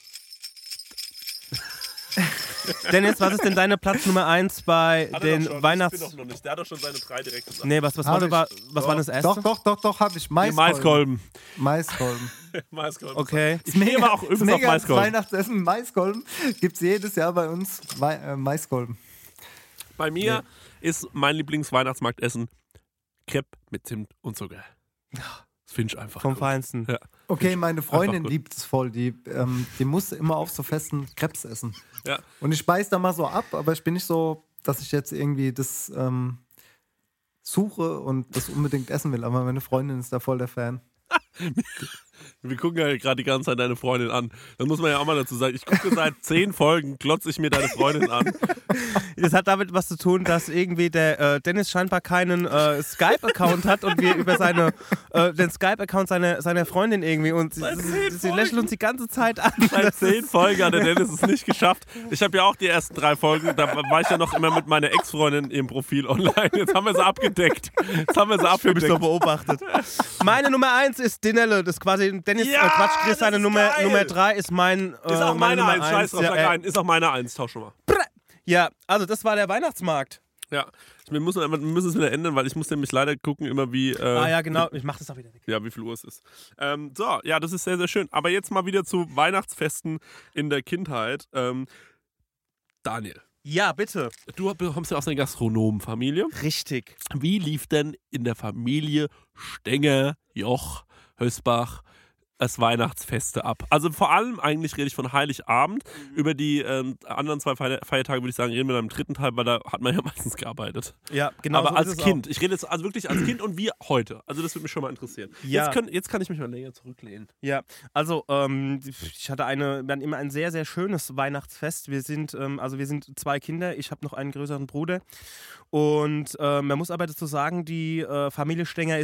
Speaker 6: Dennis, was ist denn deine Platz Nummer eins bei den Weihnachts...
Speaker 5: noch nicht, der hat doch schon seine drei direkt gesagt.
Speaker 6: Nee, was, was,
Speaker 7: Hab
Speaker 6: war,
Speaker 7: ich.
Speaker 6: war, was war das erste?
Speaker 7: Doch, doch, doch, doch, hab ich. Maiskolben.
Speaker 5: Maiskolben.
Speaker 7: Maiskolben.
Speaker 5: Maiskolben.
Speaker 6: Okay.
Speaker 5: Ich stehe aber auch
Speaker 7: Das
Speaker 5: übrigens auf
Speaker 7: mega
Speaker 5: Maiskolben.
Speaker 7: Weihnachtsessen, Maiskolben, gibt es jedes Jahr bei uns. Wei äh, Maiskolben.
Speaker 5: Bei mir ist mein Lieblingsweihnachtsmarktessen Crepe mit Zimt und Zucker. Das finde ich einfach
Speaker 6: Vom
Speaker 5: gut.
Speaker 6: Feinsten.
Speaker 5: Ja.
Speaker 7: Okay, meine Freundin
Speaker 5: gut.
Speaker 7: liebt es voll. Die, ähm, die muss immer auf so festen Krebs essen.
Speaker 5: Ja.
Speaker 7: Und ich beiß da mal so ab, aber ich bin nicht so, dass ich jetzt irgendwie das ähm, suche und das unbedingt essen will. Aber meine Freundin ist da voll der Fan.
Speaker 5: Wir gucken ja gerade die ganze Zeit deine Freundin an. Das muss man ja auch mal dazu sagen. Ich gucke seit zehn Folgen, glotze ich mir deine Freundin an.
Speaker 6: Das hat damit was zu tun, dass irgendwie der äh, Dennis scheinbar keinen äh, Skype-Account hat und wir über seine, äh, den Skype-Account seiner, seiner Freundin irgendwie und sie,
Speaker 5: Seit
Speaker 6: sie,
Speaker 5: zehn
Speaker 6: sie lächelt uns die ganze Zeit an.
Speaker 5: Seit zehn Folgen hat der Dennis es nicht geschafft. Ich habe ja auch die ersten drei Folgen, da war ich ja noch immer mit meiner Ex-Freundin im Profil online. Jetzt haben wir sie abgedeckt. Jetzt haben wir sie
Speaker 6: Ich fühle mich so
Speaker 5: abgedeckt.
Speaker 6: beobachtet. Meine Nummer eins ist Dinelle. Das ist quasi Dennis,
Speaker 5: Ja,
Speaker 6: äh, Quatsch, Chris,
Speaker 5: das
Speaker 6: seine
Speaker 5: ist
Speaker 6: Nummer,
Speaker 5: geil.
Speaker 6: Nummer drei ist mein. Äh,
Speaker 5: Ist auch meine
Speaker 6: Nummer
Speaker 5: Eins. Scheiß drauf,
Speaker 6: ja,
Speaker 5: sag
Speaker 6: äh,
Speaker 5: ein. Ist auch meine Eins. Tausch schon mal.
Speaker 6: ja, also das war der Weihnachtsmarkt.
Speaker 5: Ja. Wir müssen, wir müssen es wieder ändern, weil ich muss nämlich leider gucken, immer wie. Äh,
Speaker 6: ah ja, genau. Ich mach das auch wieder weg.
Speaker 5: Ja, wie viel Uhr es ist. Ähm, so, ja, das ist sehr, sehr schön. Aber jetzt mal wieder zu Weihnachtsfesten in der Kindheit. Ähm, Daniel,
Speaker 6: Ja, bitte.
Speaker 5: du kommst ja aus einer Gastronomenfamilie.
Speaker 6: Richtig.
Speaker 5: Wie lief denn in der Familie Stenger, Joch, Hösbach das Weihnachtsfeste ab? Also vor allem eigentlich rede ich von Heiligabend.
Speaker 6: Mhm.
Speaker 5: Über die ähm, anderen zwei Feier- Feiertage würde ich sagen, reden wir dann im dritten Teil, weil da hat man ja meistens gearbeitet.
Speaker 6: Ja, genau.
Speaker 5: Aber
Speaker 6: so
Speaker 5: als
Speaker 6: ist es
Speaker 5: Kind, ich rede jetzt also wirklich als Kind und wie heute. Also das würde mich schon mal interessieren.
Speaker 6: Ja.
Speaker 5: Jetzt, können, jetzt kann ich mich mal länger zurücklehnen.
Speaker 6: Ja, also ähm, ich hatte eine, wir hatten immer ein sehr, sehr schönes Weihnachtsfest. Wir sind, ähm, also wir sind zwei Kinder, ich habe noch einen größeren Bruder. Und ähm, man muss aber dazu sagen, die äh, Familie Stenger ist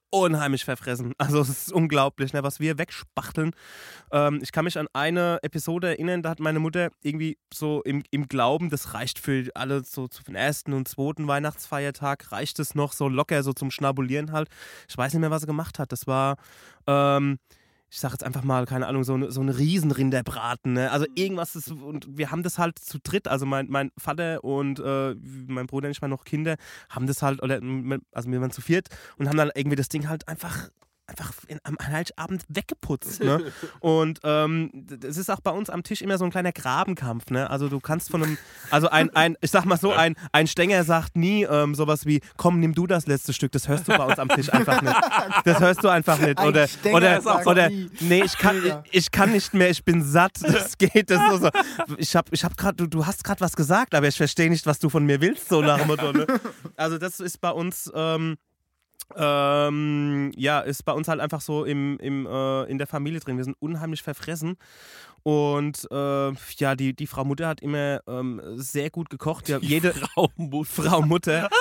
Speaker 6: unheimlich verfressen. Also es ist unglaublich, ne, was wir wegspachteln. Ähm, ich kann mich an eine Episode erinnern, da hat meine Mutter irgendwie so im, im Glauben, das reicht für alle, so für den ersten und zweiten Weihnachtsfeiertag, reicht es noch so locker, so zum Schnabulieren halt. Ich weiß nicht mehr, was sie gemacht hat. Das war, ähm, ich sag jetzt einfach mal, keine Ahnung, so eine, so eine Riesenrinderbraten. Ne? Also irgendwas ist, und wir haben das halt zu dritt, also mein, mein Vater und äh, mein Bruder und ich waren noch Kinder, haben das halt, oder also wir waren zu viert und haben dann irgendwie das Ding halt einfach einfach in, am Heiligabend weggeputzt. Ne? Und ähm, es ist auch bei uns am Tisch immer so ein kleiner Grabenkampf. Ne? Also du kannst von einem, also ein, ein ich sag mal so, ein, ein Stenger sagt nie ähm, sowas wie, komm, nimm du das letzte Stück. Das hörst du bei uns am Tisch einfach nicht. Das hörst du einfach nicht. Oder, oder, oder nee, ich kann, ich, ich kann nicht mehr, ich bin satt. Das geht. Das so, so. Ich hab, ich hab grad, du, du hast gerade was gesagt, aber ich verstehe nicht, was du von mir willst, so nach dem Motto. Ne? Also das ist bei uns... Ähm, Ähm, ja, ist bei uns halt einfach so im, im, äh, in der Familie drin. Wir sind unheimlich verfressen. Und äh, ja, die, die Frau Mutter hat immer ähm, sehr gut gekocht. Ja, jede
Speaker 5: Frau Mutter.
Speaker 6: Frau Mutter.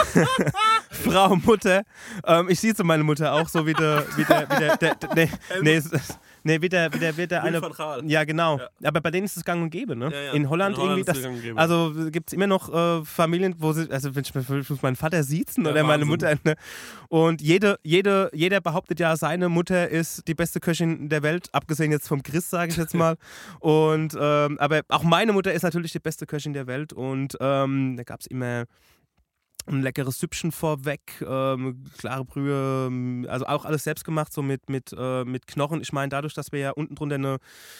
Speaker 6: Frau Mutter. Ähm, ich sehe so meine Mutter auch so wie der, wie der, wie der, der, der nee, nee, nee, wie der, wie der, wie der eine. Ja, genau. Ja. Aber bei denen ist es gang und gäbe, ne? Ja, ja. In Holland, In Holland irgendwie. Das, also gibt es immer noch äh, Familien, wo sie, also wenn ich, ich muss meinen Vater siezen ja, oder meine Mutter. Ne? Und jede, jede, jeder behauptet ja, seine Mutter ist die beste Köchin der Welt, abgesehen jetzt vom Chris, sage ich jetzt mal. Und ähm, aber auch meine Mutter ist natürlich die beste Köchin der Welt. Und ähm, da gab es immer ein leckeres Süppchen vorweg, ähm, klare Brühe, also auch alles selbst gemacht, so mit, mit, äh, mit Knochen. Ich meine, dadurch, dass wir ja unten drunter eine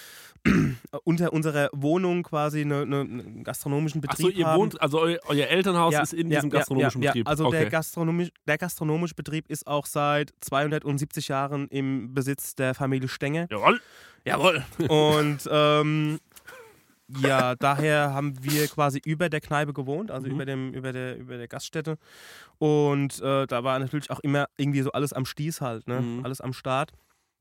Speaker 6: unter unserer Wohnung quasi eine, eine, einen gastronomischen Betrieb
Speaker 5: Ach so, ihr
Speaker 6: haben.
Speaker 5: wohnt, also eu, euer Elternhaus
Speaker 6: ja,
Speaker 5: ist in
Speaker 6: ja,
Speaker 5: diesem
Speaker 6: ja,
Speaker 5: gastronomischen
Speaker 6: ja,
Speaker 5: Betrieb?
Speaker 6: Ja, also
Speaker 5: okay.
Speaker 6: der, gastronomisch, der gastronomische Betrieb ist auch seit zweihundertsiebzig Jahren im Besitz der Familie Stenger.
Speaker 5: Jawohl.
Speaker 6: Jawohl. Und ähm, ja, daher haben wir quasi über der Kneipe gewohnt, also mhm. über, dem, über, der, über der Gaststätte. Und äh, da war natürlich auch immer irgendwie so alles am Stieß halt, ne? Mhm. Alles am Start.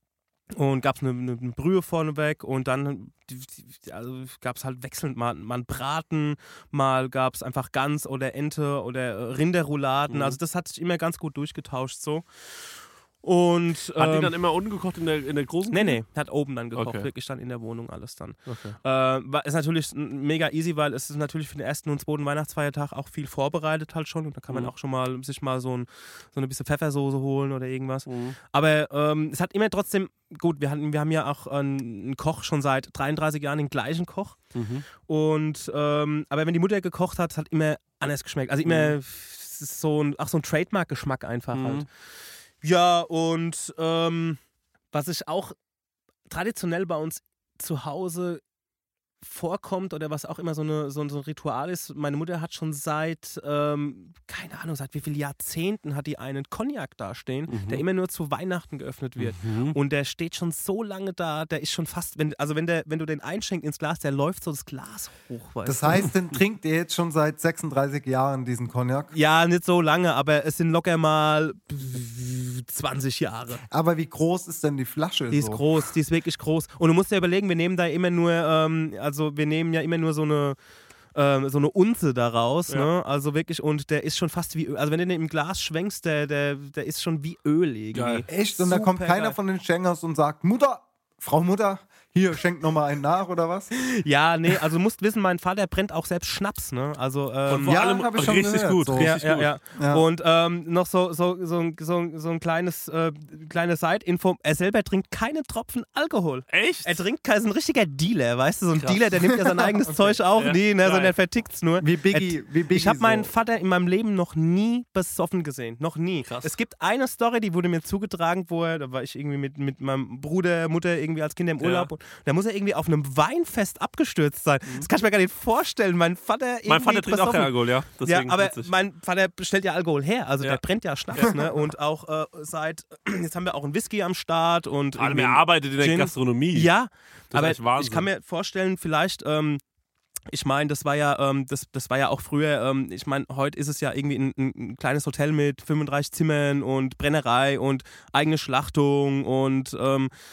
Speaker 6: Und gab es eine, eine Brühe vorneweg und dann also gab es halt wechselnd mal, mal einen Braten, mal gab es einfach Gans oder Ente oder Rinderrouladen. Mhm. Also das hat sich immer ganz gut durchgetauscht so. Und,
Speaker 5: hat
Speaker 6: ähm,
Speaker 5: die dann immer ungekocht in der, in der großen
Speaker 6: Nee, nee, hat oben dann gekocht,
Speaker 5: okay.
Speaker 6: wirklich dann in der Wohnung alles dann.
Speaker 5: Okay.
Speaker 6: Äh, ist natürlich mega easy, weil es ist natürlich für den ersten und zweiten Weihnachtsfeiertag auch viel vorbereitet halt schon und da kann man mhm. auch schon mal sich mal so, ein, so eine bisschen Pfeffersoße holen oder irgendwas. Mhm. Aber ähm, es hat immer trotzdem, gut, wir, hatten, wir haben ja auch einen Koch schon seit dreiunddreißig Jahren, den gleichen Koch. Mhm. Und, ähm, aber wenn die Mutter gekocht hat, es hat immer anders geschmeckt. Also immer mhm. es ist so ein, auch so ein Trademark-Geschmack einfach mhm. halt. Ja, und ähm, was ich auch traditionell bei uns zu Hause vorkommt oder was auch immer so, eine, so, ein, so ein Ritual ist, meine Mutter hat schon seit, ähm, keine Ahnung, seit wie vielen Jahrzehnten hat die einen Cognac da stehen, mhm. der immer nur zu Weihnachten geöffnet wird. Mhm. Und der steht schon so lange da, der ist schon fast, wenn, also wenn, der, wenn du den einschenkst ins Glas, der läuft so das Glas hoch. Weißt
Speaker 7: das
Speaker 6: du?
Speaker 7: heißt, den trinkt ihr jetzt schon seit sechsunddreißig Jahren, diesen Cognac?
Speaker 6: Ja, nicht so lange, aber es sind locker mal zwanzig Jahre.
Speaker 7: Aber wie groß ist denn die Flasche?
Speaker 6: Die
Speaker 7: so?
Speaker 6: ist groß, die ist wirklich groß. Und du musst dir überlegen, wir nehmen da immer nur, ähm, also wir nehmen ja immer nur so eine, ähm, so eine Unze daraus, ja. ne? Also wirklich, und der ist schon fast wie Öl. Also wenn du den im Glas schwenkst, der, der, der ist schon wie Öl irgendwie.
Speaker 7: Geil. Echt? Und da kommt keiner geil. von den Schenkers und sagt, Mutter, Frau Mutter, hier, schenkt nochmal einen nach, oder was?
Speaker 6: Ja, nee, also du musst wissen, mein Vater brennt auch selbst Schnaps, ne? Also, ähm,
Speaker 5: und vor
Speaker 7: ja,
Speaker 5: allem
Speaker 7: ich schon
Speaker 5: richtig
Speaker 7: gehört,
Speaker 5: gut,
Speaker 7: so.
Speaker 5: richtig
Speaker 6: ja,
Speaker 5: gut.
Speaker 6: Ja, ja. Ja. Und ähm, noch so, so, so, so, so ein kleines, äh, kleines Side-Info, er selber trinkt keinen Tropfen Alkohol.
Speaker 5: Echt?
Speaker 6: Er trinkt, er ist ein richtiger Dealer, weißt du, so ein
Speaker 5: Krass.
Speaker 6: Dealer, der nimmt ja sein eigenes
Speaker 5: okay.
Speaker 6: Zeug auch
Speaker 5: ja.
Speaker 6: nie, ne, sondern er vertickt es nur.
Speaker 7: Wie Biggie,
Speaker 6: er,
Speaker 7: wie Biggie
Speaker 6: Ich habe
Speaker 7: so.
Speaker 6: meinen Vater in meinem Leben noch nie besoffen gesehen, noch nie.
Speaker 5: Krass.
Speaker 6: Es gibt eine Story, die wurde mir zugetragen, wo er, da war ich irgendwie mit, mit meinem Bruder, Mutter irgendwie als Kinder im Urlaub ja. und da muss er irgendwie auf einem Weinfest abgestürzt sein. Mhm. Das kann ich mir gar nicht vorstellen. Mein Vater irgendwie
Speaker 5: Mein Vater trinkt
Speaker 6: besoffen.
Speaker 5: auch keinen Alkohol, ja.
Speaker 6: Ja, aber
Speaker 5: witzig.
Speaker 6: mein Vater stellt ja Alkohol her. Also
Speaker 5: ja.
Speaker 6: der brennt ja Schnaps, ja. ne? Und auch äh, seit, jetzt haben wir auch einen Whisky am Start und
Speaker 5: Vor allem er arbeitet in der
Speaker 6: Gin.
Speaker 5: Gastronomie.
Speaker 6: Ja,
Speaker 5: das
Speaker 6: aber
Speaker 5: ist echt Wahnsinn.
Speaker 6: Ich kann mir vorstellen, vielleicht, ähm, ich meine, das war ja, ähm, das, das war ja auch früher, ähm, ich meine, heute ist es ja irgendwie ein, ein kleines Hotel mit fünfunddreißig Zimmern und Brennerei und eigene Schlachtung und ähm,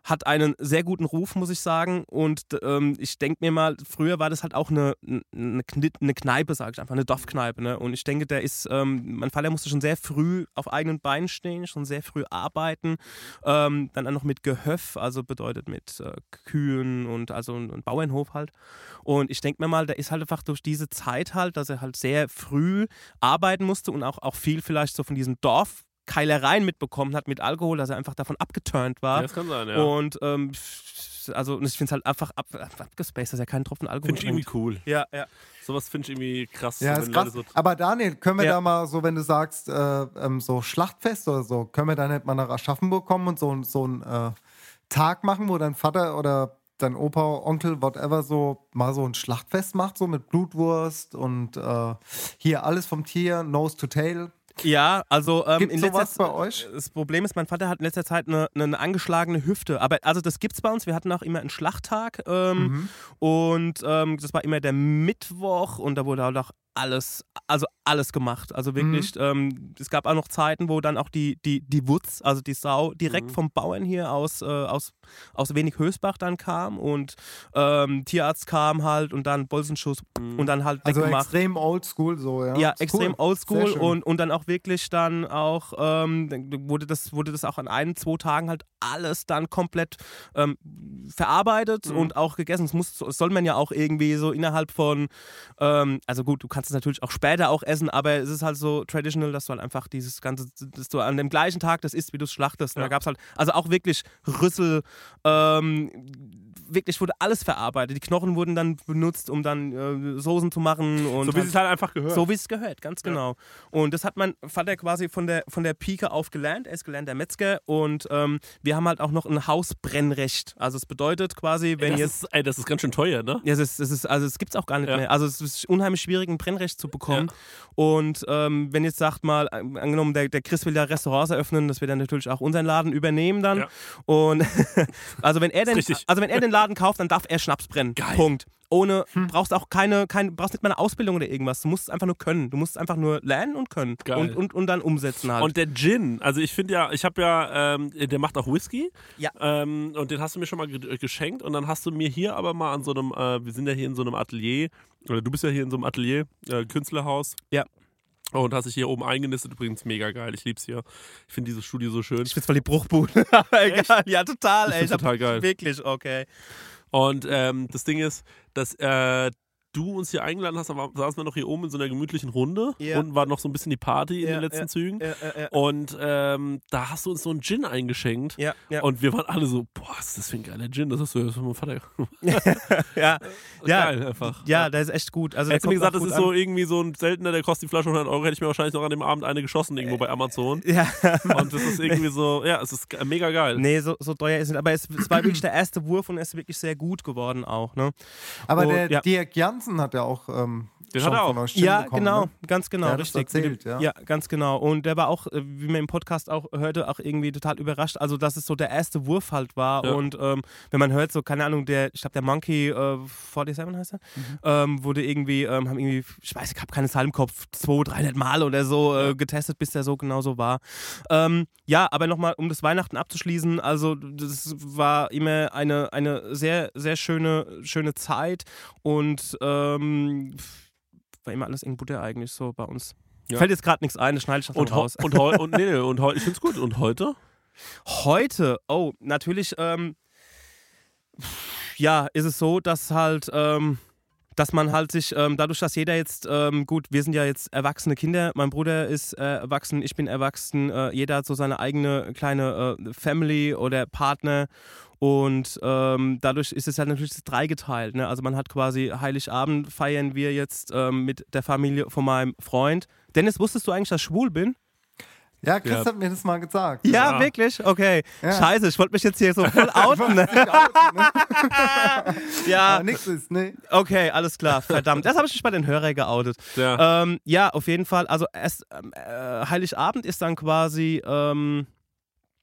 Speaker 6: hat einen sehr guten Ruf, muss ich sagen. Und ähm, ich denke mir mal, früher war das halt auch eine, eine, eine Kneipe, sage ich einfach, eine Dorfkneipe. Ne? Und ich denke, der ist, ähm, mein Vater musste schon sehr früh auf eigenen Beinen stehen, schon sehr früh arbeiten. Ähm, dann auch noch mit Gehöf, also bedeutet mit äh, Kühen und also ein, ein Bauernhof halt. Und ich denke mir mal, der ist halt einfach durch diese Zeit halt, dass er halt sehr früh arbeiten musste und auch, auch viel vielleicht so von diesen Dorfkeilereien mitbekommen hat mit Alkohol, dass er einfach davon abgeturnt war.
Speaker 5: Ja, das kann sein, ja.
Speaker 6: Und ähm, also ich finde es halt einfach ab, ab, abgespaced, dass er keinen Tropfen Alkohol
Speaker 5: Finde ich irgendwie cool.
Speaker 6: Ja, ja.
Speaker 5: Sowas finde ich irgendwie krass.
Speaker 7: Ja,
Speaker 5: wenn
Speaker 7: ist krass.
Speaker 5: Leute so
Speaker 7: Aber Daniel, können wir
Speaker 6: Ja.
Speaker 7: da mal so, wenn du sagst, äh, ähm, so Schlachtfest oder so, können wir da nicht mal nach Aschaffenburg kommen und so, so einen äh, Tag machen, wo dein Vater oder dein Opa, Onkel, whatever, so mal so ein Schlachtfest macht, so mit Blutwurst und äh, hier alles vom Tier, Nose to Tail.
Speaker 6: Ja, also ähm,
Speaker 7: Gibt's
Speaker 6: in letzter
Speaker 7: sowas bei euch?
Speaker 6: Das Problem ist, mein Vater hat in letzter Zeit eine, eine angeschlagene Hüfte. Aber also das gibt's bei uns. Wir hatten auch immer einen Schlachttag ähm,
Speaker 7: Mhm.
Speaker 6: und ähm, das war immer der Mittwoch und da wurde halt auch alles, also alles gemacht. Also wirklich,
Speaker 7: Mhm.
Speaker 6: ähm, es gab auch noch Zeiten, wo dann auch die, die, die Wutz, also die Sau, direkt
Speaker 5: Mhm.
Speaker 6: vom Bauern hier aus, äh, aus, aus Wenig-Hösbach dann kam und ähm, Tierarzt kam halt und dann Bolzenschuss
Speaker 5: Mhm.
Speaker 6: und dann halt
Speaker 7: Also
Speaker 6: weggemacht.
Speaker 7: extrem oldschool so, ja.
Speaker 6: Ja,
Speaker 7: Ist
Speaker 6: extrem
Speaker 7: cool.
Speaker 6: oldschool
Speaker 7: Sehr schön.
Speaker 6: und, und dann auch wirklich dann auch, ähm, dann wurde, das, wurde das auch an ein, zwei Tagen halt alles dann komplett ähm, verarbeitet
Speaker 5: Mhm.
Speaker 6: und auch gegessen. Das, muss, das soll man ja auch irgendwie so innerhalb von, ähm, also gut, du kannst es natürlich auch später auch essen, aber es ist halt so traditional, dass du halt einfach dieses Ganze, dass du an dem gleichen Tag das isst, wie du es schlachtest. Und
Speaker 5: Ja.
Speaker 6: da gab es halt, also auch wirklich Rüssel, ähm, wirklich wurde alles verarbeitet. Die Knochen wurden dann benutzt, um dann äh, Soßen zu machen. Und
Speaker 5: so wie es halt einfach gehört.
Speaker 6: so wie es gehört, ganz genau. Und das hat mein Vater quasi von der, von der Pike auf gelernt. Er ist gelernter Metzger und ähm, wir haben halt auch noch ein Hausbrennrecht. Also es bedeutet quasi, wenn
Speaker 5: das
Speaker 6: jetzt...
Speaker 5: Ist, ey, das ist ganz schön teuer, ne?
Speaker 6: Ja, es ist, es ist, also es gibt es auch gar nicht
Speaker 5: Ja.
Speaker 6: mehr. Also es ist unheimlich schwierig, ein Brennrecht zu bekommen. Und ähm, wenn jetzt sagt mal, äh, angenommen, der, der Chris will ja Restaurants eröffnen, das wird dann natürlich auch unseren Laden übernehmen dann.
Speaker 5: Ja.
Speaker 6: Und also wenn er den,
Speaker 5: Ist richtig.
Speaker 6: also wenn er den Laden kauft, dann darf er Schnaps brennen.
Speaker 5: Geil.
Speaker 6: Punkt. Ohne, brauchst auch keine, kein, brauchst nicht mal eine Ausbildung oder irgendwas. Du musst es einfach nur können. Du musst es einfach nur lernen und können.
Speaker 5: Geil.
Speaker 6: Und, und, und dann umsetzen halt.
Speaker 5: Und der Gin, also ich finde ja, ich habe ja, ähm, der macht auch Whisky.
Speaker 6: Ja.
Speaker 5: Ähm, und den hast du mir schon mal ge- geschenkt. Und dann hast du mir hier aber mal an so einem, äh, wir sind ja hier in so einem Atelier, oder du bist ja hier in so einem Atelier, äh, Künstlerhaus.
Speaker 6: Ja.
Speaker 5: Und hast dich hier oben eingenistet, übrigens mega geil. Ich lieb's hier. Ich finde dieses Studio so schön.
Speaker 6: ich find's voll die Bruchbude. Aber egal. Ja, total.
Speaker 5: Ich
Speaker 6: Ey.
Speaker 5: find's
Speaker 6: hab-
Speaker 5: total geil.
Speaker 6: Wirklich, okay.
Speaker 5: Und ähm, das Ding ist, dass äh, du uns hier eingeladen hast, da war- saßen wir noch hier oben in so einer gemütlichen Runde.
Speaker 6: Ja.
Speaker 5: Unten war noch so ein bisschen die Party in
Speaker 6: Ja,
Speaker 5: den letzten
Speaker 6: ja,
Speaker 5: Zügen.
Speaker 6: Ja, ja, ja.
Speaker 5: Und ähm, da hast du uns so einen Gin eingeschenkt.
Speaker 6: Ja, ja.
Speaker 5: Und wir waren alle so, boah, was ist das für ein geiler Gin? Das hast du ja von meinem Vater.
Speaker 6: ja, ja,
Speaker 5: Geil einfach.
Speaker 6: ja, der ist echt gut. Also der
Speaker 5: Hättest du mir
Speaker 6: kommt
Speaker 5: gesagt,
Speaker 6: auch
Speaker 5: das ist
Speaker 6: gut
Speaker 5: so irgendwie so ein seltener, der kostet die Flasche hundert Euro, hätte ich mir wahrscheinlich noch an dem Abend eine geschossen irgendwo bei Amazon.
Speaker 6: an. Ja.
Speaker 5: Und das ist irgendwie so, ja, es ist ge- mega geil.
Speaker 6: Nee, so, so teuer ist es nicht. Aber es, es war wirklich der erste Wurf und er ist wirklich sehr gut geworden auch. Ne?
Speaker 7: Aber
Speaker 6: Und,
Speaker 7: der
Speaker 6: ja.
Speaker 7: Dirk Jansen hat ja auch ähm,
Speaker 5: Den
Speaker 7: schon
Speaker 5: hat er
Speaker 7: von
Speaker 5: auch.
Speaker 7: euch Gin
Speaker 6: Ja,
Speaker 7: bekommen,
Speaker 6: genau,
Speaker 7: ne?
Speaker 6: ganz genau,
Speaker 7: Der hat das
Speaker 6: richtig.
Speaker 7: erzählt, ja.
Speaker 6: ja, ganz genau. Und der war auch, äh, wie man im Podcast auch hörte, auch irgendwie total überrascht. Also, dass es so der erste Wurf halt war.
Speaker 5: Ja.
Speaker 6: Und ähm, wenn man hört, so, keine Ahnung, der, ich glaube, der Monkey äh, siebenundvierzig heißt er,
Speaker 7: Mhm.
Speaker 6: ähm, wurde irgendwie, ähm, haben irgendwie, ich weiß, ich habe keine Zahl im Kopf, zweihundert, dreihundert Mal oder so äh, getestet, bis der so genau so war. Ähm, ja, aber nochmal, um das Weihnachten abzuschließen, also, das war immer eine, eine sehr, sehr schöne, schöne Zeit und ähm, war immer alles in Butter eigentlich so bei uns.
Speaker 5: Ja.
Speaker 6: Fällt jetzt gerade nichts ein, das schneide ich noch
Speaker 5: Und,
Speaker 6: dann
Speaker 5: ho
Speaker 6: raus.
Speaker 5: und, heu und, nee, nee, und heu ich find's gut. Und heute?
Speaker 6: Heute, oh, natürlich, ähm, ja, ist es so, dass halt, ähm, dass man halt sich, ähm, dadurch, dass jeder jetzt, ähm, gut, wir sind ja jetzt erwachsene Kinder, mein Bruder ist äh, erwachsen, ich bin erwachsen, äh, jeder hat so seine eigene kleine äh, Family oder Partner und ähm, dadurch ist es halt natürlich dreigeteilt, ne? Also man hat quasi Heiligabend feiern wir jetzt ähm, mit der Familie von meinem Freund. Dennis, wusstest du eigentlich, dass ich schwul bin?
Speaker 7: Ja, Chris
Speaker 5: Ja.
Speaker 7: hat mir das mal gesagt.
Speaker 6: Ja,
Speaker 5: Ja.
Speaker 6: wirklich? Okay.
Speaker 7: Ja.
Speaker 6: Scheiße, ich wollte mich jetzt hier so voll outen. Ne? ja,
Speaker 7: Ja, nix ist, ne?
Speaker 6: okay, alles klar. Verdammt. Das habe ich mich bei den Hörern geoutet.
Speaker 5: Ja.
Speaker 6: Ähm, ja, auf jeden Fall. Also erst ähm, äh, Heiligabend ist dann quasi ähm,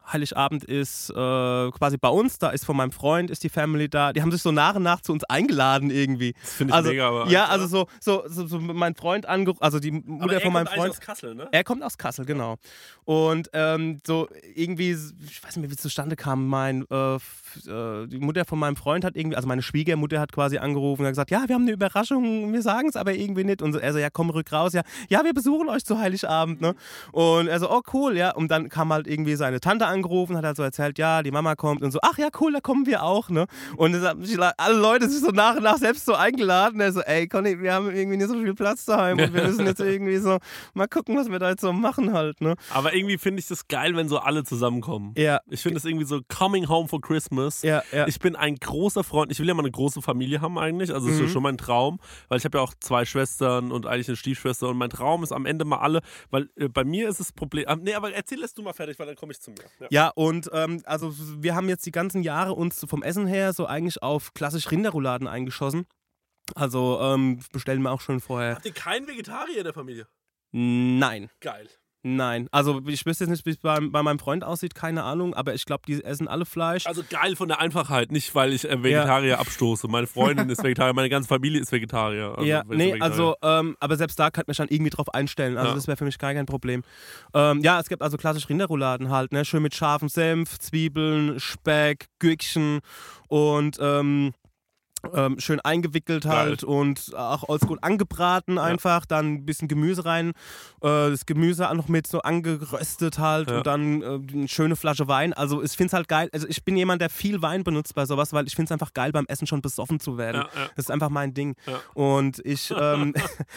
Speaker 6: Heiligabend ist äh, quasi bei uns, da ist von meinem Freund, ist die Family da. Die haben sich so nach und nach zu uns eingeladen irgendwie.
Speaker 5: Das finde ich
Speaker 6: also,
Speaker 5: mega. Aber
Speaker 6: ja, also so, so, so, so mein Freund angerufen, also die Mutter von meinem Freund.
Speaker 5: Er kommt aus Kassel, ne?
Speaker 6: Er kommt aus Kassel, genau. Und ähm, so irgendwie, ich weiß nicht mehr, wie es zustande kam, mein, äh, äh, die Mutter von meinem Freund hat irgendwie, also meine Schwiegermutter hat quasi angerufen und hat gesagt, ja, wir haben eine Überraschung, wir sagen es aber irgendwie nicht. Und er so, ja, komm, rück raus, ja, ja, wir besuchen euch zu Heiligabend, ne? Und er so, oh cool, ja. Und dann kam halt irgendwie seine Tante angerufen, hat halt so erzählt, ja, die Mama kommt und so, ach ja, cool, da kommen wir auch, ne? Und es haben sich alle Leute sich so nach und nach selbst so eingeladen. Er so, ey, Conny, wir haben irgendwie nicht so viel Platz daheim und wir müssen jetzt irgendwie so mal gucken, was wir da jetzt so machen halt, ne?
Speaker 5: Aber irgendwie finde ich das geil, wenn so alle zusammenkommen.
Speaker 6: Ja.
Speaker 5: Ich finde das irgendwie so coming home for Christmas.
Speaker 6: Ja, ja.
Speaker 5: Ich bin ein großer Freund, ich will ja mal eine große Familie haben eigentlich, also das ist
Speaker 6: Mhm.
Speaker 5: ja schon mein Traum, weil ich habe ja auch zwei Schwestern und eigentlich eine Stiefschwester und mein Traum ist am Ende mal alle, weil äh, bei mir ist das Problem, ah, nee, aber erzähl es du mal fertig, weil dann komme ich zu mir. Ja,
Speaker 6: ja und ähm, also wir haben jetzt die ganzen Jahre uns vom Essen her so eigentlich auf klassisch Rinderrouladen eingeschossen. Also ähm, bestellen wir auch schon vorher.
Speaker 5: Habt ihr keinen Vegetarier in der Familie?
Speaker 6: Nein.
Speaker 5: Geil.
Speaker 6: Nein, also ich wüsste jetzt nicht, wie es bei, bei meinem Freund aussieht, keine Ahnung, aber ich glaube, die essen alle Fleisch.
Speaker 5: Also geil von der Einfachheit, nicht weil ich äh, Vegetarier ja. abstoße. Meine Freundin ist Vegetarier, meine ganze Familie ist Vegetarier. Also,
Speaker 6: ja, nee,
Speaker 5: Vegetarier.
Speaker 6: also, ähm, aber selbst da kann man schon irgendwie drauf einstellen, also
Speaker 5: ja.
Speaker 6: das wäre für mich gar kein Problem. Ähm, ja, es gibt also klassisch Rinderrouladen halt, ne, schön mit scharfem Senf, Zwiebeln, Speck, Gürkchen und ähm, Ähm, schön eingewickelt halt Geil. Und auch oldschool angebraten einfach, ja. Dann ein bisschen Gemüse rein, äh, das Gemüse auch noch mit so angeröstet halt ja. Und dann äh, eine schöne Flasche Wein, also ich finde es halt geil, also ich bin jemand, der viel Wein benutzt bei sowas, weil ich finde es einfach geil, beim Essen schon besoffen zu werden, ja, ja. Das ist einfach mein Ding ja. Und ich ähm,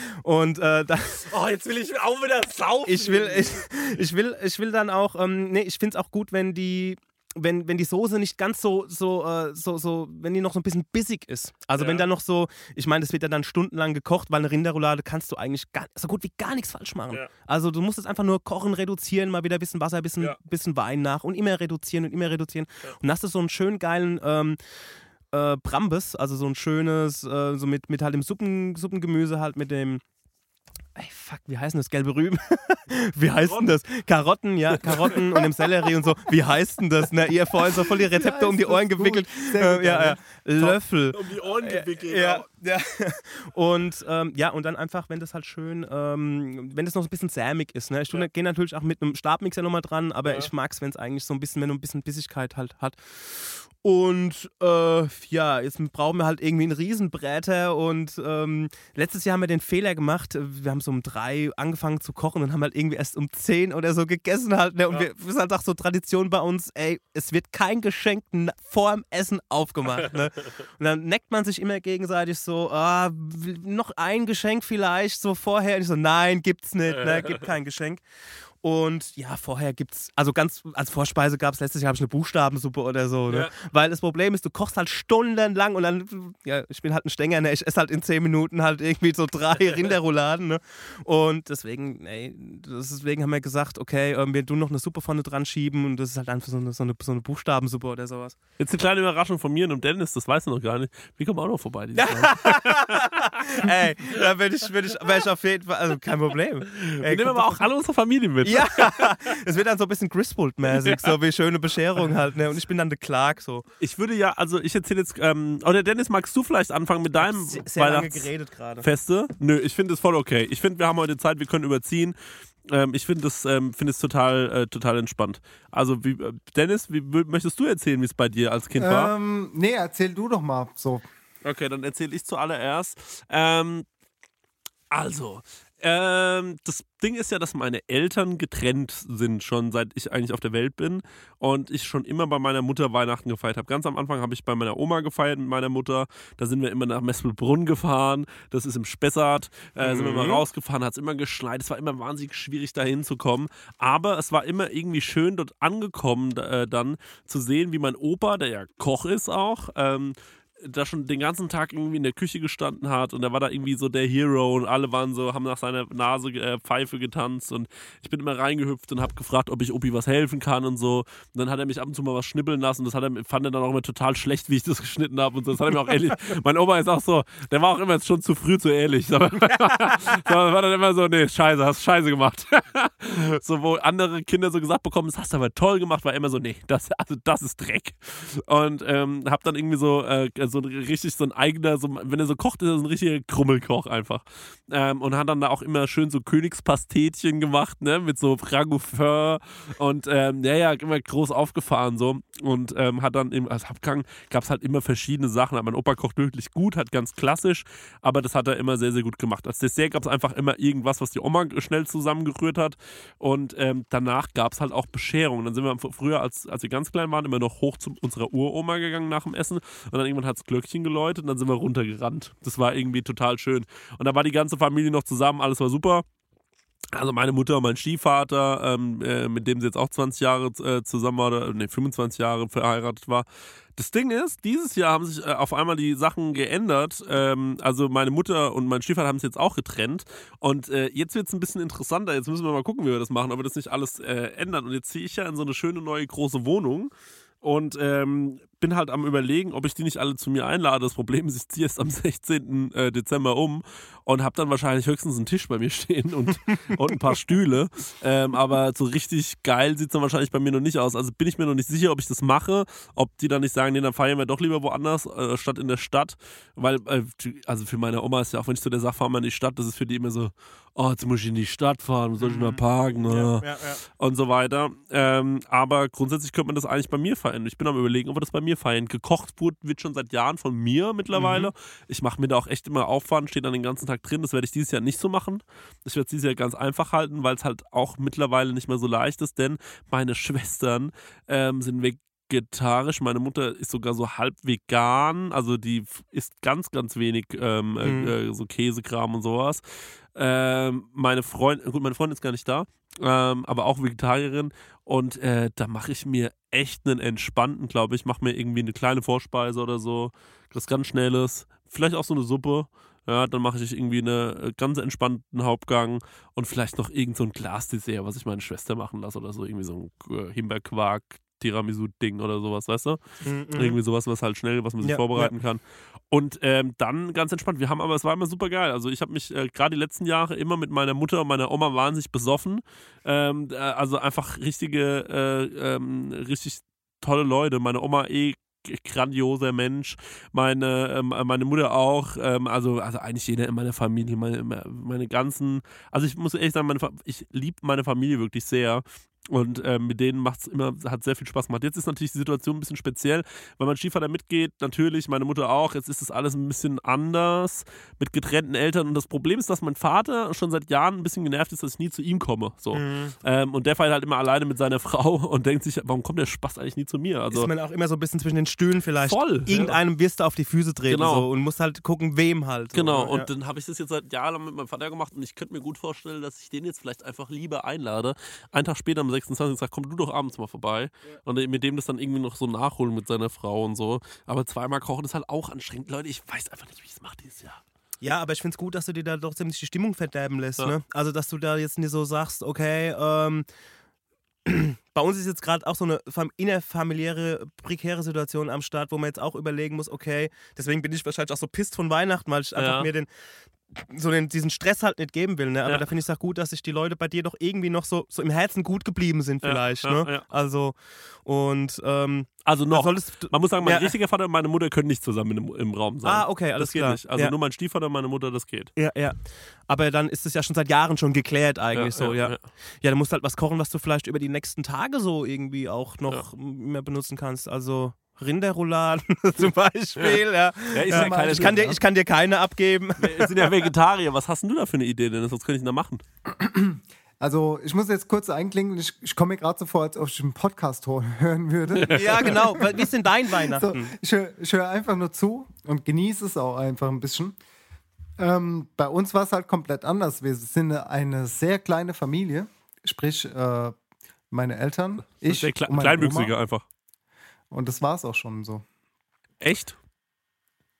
Speaker 6: und äh, da,
Speaker 5: oh, jetzt will ich auch wieder saufen.
Speaker 6: Ich will, ich, ich will, ich will dann auch, ähm, nee, ich finde es auch gut, wenn die Wenn, wenn die Soße nicht ganz so, so, äh, so, so, wenn die noch so ein bisschen bissig ist. Also ja. Wenn da noch so, ich meine, das wird ja dann stundenlang gekocht, weil eine Rinderroulade kannst du eigentlich gar, so gut wie gar nichts falsch machen. Ja. Also du musst es einfach nur kochen, reduzieren, mal wieder ein bisschen Wasser, ein bisschen, ja. bisschen Wein nach und immer reduzieren und immer reduzieren. Ja. Und dann hast du so einen schönen geilen ähm, äh, Brambis, also so ein schönes, äh, so mit, mit halt dem Suppen, Suppengemüse halt mit dem Ey, fuck, wie heißt denn das? Gelbe Rüben? Wie heißt denn das? Karotten, ja, Karotten und dem Sellerie und so. Wie heißt denn das? Na, ihr vorhin so voll die Rezepte um die Ohren gewickelt. Äh, ja, ja. Löffel.
Speaker 5: Um die Ohren gewickelt.
Speaker 6: Ja, ja. Und ähm, ja, und dann einfach, wenn das halt schön, ähm, wenn das noch so ein bisschen sämig ist. Ne? Ich ja. gehe natürlich auch mit einem Stabmixer nochmal dran, aber ja. ich mag es, wenn es eigentlich so ein bisschen, wenn du ein bisschen Bissigkeit halt hat. Und äh, ja, jetzt brauchen wir halt irgendwie einen Riesenbräter und ähm, letztes Jahr haben wir den Fehler gemacht, wir haben so um drei angefangen zu kochen und haben halt irgendwie erst um zehn oder so gegessen halt, ne? Und ja. wir, wir sind halt auch so Tradition bei uns, ey, es wird kein Geschenk vor dem Essen aufgemacht, ne? Und dann neckt man sich immer gegenseitig so, ah, noch ein Geschenk vielleicht so vorher und ich so, nein, gibt's nicht, ne? Gibt kein Geschenk. Und ja, vorher gibt's, also ganz, als Vorspeise gab es letztes Jahr habe ich eine Buchstabensuppe oder so, ne? Ja. Weil das Problem ist, du kochst halt stundenlang und dann, ja, ich bin halt ein Stänger, ne? Ich esse halt in zehn Minuten halt irgendwie so drei Rinderrouladen, ne? Und deswegen, ey, deswegen haben wir gesagt, okay, wir tun noch eine Suppe vorne dran schieben und das ist halt einfach so eine, so eine, so eine Buchstabensuppe oder sowas.
Speaker 5: Jetzt eine kleine Überraschung von mir und dem Dennis, das weißt du noch gar nicht. Wir kommen auch noch vorbei.
Speaker 6: Ey, da bin ich, bin ich, bin ich auf jeden Fall, also kein Problem.
Speaker 5: Ey, wir nehmen aber auch alle unsere Familie mit.
Speaker 6: Ja, es wird dann so ein bisschen Griswold-mäßig, ja. So wie schöne Bescherung halt, ne? Und ich bin dann der Clark, so.
Speaker 5: Ich würde ja, also ich erzähle jetzt, ähm, oder Dennis, magst du vielleicht anfangen mit deinem
Speaker 6: sehr, sehr lange geredet gerade.
Speaker 5: Feste? Nö, ich finde es voll okay. Ich finde, wir haben heute Zeit, wir können überziehen. Ähm, ich finde es ähm, find total, äh, total entspannt. Also, wie, äh, Dennis, wie möchtest du erzählen, wie es bei dir als Kind
Speaker 7: ähm,
Speaker 5: war?
Speaker 7: Nee, erzähl du doch mal so.
Speaker 5: Okay, dann erzähle ich zuallererst. Ähm, also, Ähm, das Ding ist ja, dass meine Eltern getrennt sind, schon seit ich eigentlich auf der Welt bin und ich schon immer bei meiner Mutter Weihnachten gefeiert habe. Ganz am Anfang habe ich bei meiner Oma gefeiert mit meiner Mutter. Da sind wir immer nach Mespelbrunn gefahren. Das ist im Spessart. Äh, mhm. Sind wir mal rausgefahren, hat es immer geschneit. Es war immer wahnsinnig schwierig, da hinzukommen. Aber es war immer irgendwie schön, dort angekommen, äh, dann zu sehen, wie mein Opa, der ja Koch ist auch, ähm, da schon den ganzen Tag irgendwie in der Küche gestanden hat und er war da irgendwie so der Hero und alle waren so, haben nach seiner Nase äh, Pfeife getanzt und ich bin immer reingehüpft und habe gefragt, ob ich Opi was helfen kann und so. Und dann hat er mich ab und zu mal was schnippeln lassen und das hat er, fand er dann auch immer total schlecht, wie ich das geschnitten habe und so. Das hat er mir auch ehrlich, mein Opa ist auch so, der war auch immer jetzt schon zu früh zu ehrlich. So, war dann immer so, nee, scheiße, hast scheiße gemacht. So, wo andere Kinder so gesagt bekommen, das hast du aber toll gemacht, war immer so, nee, das, also das ist Dreck. Und ähm, hab dann irgendwie so äh, so ein, richtig so ein eigener, so, wenn er so kocht, ist er so ein richtiger Krummelkoch einfach. Ähm, und hat dann da auch immer schön so Königspastetchen gemacht, ne, mit so Ragoufeur und ähm, ja, ja, immer groß aufgefahren so und ähm, hat dann im als Hauptgang gab es halt immer verschiedene Sachen. Mein Opa kocht wirklich gut, hat ganz klassisch, aber das hat er immer sehr, sehr gut gemacht. Als Dessert gab es einfach immer irgendwas, was die Oma schnell zusammengerührt hat und ähm, danach gab es halt auch Bescherungen. Dann sind wir früher, als, als wir ganz klein waren, immer noch hoch zu unserer Uroma gegangen nach dem Essen und dann irgendwann hat das Glöckchen geläutet und dann sind wir runtergerannt. Das war irgendwie total schön. Und da war die ganze Familie noch zusammen, alles war super. Also meine Mutter und mein Stiefvater, ähm, äh, mit dem sie jetzt auch zwanzig Jahre äh, zusammen war, oder ne, fünfundzwanzig Jahre verheiratet war. Das Ding ist, dieses Jahr haben sich äh, auf einmal die Sachen geändert. Ähm, also meine Mutter und mein Stiefvater haben es jetzt auch getrennt. Und äh, jetzt wird es ein bisschen interessanter. Jetzt müssen wir mal gucken, wie wir das machen, ob wir das nicht alles äh, ändern. Und jetzt ziehe ich ja in so eine schöne neue große Wohnung. Und ähm, bin halt am Überlegen, ob ich die nicht alle zu mir einlade. Das Problem ist, ich ziehe erst am sechzehnten Dezember um und habe dann wahrscheinlich höchstens einen Tisch bei mir stehen und, und ein paar Stühle. Ähm, aber so richtig geil sieht es dann wahrscheinlich bei mir noch nicht aus. Also bin ich mir noch nicht sicher, ob ich das mache, ob die dann nicht sagen, nee, dann feiern wir doch lieber woanders, äh, statt in der Stadt. Weil, äh, also für meine Oma ist ja auch, wenn ich zu der sage, fahren wir in die Stadt, das ist für die immer so, oh, jetzt muss ich in die Stadt fahren, wo soll ich mal parken? Oh. Ja, ja, ja. Und so weiter. Ähm, aber grundsätzlich könnte man das eigentlich bei mir feiern. Ich bin am Überlegen, ob wir das bei mir feiern. Gekocht wird schon seit Jahren von mir mittlerweile. Mhm. Ich mache mir da auch echt immer Aufwand, stehe dann den ganzen Tag drin. Das werde ich dieses Jahr nicht so machen. Ich werde es dieses Jahr ganz einfach halten, weil es halt auch mittlerweile nicht mehr so leicht ist, denn meine Schwestern ähm, sind vegetarisch. Meine Mutter ist sogar so halb vegan, also die isst ganz, ganz wenig ähm, mhm. äh, so Käsekram und sowas. Ähm, meine Freundin, gut, meine Freundin ist gar nicht da, ähm, aber auch Vegetarierin und äh, da mache ich mir echt einen entspannten, glaube ich, mache mir irgendwie eine kleine Vorspeise oder so, was ganz Schnelles, vielleicht auch so eine Suppe, ja, dann mache ich irgendwie einen ganz entspannten Hauptgang und vielleicht noch irgend so ein Glasdessert, was ich meine Schwester machen lasse oder so, irgendwie so ein äh, Himbeerquark, Tiramisu-Ding oder sowas, weißt du? Mhm. Irgendwie sowas, was halt schnell, was man sich ja, vorbereiten ja. kann. Und ähm, dann ganz entspannt. Wir haben aber, es war immer super geil. Also ich habe mich äh, gerade die letzten Jahre immer mit meiner Mutter und meiner Oma wahnsinnig besoffen. Ähm, äh, also einfach richtige, äh, ähm, richtig tolle Leute. Meine Oma eh grandioser Mensch, meine, ähm, meine Mutter auch, ähm, also, also eigentlich jeder in meiner Familie, meine, meine ganzen, also ich muss ehrlich sagen, meine, ich liebe meine Familie wirklich sehr. Und äh, mit denen macht's immer, hat sehr viel Spaß gemacht. Jetzt ist natürlich die Situation ein bisschen speziell, weil mein Stiefvater mitgeht, natürlich, meine Mutter auch. Jetzt ist das alles ein bisschen anders mit getrennten Eltern. Und das Problem ist, dass mein Vater schon seit Jahren ein bisschen genervt ist, dass ich nie zu ihm komme. So. Mhm. Ähm, und der feiert halt immer alleine mit seiner Frau und denkt sich, warum kommt der Spaß eigentlich nie zu mir? Also,
Speaker 6: ist man auch immer so ein bisschen zwischen den Stühlen vielleicht.
Speaker 5: Voll.
Speaker 6: Irgendeinem ja. wirst du auf die Füße treten
Speaker 5: genau.
Speaker 6: so, und musst halt gucken, wem halt. So.
Speaker 5: Genau,
Speaker 6: ja.
Speaker 5: und dann habe ich das jetzt seit Jahren mit meinem Vater gemacht und ich könnte mir gut vorstellen, dass ich den jetzt vielleicht einfach lieber einlade. Einen Tag später am sechsundzwanzigsten sagt, komm du doch abends mal vorbei. Ja. Und mit dem das dann irgendwie noch so nachholen mit seiner Frau und so. Aber zweimal kochen ist halt auch anstrengend. Leute, ich weiß einfach nicht, wie ich es mache dieses Jahr.
Speaker 6: Ja, aber ich finde es gut, dass du dir da doch ziemlich die Stimmung verderben lässt.
Speaker 5: Ja.
Speaker 6: Ne? Also, dass du da jetzt nicht so sagst, okay, ähm, bei uns ist jetzt gerade auch so eine innerfamiliäre, prekäre Situation am Start, wo man jetzt auch überlegen muss, okay, deswegen bin ich wahrscheinlich auch so pisst von Weihnachten, weil ich einfach
Speaker 5: ja.
Speaker 6: mir den so den, diesen Stress halt nicht geben will, ne? Aber
Speaker 5: ja.
Speaker 6: da finde ich es auch gut, dass sich die Leute bei dir doch irgendwie noch so, so im Herzen gut geblieben sind vielleicht,
Speaker 5: ja, ja,
Speaker 6: ne?
Speaker 5: Ja.
Speaker 6: Also, und, ähm,
Speaker 5: Also noch,
Speaker 6: solltest,
Speaker 5: man muss sagen, mein
Speaker 6: ja.
Speaker 5: richtiger Vater und meine Mutter können nicht zusammen im, im Raum sein.
Speaker 6: Ah, okay, alles
Speaker 5: das geht
Speaker 6: klar.
Speaker 5: nicht. Also
Speaker 6: ja.
Speaker 5: nur mein Stiefvater und meine Mutter, das geht.
Speaker 6: Ja, ja. Aber dann ist es ja schon seit Jahren schon geklärt eigentlich
Speaker 5: ja,
Speaker 6: so,
Speaker 5: ja.
Speaker 6: ja. Ja, ja, du musst halt was kochen, was du vielleicht über die nächsten Tage so irgendwie auch noch
Speaker 5: ja.
Speaker 6: mehr benutzen kannst. Also Rinderrouladen zum Beispiel, ja.
Speaker 5: ja, ist
Speaker 6: ja,
Speaker 5: ja keine
Speaker 6: ich, kann dir, ich kann dir keine abgeben.
Speaker 5: Wir sind ja Vegetarier. Was hast denn du da für eine Idee denn? Was könnte ich denn da machen?
Speaker 7: Also, ich muss jetzt kurz einklinken. Ich, ich komme mir gerade so vor, als ob ich einen Podcast hören würde.
Speaker 6: Ja, genau. Wie ist denn dein Weihnachten?
Speaker 7: So, ich höre hör einfach nur zu und genieße es auch einfach ein bisschen. Ähm, bei uns war es halt komplett anders. Wir sind eine sehr kleine Familie. Sprich, äh, meine Eltern, ich
Speaker 5: Kle-
Speaker 7: und meine
Speaker 5: Kleinwüchsige
Speaker 7: Oma.
Speaker 5: einfach.
Speaker 7: Und das war es auch schon so.
Speaker 5: Echt?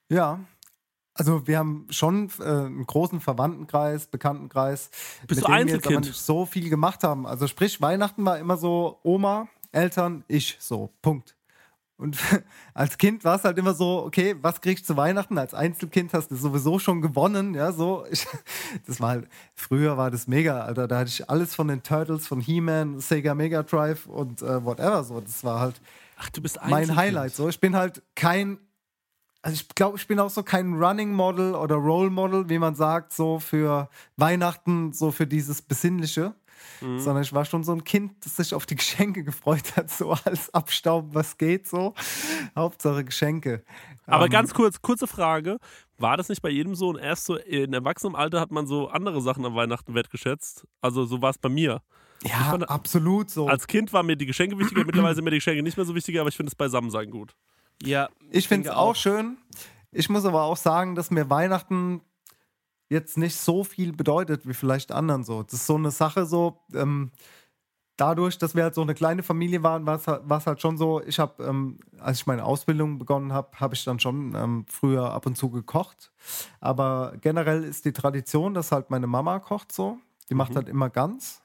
Speaker 7: Ja, also wir haben schon äh, einen großen Verwandtenkreis, Bekanntenkreis,
Speaker 5: Bist
Speaker 7: mit
Speaker 5: du
Speaker 7: dem wir jetzt aber
Speaker 5: Einzelkind?
Speaker 7: nicht so viel gemacht haben. Also sprich, Weihnachten war immer so Oma, Eltern, ich, so, Punkt. Und als Kind war es halt immer so, okay, was kriegst du zu Weihnachten? Als Einzelkind hast du sowieso schon gewonnen, ja, so. Ich, das war halt, früher war das mega, Alter, da hatte ich alles von den Turtles, von He-Man, Sega Mega Drive und äh, whatever, so. Das war halt
Speaker 5: Ach, du bist
Speaker 7: mein
Speaker 5: Einzelkind.
Speaker 7: Highlight, so. Ich bin halt kein, also ich glaube, ich bin auch so kein Running Model oder Role Model, wie man sagt, so für Weihnachten, so für dieses Besinnliche. Mhm. Sondern ich war schon so ein Kind, das sich auf die Geschenke gefreut hat, so alles abstauben, was geht, so. Hauptsache Geschenke.
Speaker 5: Aber
Speaker 7: ähm,
Speaker 5: ganz kurz, kurze Frage. War das nicht bei jedem so? Und erst so in Erwachsenenalter hat man so andere Sachen an Weihnachten wertgeschätzt? Also so war es bei mir.
Speaker 7: Ja,
Speaker 5: fand,
Speaker 7: absolut so.
Speaker 5: Als Kind waren mir die Geschenke wichtiger, mittlerweile sind mir die Geschenke nicht mehr so wichtiger, aber ich finde das Beisammensein gut.
Speaker 6: Ja,
Speaker 7: ich finde es auch schön. Ich muss aber auch sagen, dass mir Weihnachten jetzt nicht so viel bedeutet wie vielleicht anderen so. Das ist so eine Sache so, ähm, dadurch, dass wir halt so eine kleine Familie waren, war es halt, halt schon so, ich habe, ähm, als ich meine Ausbildung begonnen habe, habe ich dann schon ähm, früher ab und zu gekocht. Aber generell ist die Tradition, dass halt meine Mama kocht so. Die macht mhm. halt immer Gans.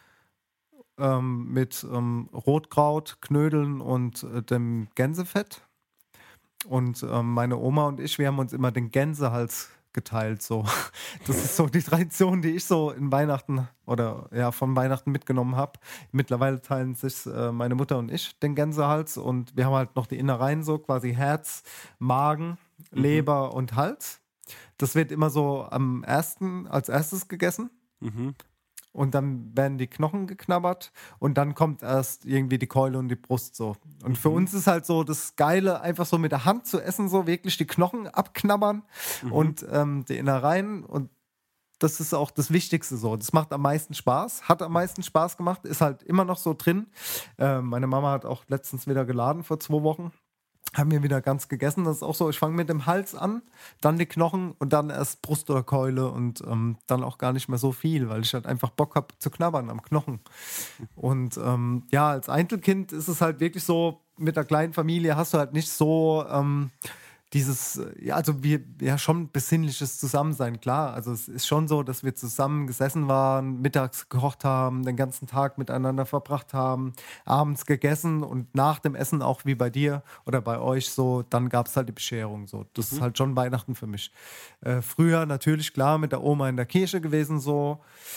Speaker 7: Ähm, mit ähm, Rotkraut, Knödeln und äh, dem Gänsefett. Und ähm, meine Oma und ich, wir haben uns immer den Gänsehals geteilt, so. Das ist so die Tradition, die ich so in Weihnachten oder ja, von Weihnachten mitgenommen habe. Mittlerweile teilen sich äh, meine Mutter und ich den Gänsehals und wir haben halt noch die Innereien so, quasi Herz, Magen, mhm. Leber und Hals. Das wird immer so am ersten, als erstes gegessen. Mhm. Und dann werden die Knochen geknabbert und dann kommt erst irgendwie die Keule und die Brust so. Und für mhm. uns ist halt so das Geile, einfach so mit der Hand zu essen, so wirklich die Knochen abknabbern mhm. und ähm, die Innereien. Und das ist auch das Wichtigste so. Das macht am meisten Spaß, hat am meisten Spaß gemacht, ist halt immer noch so drin. Äh, meine Mama hat auch letztens wieder geladen vor zwei Wochen. Haben wir wieder ganz gegessen. Das ist auch so, ich fange mit dem Hals an, dann die Knochen und dann erst Brust oder Keule und ähm, dann auch gar nicht mehr so viel, weil ich halt einfach Bock habe zu knabbern am Knochen. Und ähm, ja, als Einzelkind ist es halt wirklich so, mit der kleinen Familie hast du halt nicht so ähm, dieses, ja, also wir, ja, schon besinnliches Zusammensein, klar. Also es ist schon so, dass wir zusammen gesessen waren, mittags gekocht haben, den ganzen Tag miteinander verbracht haben, abends gegessen und nach dem Essen auch wie bei dir oder bei euch so, dann gab es halt die Bescherung so. Das mhm. ist halt schon Weihnachten für mich. Äh, früher natürlich, klar, mit der Oma in der Kirche gewesen so.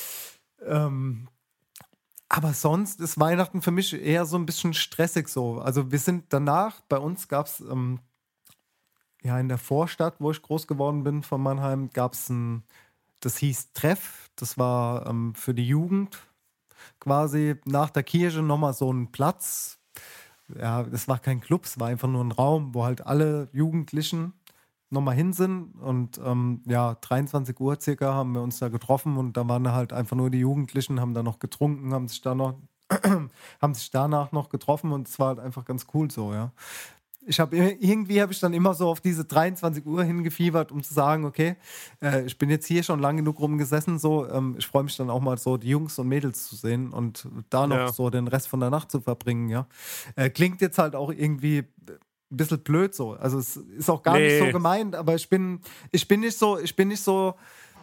Speaker 7: Ähm, Aber sonst ist Weihnachten für mich eher so ein bisschen stressig so. Also wir sind danach, bei uns gab es ähm, ja in der Vorstadt, wo ich groß geworden bin von Mannheim, gab es ein, das hieß Treff, das war ähm, für die Jugend quasi nach der Kirche nochmal so ein Platz. Ja, das war kein Club, es war einfach nur ein Raum, wo halt alle Jugendlichen nochmal hin sind und ähm, ja, dreiundzwanzig Uhr circa haben wir uns da getroffen und da waren halt einfach nur die Jugendlichen, haben da noch getrunken, haben sich da noch haben sich danach noch getroffen und es war halt einfach ganz cool so, ja. Ich habe irgendwie habe ich dann immer so auf diese dreiundzwanzig Uhr hingefiebert, um zu sagen, okay, äh, ich bin jetzt hier schon lang genug rumgesessen, so, ähm, ich freue mich dann auch mal so die Jungs und Mädels zu sehen und da noch
Speaker 5: Ja.
Speaker 7: so den Rest von der Nacht zu verbringen, ja. Äh, klingt jetzt halt auch irgendwie ein bisschen blöd so. Also es ist auch gar
Speaker 5: Nee.
Speaker 7: nicht so gemeint, aber ich bin, ich bin nicht so, ich bin nicht so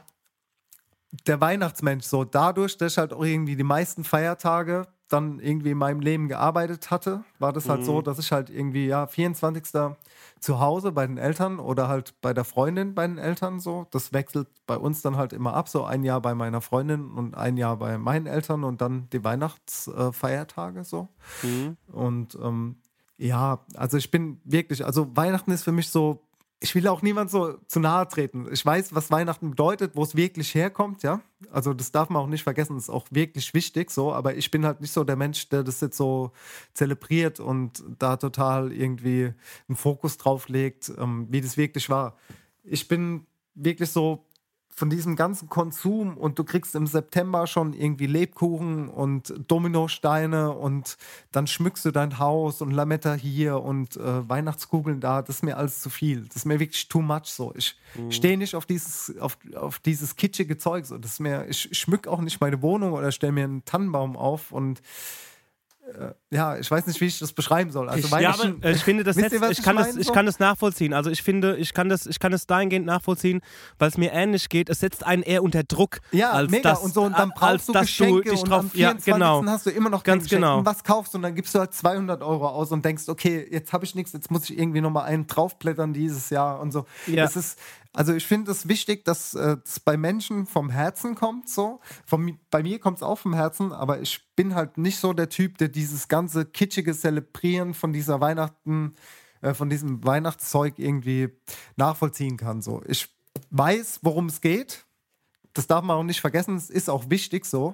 Speaker 7: der Weihnachtsmensch. So dadurch, dass ich halt auch irgendwie die meisten Feiertage dann irgendwie in meinem Leben gearbeitet hatte, war das halt
Speaker 5: Mhm.
Speaker 7: so, dass ich halt irgendwie, ja, vierundzwanzigsten zu Hause bei den Eltern oder halt bei der Freundin bei den Eltern so. Das wechselt bei uns dann halt immer ab. So ein Jahr bei meiner Freundin und ein Jahr bei meinen Eltern und dann die Weihnachtsfeiertage so.
Speaker 5: Mhm.
Speaker 7: Und ähm, ja, also ich bin wirklich, also Weihnachten ist für mich so, ich will auch niemand so zu nahe treten. Ich weiß, was Weihnachten bedeutet, wo es wirklich herkommt, ja. Also das darf man auch nicht vergessen, das ist auch wirklich wichtig so, aber ich bin halt nicht so der Mensch, der das jetzt so zelebriert und da total irgendwie einen Fokus drauf legt, ähm, wie das wirklich war. Ich bin wirklich so von diesem ganzen Konsum und du kriegst im September schon irgendwie Lebkuchen und Dominosteine und dann schmückst du dein Haus und Lametta hier und äh, Weihnachtskugeln da, das ist mir alles zu viel. Das ist mir wirklich too much so. Ich
Speaker 5: Mhm.
Speaker 7: stehe nicht auf dieses, auf, auf dieses kitschige Zeug so. Das ist mir, ich schmück auch nicht meine Wohnung oder stelle mir einen Tannenbaum auf und ja, ich weiß nicht, wie ich das beschreiben soll. Also
Speaker 6: ich, ja, aber äh, ich finde, das
Speaker 7: wisst ihr, was
Speaker 6: ich, kann
Speaker 7: ich,
Speaker 6: das,
Speaker 7: mein,
Speaker 6: ich
Speaker 7: so?
Speaker 6: kann das nachvollziehen. Also ich finde, ich kann das, ich kann das dahingehend nachvollziehen, weil es mir ähnlich geht. Es setzt einen eher unter Druck.
Speaker 7: Ja,
Speaker 6: als
Speaker 7: mega.
Speaker 6: Das,
Speaker 7: und so, und dann brauchst du Geschenke
Speaker 6: du dich
Speaker 7: und
Speaker 6: drauf,
Speaker 7: am vierundzwanzigsten
Speaker 6: Ja, genau.
Speaker 7: hast du immer noch
Speaker 6: Ganz
Speaker 7: kein Geschenk.
Speaker 6: genau.
Speaker 7: Und was kaufst du und dann gibst du halt zweihundert Euro aus und denkst, okay, jetzt habe ich nichts, jetzt muss ich irgendwie nochmal einen draufblättern dieses Jahr und so.
Speaker 6: Ja.
Speaker 7: Das ist, also ich finde es wichtig, dass es äh, bei Menschen vom Herzen kommt, so. Von, bei mir kommt es auch vom Herzen, aber ich bin halt nicht so der Typ, der dieses ganze kitschige Zelebrieren von dieser Weihnachten, äh, von diesem Weihnachtszeug irgendwie nachvollziehen kann, so. Ich weiß, worum es geht. Das darf man auch nicht vergessen, es ist auch wichtig so.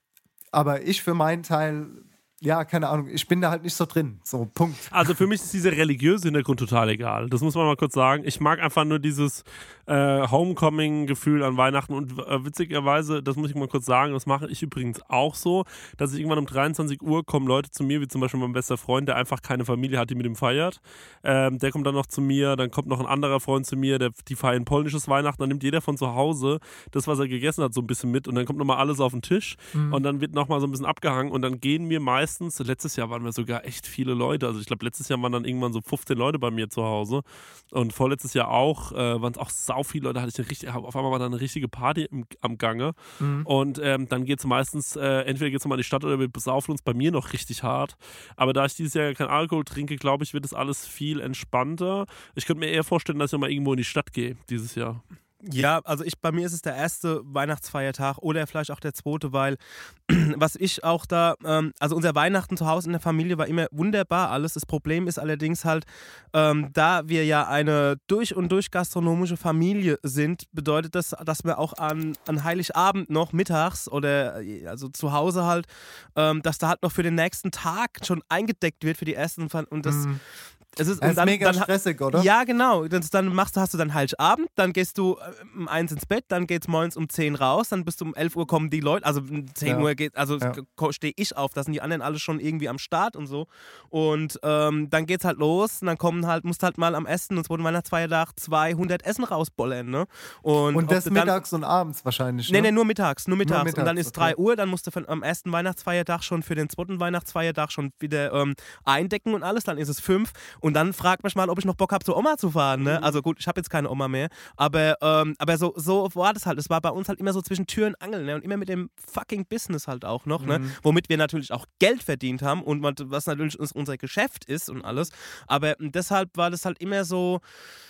Speaker 7: Aber ich für meinen Teil, ja, keine Ahnung, ich bin da halt nicht so drin. So, Punkt.
Speaker 5: Also für mich ist dieser religiöse Hintergrund total egal. Das muss man mal kurz sagen. Ich mag einfach nur dieses äh, Homecoming-Gefühl an Weihnachten und äh, witzigerweise, das muss ich mal kurz sagen, das mache ich übrigens auch so, dass ich irgendwann um dreiundzwanzig Uhr kommen Leute zu mir, wie zum Beispiel mein bester Freund, der einfach keine Familie hat, die mit ihm feiert. Ähm, der kommt dann noch zu mir, dann kommt noch ein anderer Freund zu mir, der, die feiern polnisches Weihnachten, dann nimmt jeder von zu Hause das, was er gegessen hat, so ein bisschen mit und dann kommt nochmal alles auf den Tisch mhm. und dann wird nochmal so ein bisschen abgehangen und dann gehen wir meistens, letztes Jahr waren wir sogar echt viele Leute, also ich glaube letztes Jahr waren dann irgendwann so fünfzehn Leute bei mir zu Hause und vorletztes Jahr auch, äh, waren es auch sau viele Leute, hatte ich eine richtig, auf einmal war da eine richtige Party im, am Gange mhm. und ähm, dann geht es meistens, äh, entweder geht es nochmal in die Stadt oder wir besaufen uns bei mir noch richtig hart, aber da ich dieses Jahr keinen Alkohol trinke, glaube ich, wird das alles viel entspannter. Ich könnte mir eher vorstellen, dass ich nochmal irgendwo in die Stadt gehe dieses Jahr.
Speaker 6: Ja, also ich, bei mir ist es der erste Weihnachtsfeiertag oder vielleicht auch der zweite, weil was ich auch da, ähm, also unser Weihnachten zu Hause in der Familie war immer wunderbar alles. Das Problem ist allerdings halt, ähm, da wir ja eine durch und durch gastronomische Familie sind, bedeutet das, dass wir auch an, an Heiligabend noch mittags oder also zu Hause halt, ähm, dass da halt noch für den nächsten Tag schon eingedeckt wird für die ersten und das
Speaker 7: Mhm.
Speaker 6: Es ist,
Speaker 7: das
Speaker 6: und dann,
Speaker 7: ist mega
Speaker 6: dann,
Speaker 7: stressig, oder?
Speaker 6: Ja, genau. Das, dann machst du, hast du dann Heiligabend, dann gehst du um eins ins Bett, dann geht's morgens um zehn raus, dann bist du um elf Uhr kommen die Leute, also um zehn
Speaker 7: Ja.
Speaker 6: Uhr geht, also
Speaker 7: Ja.
Speaker 6: stehe ich auf, da sind die anderen alle schon irgendwie am Start und so. Und ähm, dann geht's halt los und dann kommen halt, musst halt mal am Essen und zweiten Weihnachtsfeiertag zweihundert Essen rausbollern, ne? Und,
Speaker 7: Und das
Speaker 6: ob du dann,
Speaker 7: mittags und abends wahrscheinlich,
Speaker 6: Nee,
Speaker 7: ne?
Speaker 6: nee, nur mittags, nur mittags.
Speaker 7: mittags,
Speaker 6: und dann ist
Speaker 7: okay.
Speaker 6: drei Uhr, dann musst du von, am ersten Weihnachtsfeiertag schon für den zweiten Weihnachtsfeiertag schon wieder ähm, eindecken und alles, dann ist es fünf und dann fragt mich mal, ob ich noch Bock habe, zur Oma zu fahren. Ne? Also gut, ich habe jetzt keine Oma mehr, aber, ähm, aber so, so war das halt. Es war bei uns halt immer so zwischen Tür und Angel, ne? Und immer mit dem fucking Business halt auch noch, ne?
Speaker 7: Mhm.
Speaker 6: Womit wir natürlich auch Geld verdient haben und was natürlich unser Geschäft ist und alles. Aber deshalb war das halt immer so.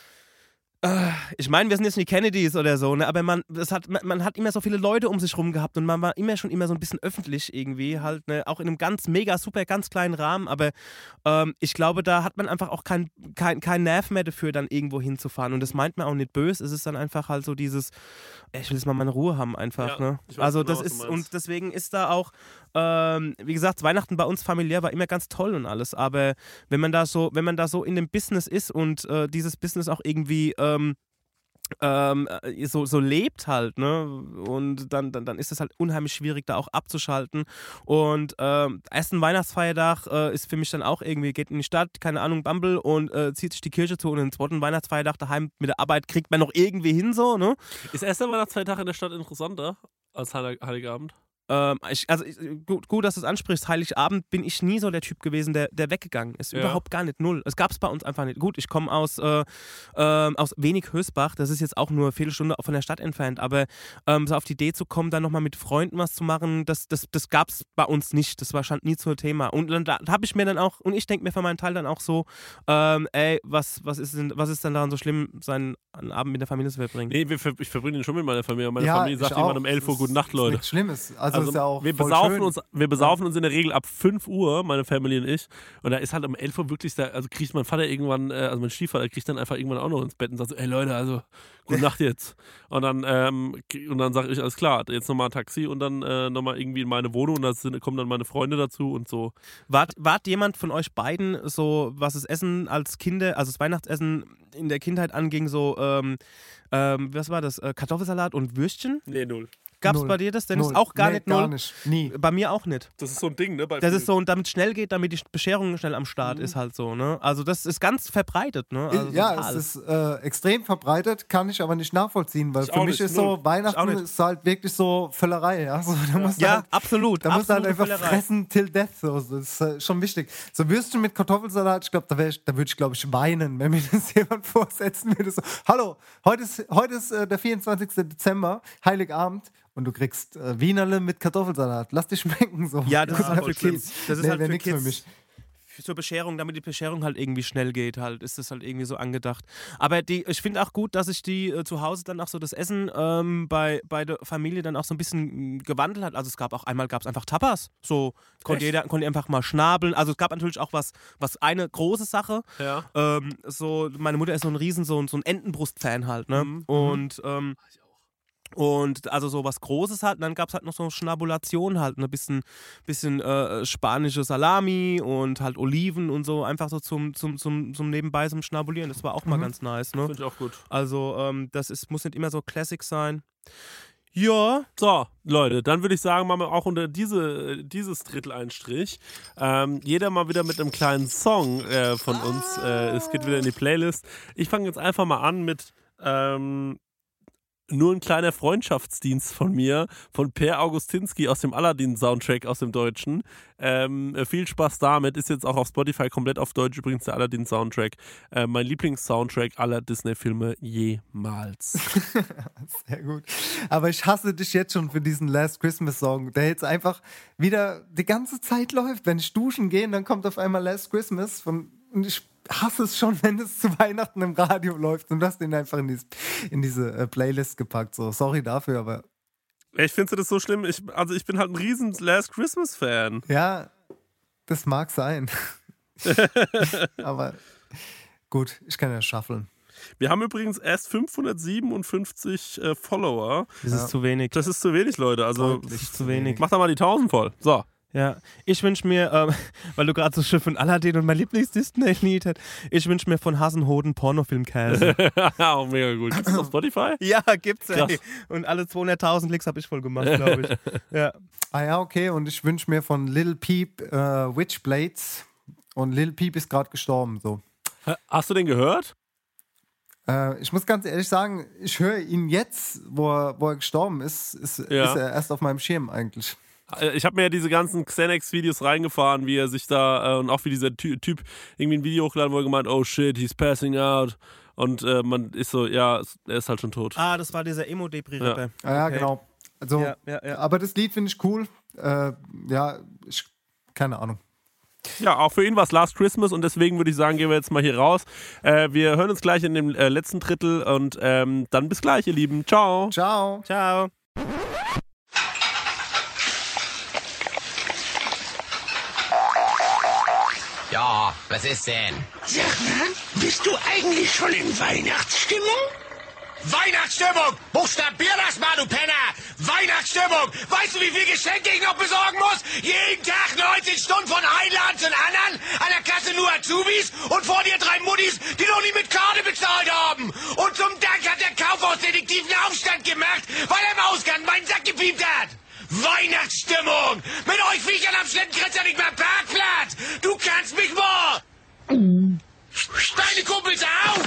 Speaker 6: Ich meine, wir sind jetzt nicht Kennedys oder so, ne? Aber man, das hat, man, man hat immer so viele Leute um sich rum gehabt und man war immer schon immer so ein bisschen öffentlich irgendwie halt, ne? Auch in einem ganz mega super, ganz kleinen Rahmen, aber ähm, ich glaube, da hat man einfach auch keinen kein, kein Nerv mehr dafür, dann irgendwo hinzufahren und das meint man auch nicht böse, es ist dann einfach halt so dieses, ey, ich will jetzt mal meine Ruhe haben einfach,
Speaker 5: Ja,
Speaker 6: ne?
Speaker 5: ich weiß
Speaker 6: Also
Speaker 5: genau,
Speaker 6: das
Speaker 5: was du
Speaker 6: ist,
Speaker 5: meinst.
Speaker 6: und deswegen ist da auch, ähm, wie gesagt, Weihnachten bei uns familiär war immer ganz toll und alles, aber wenn man da so, wenn man da so in dem Business ist und äh, dieses Business auch irgendwie ähm, Ähm, so, so lebt halt, ne? Und dann, dann, dann ist es halt unheimlich schwierig, da auch abzuschalten. Und ähm, ersten Weihnachtsfeiertag äh, ist für mich dann auch irgendwie, geht in die Stadt, keine Ahnung, Bumble und äh, zieht sich die Kirche zu und den zweiten Weihnachtsfeiertag daheim mit der Arbeit kriegt man noch irgendwie hin, so, ne?
Speaker 5: Ist erster Weihnachtsfeiertag in der Stadt interessanter als Heilig- Heiligabend?
Speaker 6: Ähm, ich, also ich, gut, gut, dass du es ansprichst. Heiligabend bin ich nie so der Typ gewesen, der, der weggegangen ist.
Speaker 5: Ja.
Speaker 6: Überhaupt gar nicht, null. Es gab es bei uns einfach nicht. Gut, ich komme aus, äh, ähm, aus Wenig-Hösbach. Das ist jetzt auch nur eine Viertelstunde von der Stadt entfernt. Aber ähm, so auf die Idee zu kommen, dann nochmal mit Freunden was zu machen, das, das, das gab es bei uns nicht. Das war stand nie zum Thema. Und dann da, da habe ich mir dann auch, und ich denke mir für meinen Teil dann auch so, ähm, ey, was, was, ist denn, was ist denn daran so schlimm, seinen einen Abend mit der Familie zu verbringen?
Speaker 5: Nee, wir, ich verbringe den schon mit meiner Familie. Meine
Speaker 7: Ja,
Speaker 5: Familie sagt
Speaker 7: ich
Speaker 5: irgendwann
Speaker 7: auch.
Speaker 5: um elf Uhr
Speaker 7: Das
Speaker 5: Gute Nacht,
Speaker 7: ist
Speaker 5: Leute.
Speaker 7: nichts Schlimmes. Also,
Speaker 5: Also
Speaker 7: ist ja auch
Speaker 5: wir
Speaker 7: voll
Speaker 5: besaufen
Speaker 7: schön.
Speaker 5: uns, wir besaufen uns in der Regel ab fünf Uhr, meine Familie und ich. Und da ist halt um elf Uhr wirklich, da, also kriegt mein Vater irgendwann, äh, also mein Stiefvater kriegt dann einfach irgendwann auch noch ins Bett und sagt so, ey Leute, also gute Nacht jetzt. Und dann, ähm, und dann sage ich, alles klar, jetzt nochmal ein Taxi und dann äh, nochmal irgendwie in meine Wohnung und da sind, kommen dann meine Freunde dazu und so.
Speaker 6: Wart, wart jemand von euch beiden so, was das Essen als Kinder, also das Weihnachtsessen in der Kindheit anging, so, ähm, ähm, was war das, äh, Kartoffelsalat und Würstchen?
Speaker 5: Nee, null.
Speaker 6: Gab's
Speaker 7: Null.
Speaker 6: bei dir das, Dennis?
Speaker 7: Null.
Speaker 6: Auch gar
Speaker 7: Nee,
Speaker 6: nicht null?
Speaker 7: gar nicht. Nie.
Speaker 6: Bei mir auch nicht.
Speaker 5: Das ist so ein Ding, ne? Bei
Speaker 6: Das
Speaker 5: vielen.
Speaker 6: ist so, und damit es schnell geht, damit die Bescherung schnell am Start mhm. ist halt so, ne? Also das ist ganz verbreitet, ne? Also
Speaker 7: ja,
Speaker 6: total.
Speaker 7: es ist äh, extrem verbreitet, kann ich aber nicht nachvollziehen, weil
Speaker 5: Ich
Speaker 7: für
Speaker 5: auch
Speaker 7: mich
Speaker 5: nicht,
Speaker 7: ist
Speaker 5: null.
Speaker 7: so, Weihnachten ist halt wirklich so Völlerei, ja? So, da musst du
Speaker 6: Ja,
Speaker 7: halt,
Speaker 6: absolut.
Speaker 7: Da musst du halt
Speaker 6: absolute
Speaker 7: einfach
Speaker 6: Völlerei.
Speaker 7: fressen till death, so. Das ist äh, schon wichtig. So Würstchen mit Kartoffelsalat, ich glaube, da, wär ich- da würde ich, glaube ich, weinen, wenn mir das jemand vorsetzen würde. So, hallo, heute ist, heute ist äh, der vierundzwanzigster Dezember, Heiligabend, und du kriegst äh, Wienerle mit Kartoffelsalat. Lass dich schmecken. So.
Speaker 6: Ja, das ist halt für
Speaker 7: okay.
Speaker 6: Kids. Das ist
Speaker 7: Nee,
Speaker 6: halt
Speaker 7: wär
Speaker 6: für
Speaker 7: nix
Speaker 6: Kids.
Speaker 7: für mich.
Speaker 6: Zur Bescherung, damit die Bescherung halt irgendwie schnell geht, halt, ist das halt irgendwie so angedacht. Aber die, ich finde auch gut, dass sich die äh, zu Hause dann auch so das Essen ähm, bei, bei der Familie dann auch so ein bisschen mh, gewandelt hat. Also es gab auch einmal gab es einfach Tapas. So konnte jeder konnte einfach mal schnabeln. Also es gab natürlich auch was, was eine große Sache.
Speaker 5: Ja.
Speaker 6: Ähm, so, meine Mutter ist so ein Riesen, so, ein- so ein Entenbrust-Fan halt, ne?
Speaker 5: Mhm.
Speaker 6: Und ähm, Und also so was Großes halt. Und dann gab es halt noch so Schnabulation halt. Ein ne? bisschen, bisschen äh, spanische Salami und halt Oliven und so. Einfach so zum, zum, zum, zum Nebenbei zum Schnabulieren. Das war auch mal
Speaker 5: Mhm.
Speaker 6: ganz nice, ne?
Speaker 5: Finde ich auch gut.
Speaker 6: Also ähm, das ist, muss nicht immer so Classic sein. Ja.
Speaker 5: So, Leute, dann würde ich sagen, machen wir auch unter diese, dieses Drittel einen Strich. Ähm, jeder mal wieder mit einem kleinen Song äh, von uns. Äh, es geht wieder in die Playlist. Ich fange jetzt einfach mal an mit ähm, nur ein kleiner Freundschaftsdienst von mir, von Per Augustinski aus dem Aladdin-Soundtrack aus dem Deutschen. Ähm, äh, viel Spaß damit. Ist jetzt auch auf Spotify komplett auf Deutsch übrigens der Aladdin-Soundtrack. Äh, mein Lieblings-Soundtrack aller Disney-Filme jemals.
Speaker 7: Sehr gut. Aber ich hasse dich jetzt schon für diesen Last Christmas Song, der jetzt einfach wieder die ganze Zeit läuft. Wenn ich duschen gehe, dann kommt auf einmal Last Christmas von, und ich hasse es schon, wenn es zu Weihnachten im Radio läuft und du hast den einfach in, dieses, in diese äh, Playlist gepackt. So, sorry dafür, aber
Speaker 5: Ich finde das so schlimm. Ich, also ich bin halt ein riesen Last Christmas-Fan.
Speaker 7: ja, das mag sein. Aber gut, ich kann ja schaffeln.
Speaker 5: Wir haben übrigens erst fünfhundertsiebenundfünfzig äh, Follower.
Speaker 6: Das ist zu wenig.
Speaker 5: Das ist zu wenig, Leute. Also
Speaker 6: Das ist zu wenig.
Speaker 5: mach da mal die tausend voll. So.
Speaker 6: Ja, ich wünsche mir, ähm, weil du gerade so schön von Aladdin und mein Lieblings-Disney-Lied hast, ich wünsche mir von Hasenhoden Pornofilmkäse.
Speaker 5: Auch mega gut. Gibt's das auf Spotify?
Speaker 6: Ja, gibt's.
Speaker 5: Krass.
Speaker 6: Ey. Und alle zweihunderttausend Klicks habe ich voll gemacht, glaube ich. Ja.
Speaker 7: Ah ja, okay, und ich wünsche mir von Lil Peep äh, Witchblades, und Lil Peep ist gerade gestorben, so.
Speaker 5: Hast du den gehört?
Speaker 7: Äh, ich muss ganz ehrlich sagen, ich höre ihn jetzt, wo er, wo er gestorben ist, ist,
Speaker 5: Ja.
Speaker 7: ist er erst auf meinem Schirm eigentlich.
Speaker 5: Ich habe mir ja diese ganzen Xanax-Videos reingefahren, wie er sich da, äh, und auch wie dieser Ty- Typ irgendwie ein Video hochgeladen, wo er gemeint, oh shit, he's passing out. Und äh, man ist so, ja, er ist halt schon tot.
Speaker 6: Ah, das war dieser Emo-Depri-Rapper.
Speaker 7: Ah, ja,
Speaker 6: Okay.
Speaker 7: genau. Also,
Speaker 6: Ja, ja, ja.
Speaker 7: aber das Lied finde ich cool. Äh, ja, ich, keine Ahnung.
Speaker 5: Ja, auch für ihn war es Last Christmas und deswegen würde ich sagen, gehen wir jetzt mal hier raus. Äh, wir hören uns gleich in dem äh, letzten Drittel und ähm, dann bis gleich, ihr Lieben. Ciao.
Speaker 7: Ciao.
Speaker 6: Ciao.
Speaker 11: Ja, was ist denn?
Speaker 12: Sag mal, bist du eigentlich schon in Weihnachtsstimmung?
Speaker 11: Weihnachtsstimmung! Buchstabier das mal, du Penner! Weihnachtsstimmung! Weißt du, wie viel Geschenke ich noch besorgen muss? Jeden Tag neunzehn Stunden von einem Laden zum anderen, an der Kasse nur Azubis und vor dir drei Muttis, die noch nie mit Karte bezahlt haben. Und zum Dank hat der Kaufhausdetektiv einen Aufstand gemacht, weil er im Ausgang meinen Sack gepiept hat. Weihnachtsstimmung! Mit euch Viechern am Schlettenkretzer nicht mehr Parkplatz! Du kannst mich mal! Deine Kumpels auch!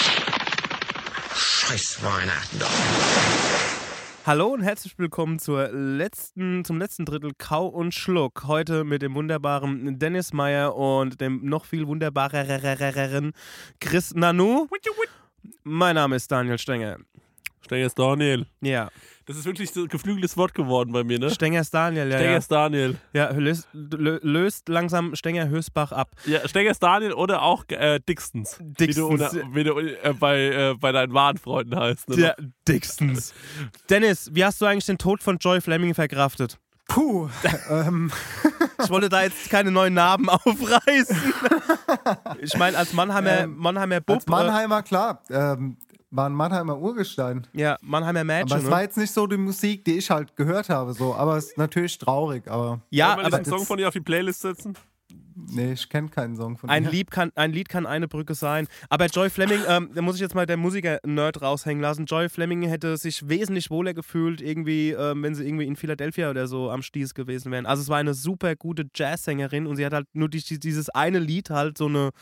Speaker 11: Scheiß Weihnachten doch.
Speaker 6: Hallo und herzlich willkommen zur letzten, zum letzten Drittel Kau und Schluck. Heute mit dem wunderbaren Dennis Meyer und dem noch viel wunderbareren Chris Nanu. Mein Name ist Daniel Stenger.
Speaker 5: Stenger ist Daniel.
Speaker 6: Ja.
Speaker 5: Das ist wirklich so ein geflügeltes Wort geworden bei mir, ne?
Speaker 6: Stenger ist Daniel, ja.
Speaker 5: Stenger
Speaker 6: ja.
Speaker 5: ist Daniel.
Speaker 6: Ja, löst, lö, löst langsam Stenger Hösbach ab.
Speaker 5: Ja, Stenger ist Daniel oder auch äh, Dixons.
Speaker 6: Dixons.
Speaker 5: Wie du, wie du äh, bei, äh, bei deinen wahren Freunden heißt. Ne?
Speaker 6: Ja, Dixons. Dennis, wie hast du eigentlich den Tod von Joy Fleming verkraftet?
Speaker 7: Puh. ähm.
Speaker 6: Ich wollte da jetzt keine neuen Narben aufreißen. Ich meine, als Mannheimer,
Speaker 7: Ähm,
Speaker 6: Mannheimer Bub.
Speaker 7: Als Mannheimer, klar. Ähm, war ein Mannheimer Urgestein.
Speaker 6: Ja, Mannheimer Mädchen.
Speaker 7: Aber es
Speaker 6: ne?
Speaker 7: war jetzt nicht so die Musik, die ich halt gehört habe. So. Aber es ist natürlich traurig. Aber
Speaker 6: ja,
Speaker 5: Wollen wir
Speaker 6: aber
Speaker 5: diesen Song von dir auf die Playlist setzen?
Speaker 7: Nee, ich kenne keinen Song von
Speaker 6: Ein
Speaker 7: ihr.
Speaker 6: Lied, kann, ein Lied kann eine Brücke sein. Aber Joy Fleming, ähm, da muss ich jetzt mal der Musiker-Nerd raushängen lassen. Joy Fleming hätte sich wesentlich wohler gefühlt, irgendwie, ähm, wenn sie irgendwie in Philadelphia oder so am Stieß gewesen wären. Also es war eine super gute Jazzsängerin und sie hat halt nur die, dieses eine Lied halt so eine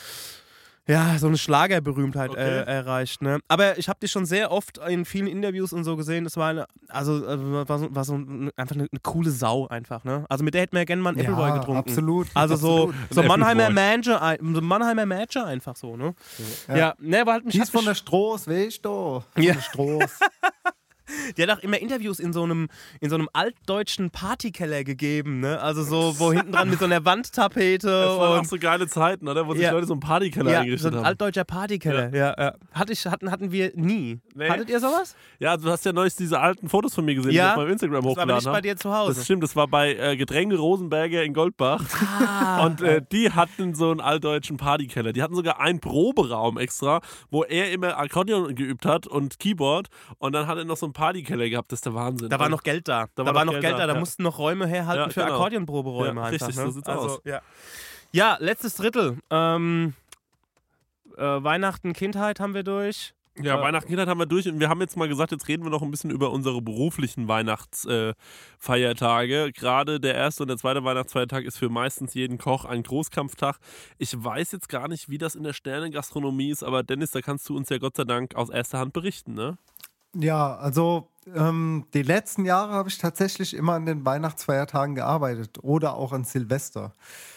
Speaker 6: Ja, so eine Schlagerberühmtheit
Speaker 5: Okay.
Speaker 6: äh, erreicht. Ne? Aber ich habe dich schon sehr oft in vielen Interviews und so gesehen. Das war eine, also äh, war so, war so ein, einfach eine, eine coole Sau einfach. Ne? Also mit der hätten wir ja gerne mal einen
Speaker 7: Ja,
Speaker 6: Appleboy getrunken.
Speaker 7: absolut,
Speaker 6: Also
Speaker 7: absolut.
Speaker 6: so, so
Speaker 7: Ein
Speaker 6: Mannheimer
Speaker 7: Appleboy.
Speaker 6: Manager, ein- so Mannheimer Manager einfach so. Ne?
Speaker 7: Ja.
Speaker 6: Ja, ne, war halt mich,
Speaker 7: Die
Speaker 6: hat
Speaker 7: ist von
Speaker 6: mich-
Speaker 7: der Stroß, weißt du? Von
Speaker 6: Ja.
Speaker 7: der Stroß.
Speaker 6: Die hat auch immer Interviews in so einem, in so einem altdeutschen Partykeller gegeben, ne? Also so, wo hinten dran mit so einer Wandtapete.
Speaker 5: Das waren
Speaker 6: und
Speaker 5: auch so geile Zeiten, oder? Wo sich
Speaker 6: Ja.
Speaker 5: Leute so einen Partykeller
Speaker 6: ja, so
Speaker 5: eingerichtet
Speaker 6: ein
Speaker 5: haben.
Speaker 6: altdeutscher Partykeller. Ja. Ja, Hatte ich, hatten, hatten wir nie.
Speaker 5: Nee.
Speaker 6: Hattet ihr sowas?
Speaker 5: Ja, du hast ja neulich diese alten Fotos von mir gesehen, die
Speaker 6: Ja,
Speaker 5: ich auf meinem Instagram
Speaker 6: das war aber
Speaker 5: hochgeladen
Speaker 6: nicht
Speaker 5: habe.
Speaker 6: bei dir zu Hause.
Speaker 5: Das stimmt, das war bei äh, Getränke Rosenberger in Goldbach.
Speaker 6: Ah.
Speaker 5: Und äh, die hatten so einen altdeutschen Partykeller. Die hatten sogar einen Proberaum extra, wo er immer Akkordeon geübt hat und Keyboard. Und dann hat er noch so einen Partykeller gehabt. Das ist der Wahnsinn.
Speaker 6: Da war noch Geld da. Da, war, noch Geld da. Da
Speaker 5: ja.
Speaker 6: mussten noch Räume herhalten
Speaker 5: Ja,
Speaker 6: für
Speaker 5: genau.
Speaker 6: Akkordeonproberäume
Speaker 5: Ja,
Speaker 6: einfach.
Speaker 5: richtig,
Speaker 6: ne?
Speaker 5: so sieht's
Speaker 6: also,
Speaker 5: aus.
Speaker 6: Ja. ja, letztes Drittel. Ähm, äh, Weihnachten, Kindheit haben wir durch.
Speaker 5: Ja,
Speaker 6: Äh,
Speaker 5: Weihnachten, Kindheit haben wir durch und wir haben jetzt mal gesagt, jetzt reden wir noch ein bisschen über unsere beruflichen Weihnachtsfeiertage. Äh, Gerade der erste und der zweite Weihnachtsfeiertag ist für meistens jeden Koch ein Großkampftag. Ich weiß jetzt gar nicht, wie das in der Sternengastronomie ist, aber Dennis, da kannst du uns ja Gott sei Dank aus erster Hand berichten, ne?
Speaker 7: Ja, also ähm, die letzten Jahre habe ich tatsächlich immer an den Weihnachtsfeiertagen gearbeitet oder auch an Silvester.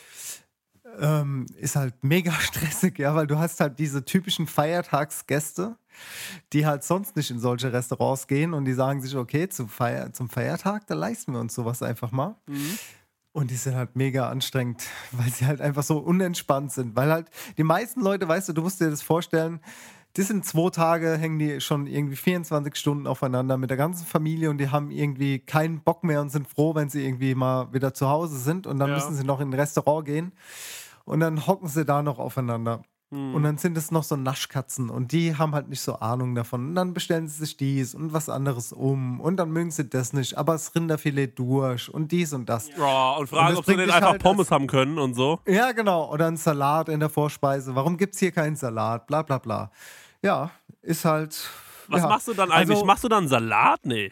Speaker 7: Ähm, ist halt mega stressig, ja, weil du hast halt diese typischen Feiertagsgäste, die halt sonst nicht in solche Restaurants gehen und die sagen sich, okay, zum, Feier zum Feiertag, da leisten wir uns sowas einfach mal. Und die sind halt mega anstrengend, weil sie halt einfach so unentspannt sind. Weil halt die meisten Leute, weißt du, du musst dir das vorstellen, die sind zwei Tage, hängen die schon irgendwie vierundzwanzig Stunden aufeinander mit der ganzen Familie und die haben irgendwie keinen Bock mehr und sind froh, wenn sie irgendwie mal wieder zu Hause sind und dann
Speaker 5: Ja.
Speaker 7: müssen sie noch in ein Restaurant gehen und dann hocken sie da noch aufeinander.
Speaker 5: Hm.
Speaker 7: Und dann sind es noch so Naschkatzen und die haben halt nicht so Ahnung davon. Und dann bestellen sie sich dies und was anderes um und dann mögen sie das nicht, aber das Rinderfilet durch und dies und das.
Speaker 5: Ja, und fragen,
Speaker 7: das
Speaker 5: ob sie
Speaker 7: bringt
Speaker 5: nicht
Speaker 7: dich
Speaker 5: einfach
Speaker 7: halt
Speaker 5: Pommes haben können und so.
Speaker 7: Ja, genau. Oder ein Salat in der Vorspeise. Warum gibt es hier keinen Salat? Bla bla bla. Ja, ist halt.
Speaker 5: Was
Speaker 7: ja.
Speaker 5: machst du dann eigentlich?
Speaker 7: Also,
Speaker 5: Machst du dann einen Salat? Nee.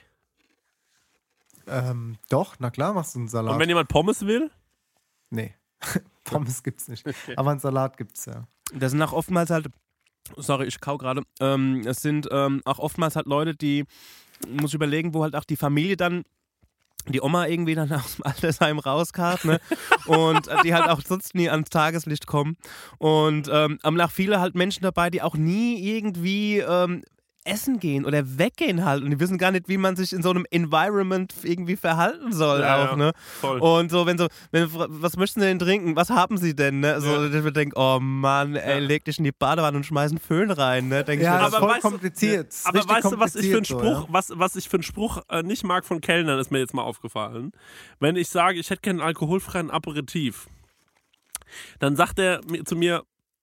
Speaker 7: Ähm, doch, na klar machst du einen Salat.
Speaker 5: Und wenn jemand Pommes will?
Speaker 7: Nee, Pommes gibt's nicht. Aber einen Salat gibt's ja.
Speaker 6: Das sind auch oftmals halt, sorry, ich kau gerade, ähm, es sind ähm, auch oftmals halt Leute, die, muss ich überlegen, wo halt auch die Familie dann, die Oma irgendwie dann aus dem Altersheim rauskam, ne? Und äh, die halt auch sonst nie ans Tageslicht kommen. Und ähm, haben auch viele halt Menschen dabei, die auch nie irgendwie ähm, essen gehen oder weggehen halt und die wissen gar nicht, wie man sich in so einem Environment irgendwie verhalten soll
Speaker 5: Ja,
Speaker 6: auch,
Speaker 5: ja,
Speaker 6: ne?
Speaker 5: voll.
Speaker 6: Und so, wenn so, wenn, was möchten sie denn trinken? Was haben sie denn, ne? So,
Speaker 5: Ja.
Speaker 6: dass wir denken, oh Mann, ey, leg dich in die Badewanne und schmeiß einen Föhn rein, ne? Denk
Speaker 7: Ja,
Speaker 6: ich mir,
Speaker 7: das ist voll kompliziert. Das ist
Speaker 5: Aber
Speaker 7: richtig
Speaker 5: weißt du, was ich für einen
Speaker 7: kompliziert
Speaker 5: Spruch,
Speaker 7: so, ja.
Speaker 5: was, was ich für einen Spruch äh, nicht mag von Kellnern, ist mir jetzt mal aufgefallen. Wenn ich sage, ich hätte gerne einen alkoholfreien Aperitif, dann sagt er mi- zu mir,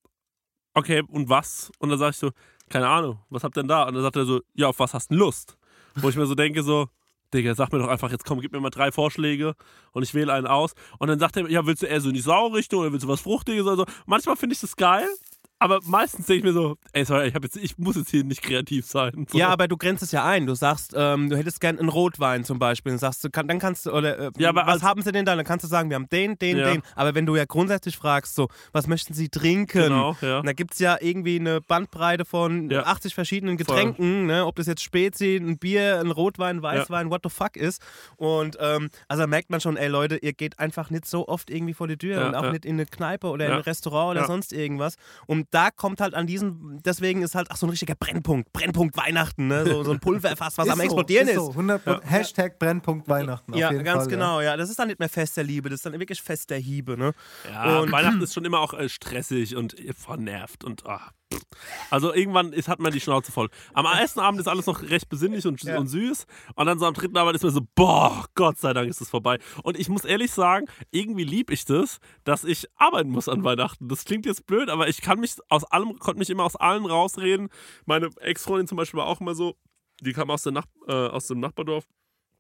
Speaker 5: okay, und was? Und dann sage ich so, keine Ahnung, was habt ihr denn da? Und dann sagt er so, ja, auf was hast du denn Lust? Wo ich mir so denke, so, Digga, sag mir doch einfach, jetzt komm, gib mir mal drei Vorschläge und ich wähle einen aus. Und dann sagt er, ja, willst du eher so in die saure Richtung oder willst du was Fruchtiges oder so? Manchmal finde ich das geil, aber meistens denke ich mir so, ey, sorry, ich, hab jetzt, ich muss jetzt hier nicht kreativ sein. So.
Speaker 6: ja, aber du grenzt es ja ein. Du sagst, ähm, du hättest gern einen Rotwein zum Beispiel. Dann sagst du, kann, dann kannst du, oder äh,
Speaker 5: Ja, aber
Speaker 6: was
Speaker 5: als-
Speaker 6: haben sie denn da? Dann kannst du sagen, wir haben den, den,
Speaker 5: Ja.
Speaker 6: den. Aber wenn du ja grundsätzlich fragst, so, was möchten sie trinken?
Speaker 5: Genau, ja.
Speaker 6: Da gibt es ja irgendwie eine Bandbreite von
Speaker 5: Ja.
Speaker 6: achtzig verschiedenen Getränken, ne? Ob das jetzt Spezi, ein Bier, ein Rotwein, Weißwein, what the fuck ist. Und ähm, also da merkt man schon, ey Leute, ihr geht einfach nicht so oft irgendwie vor die Tür
Speaker 5: Ja,
Speaker 6: und auch
Speaker 5: ja.
Speaker 6: nicht in eine Kneipe oder in
Speaker 5: Ja.
Speaker 6: ein Restaurant oder
Speaker 5: Ja.
Speaker 6: sonst irgendwas. Und da kommt halt an diesen, deswegen ist halt ach so ein richtiger Brennpunkt, Brennpunkt Weihnachten, ne? So, so ein Pulverfass, was
Speaker 7: Ist
Speaker 6: am
Speaker 7: so,
Speaker 6: Explodieren ist.
Speaker 7: So, hundert Prozent Hashtag Brennpunkt Weihnachten.
Speaker 6: Ja,
Speaker 7: auf jeden
Speaker 6: ganz
Speaker 7: Fall,
Speaker 6: genau, ja. Das ist dann nicht mehr Fest der Liebe, das ist dann wirklich Fest der Hiebe, ne?
Speaker 5: Ja,
Speaker 6: Und-
Speaker 5: Weihnachten ist schon immer auch äh, stressig und äh, vernervt und ah, pff. Also irgendwann ist, hat man die Schnauze voll. Am ersten Abend ist alles noch recht besinnlich und,
Speaker 7: Ja.
Speaker 5: und süß und dann so am dritten Abend ist mir so, boah, Gott sei Dank ist es vorbei. Und ich muss ehrlich sagen, irgendwie lieb ich das, dass ich arbeiten muss an Weihnachten. Das klingt jetzt blöd, aber ich kann mich aus allem, konnte mich immer aus allen rausreden. Meine Ex-Freundin zum Beispiel war auch immer so, die kam aus, der Nach äh, aus dem Nachbardorf.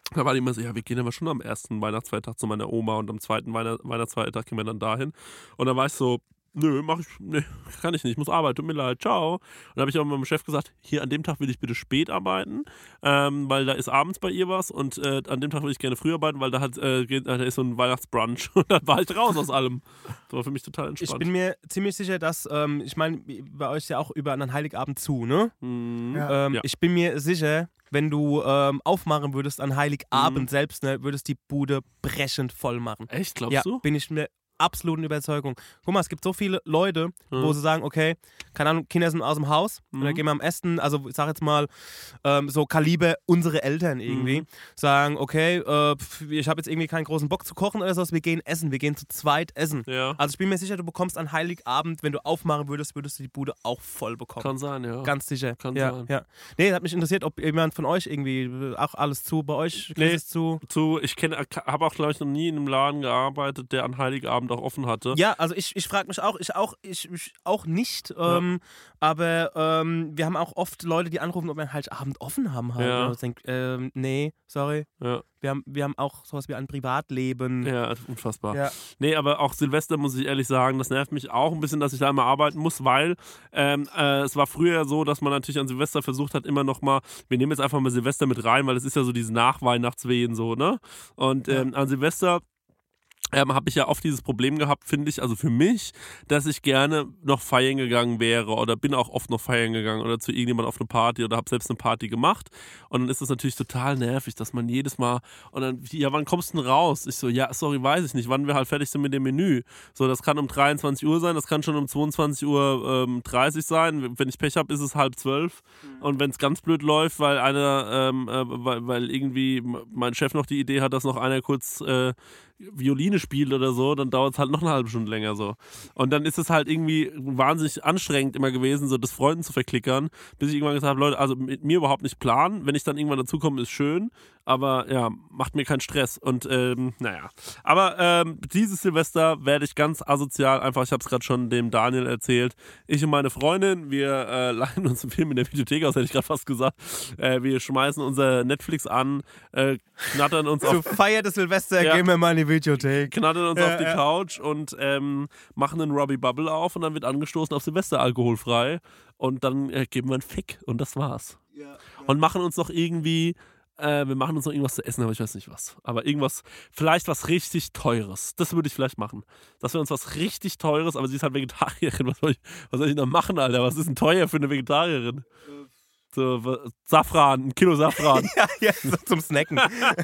Speaker 5: Da war die immer so, ja, wir gehen aber schon am ersten Weihnachtsfeiertag zu meiner Oma und am zweiten Weihnacht- Weihnachtsfeiertag gehen wir dann dahin. Und dann war ich so, nö, mach ich, nee, kann ich nicht, ich muss arbeiten, tut mir leid, ciao. Und dann habe ich auch meinem Chef gesagt, hier an dem Tag will ich bitte spät arbeiten, ähm, weil da ist abends bei ihr was und äh, an dem Tag will ich gerne früh arbeiten, weil da, hat, äh, da ist so ein Weihnachtsbrunch und dann war ich raus aus allem. Das war für mich total entspannt.
Speaker 6: Ich bin mir ziemlich sicher, dass, ähm, ich meine, bei euch ist ja auch über einen Heiligabend zu, ne?
Speaker 5: Mhm.
Speaker 6: Ähm,
Speaker 5: Ja.
Speaker 6: Ich bin mir sicher, wenn du ähm, aufmachen würdest an Heiligabend
Speaker 5: Mhm.
Speaker 6: selbst, ne, würdest die Bude brechend voll machen.
Speaker 5: Echt, glaubst
Speaker 6: ja,
Speaker 5: du?
Speaker 6: bin ich mir absoluten Überzeugung. Guck mal, es gibt so viele Leute,
Speaker 5: Mhm.
Speaker 6: wo sie sagen, okay, keine Ahnung, Kinder sind aus dem Haus und dann
Speaker 5: Mhm.
Speaker 6: gehen wir am Essen, also ich sag jetzt mal ähm, so Kaliber unsere Eltern irgendwie,
Speaker 5: Mhm.
Speaker 6: sagen, okay, äh, pf, ich habe jetzt irgendwie keinen großen Bock zu kochen oder sowas, wir gehen essen, wir gehen zu zweit essen.
Speaker 5: Ja.
Speaker 6: Also ich bin mir sicher, du bekommst an Heiligabend, wenn du aufmachen würdest, würdest du die Bude auch voll bekommen.
Speaker 5: Kann sein, ja.
Speaker 6: Ganz sicher.
Speaker 5: Kann
Speaker 6: ja,
Speaker 5: sein.
Speaker 6: Ja. Nee, hat mich interessiert, ob jemand von euch irgendwie auch alles zu, bei euch
Speaker 5: Nee,
Speaker 6: ist es zu.
Speaker 5: zu, ich kenne, habe auch, glaube ich, noch nie in einem Laden gearbeitet, der an Heiligabend auch offen hatte.
Speaker 6: Ja, also ich, ich frage mich auch, ich auch, ich, ich auch nicht, ähm, aber ähm, wir haben auch oft Leute, die anrufen, ob wir halt Abend offen haben. Halt.
Speaker 5: Ja.
Speaker 6: Und ich denke, ähm, nee, sorry.
Speaker 5: Ja.
Speaker 6: Wir haben, wir haben auch sowas wie ein Privatleben.
Speaker 5: Ja, unfassbar.
Speaker 6: Ja.
Speaker 5: Nee, aber auch Silvester, muss ich ehrlich sagen, das nervt mich auch ein bisschen, dass ich da immer arbeiten muss, weil ähm, äh, es war früher so, dass man natürlich an Silvester versucht hat, immer noch mal, wir nehmen jetzt einfach mal Silvester mit rein, weil es ist ja so diese Nachweihnachtswehen so, ne? Und ähm, an Silvester Ähm, habe ich ja oft dieses Problem gehabt, finde ich, also für mich, dass ich gerne noch feiern gegangen wäre oder bin auch oft noch feiern gegangen oder zu irgendjemand auf eine Party oder habe selbst eine Party gemacht und dann ist das natürlich total nervig, dass man jedes Mal und dann, ja, wann kommst du denn raus? Ich so, ja, sorry, weiß ich nicht, wann wir halt fertig sind mit dem Menü. So, das kann um dreiundzwanzig Uhr sein, das kann schon um zweiundzwanzig Uhr dreißig sein, wenn ich Pech habe, ist es halb zwölf und wenn es ganz blöd läuft, weil einer, ähm, äh, weil, weil irgendwie mein Chef noch die Idee hat, dass noch einer kurz äh, Violine spielt oder so, dann dauert es halt noch eine halbe Stunde länger so. Und dann ist es halt irgendwie wahnsinnig anstrengend immer gewesen, so das Freunden zu verklickern, bis ich irgendwann gesagt habe, Leute, also mit mir überhaupt nicht planen, wenn ich dann irgendwann dazukomme, ist schön, aber ja, macht mir keinen Stress und ähm, naja. Aber ähm, dieses Silvester werde ich ganz asozial, einfach, ich habe es gerade schon dem Daniel erzählt, ich und meine Freundin, wir äh, leihen uns einen Film in der Videothek aus, hätte ich gerade fast gesagt, äh, wir schmeißen unser Netflix an, äh, knattern uns
Speaker 6: Zur
Speaker 5: auf...
Speaker 6: Feier des Silvester
Speaker 5: Ja.
Speaker 6: gehen wir mal in die Videothek.
Speaker 5: Knattern uns
Speaker 6: Ja,
Speaker 5: auf die
Speaker 6: ja.
Speaker 5: Couch und ähm, machen einen Robbie Bubble auf und dann wird angestoßen auf Silvester alkoholfrei und dann äh, geben wir einen Fick und das war's. Und machen uns noch irgendwie, äh, wir machen uns noch irgendwas zu essen, aber ich weiß nicht was. Aber irgendwas, vielleicht was richtig Teures. Das würde ich vielleicht machen. Dass wir uns was richtig Teures, aber sie ist halt Vegetarierin. Was soll ich, was soll ich noch machen, Alter? Was ist denn teuer für eine Vegetarierin? So, was- Safran, ein Kilo Safran.
Speaker 6: Ja, ja, so zum Snacken.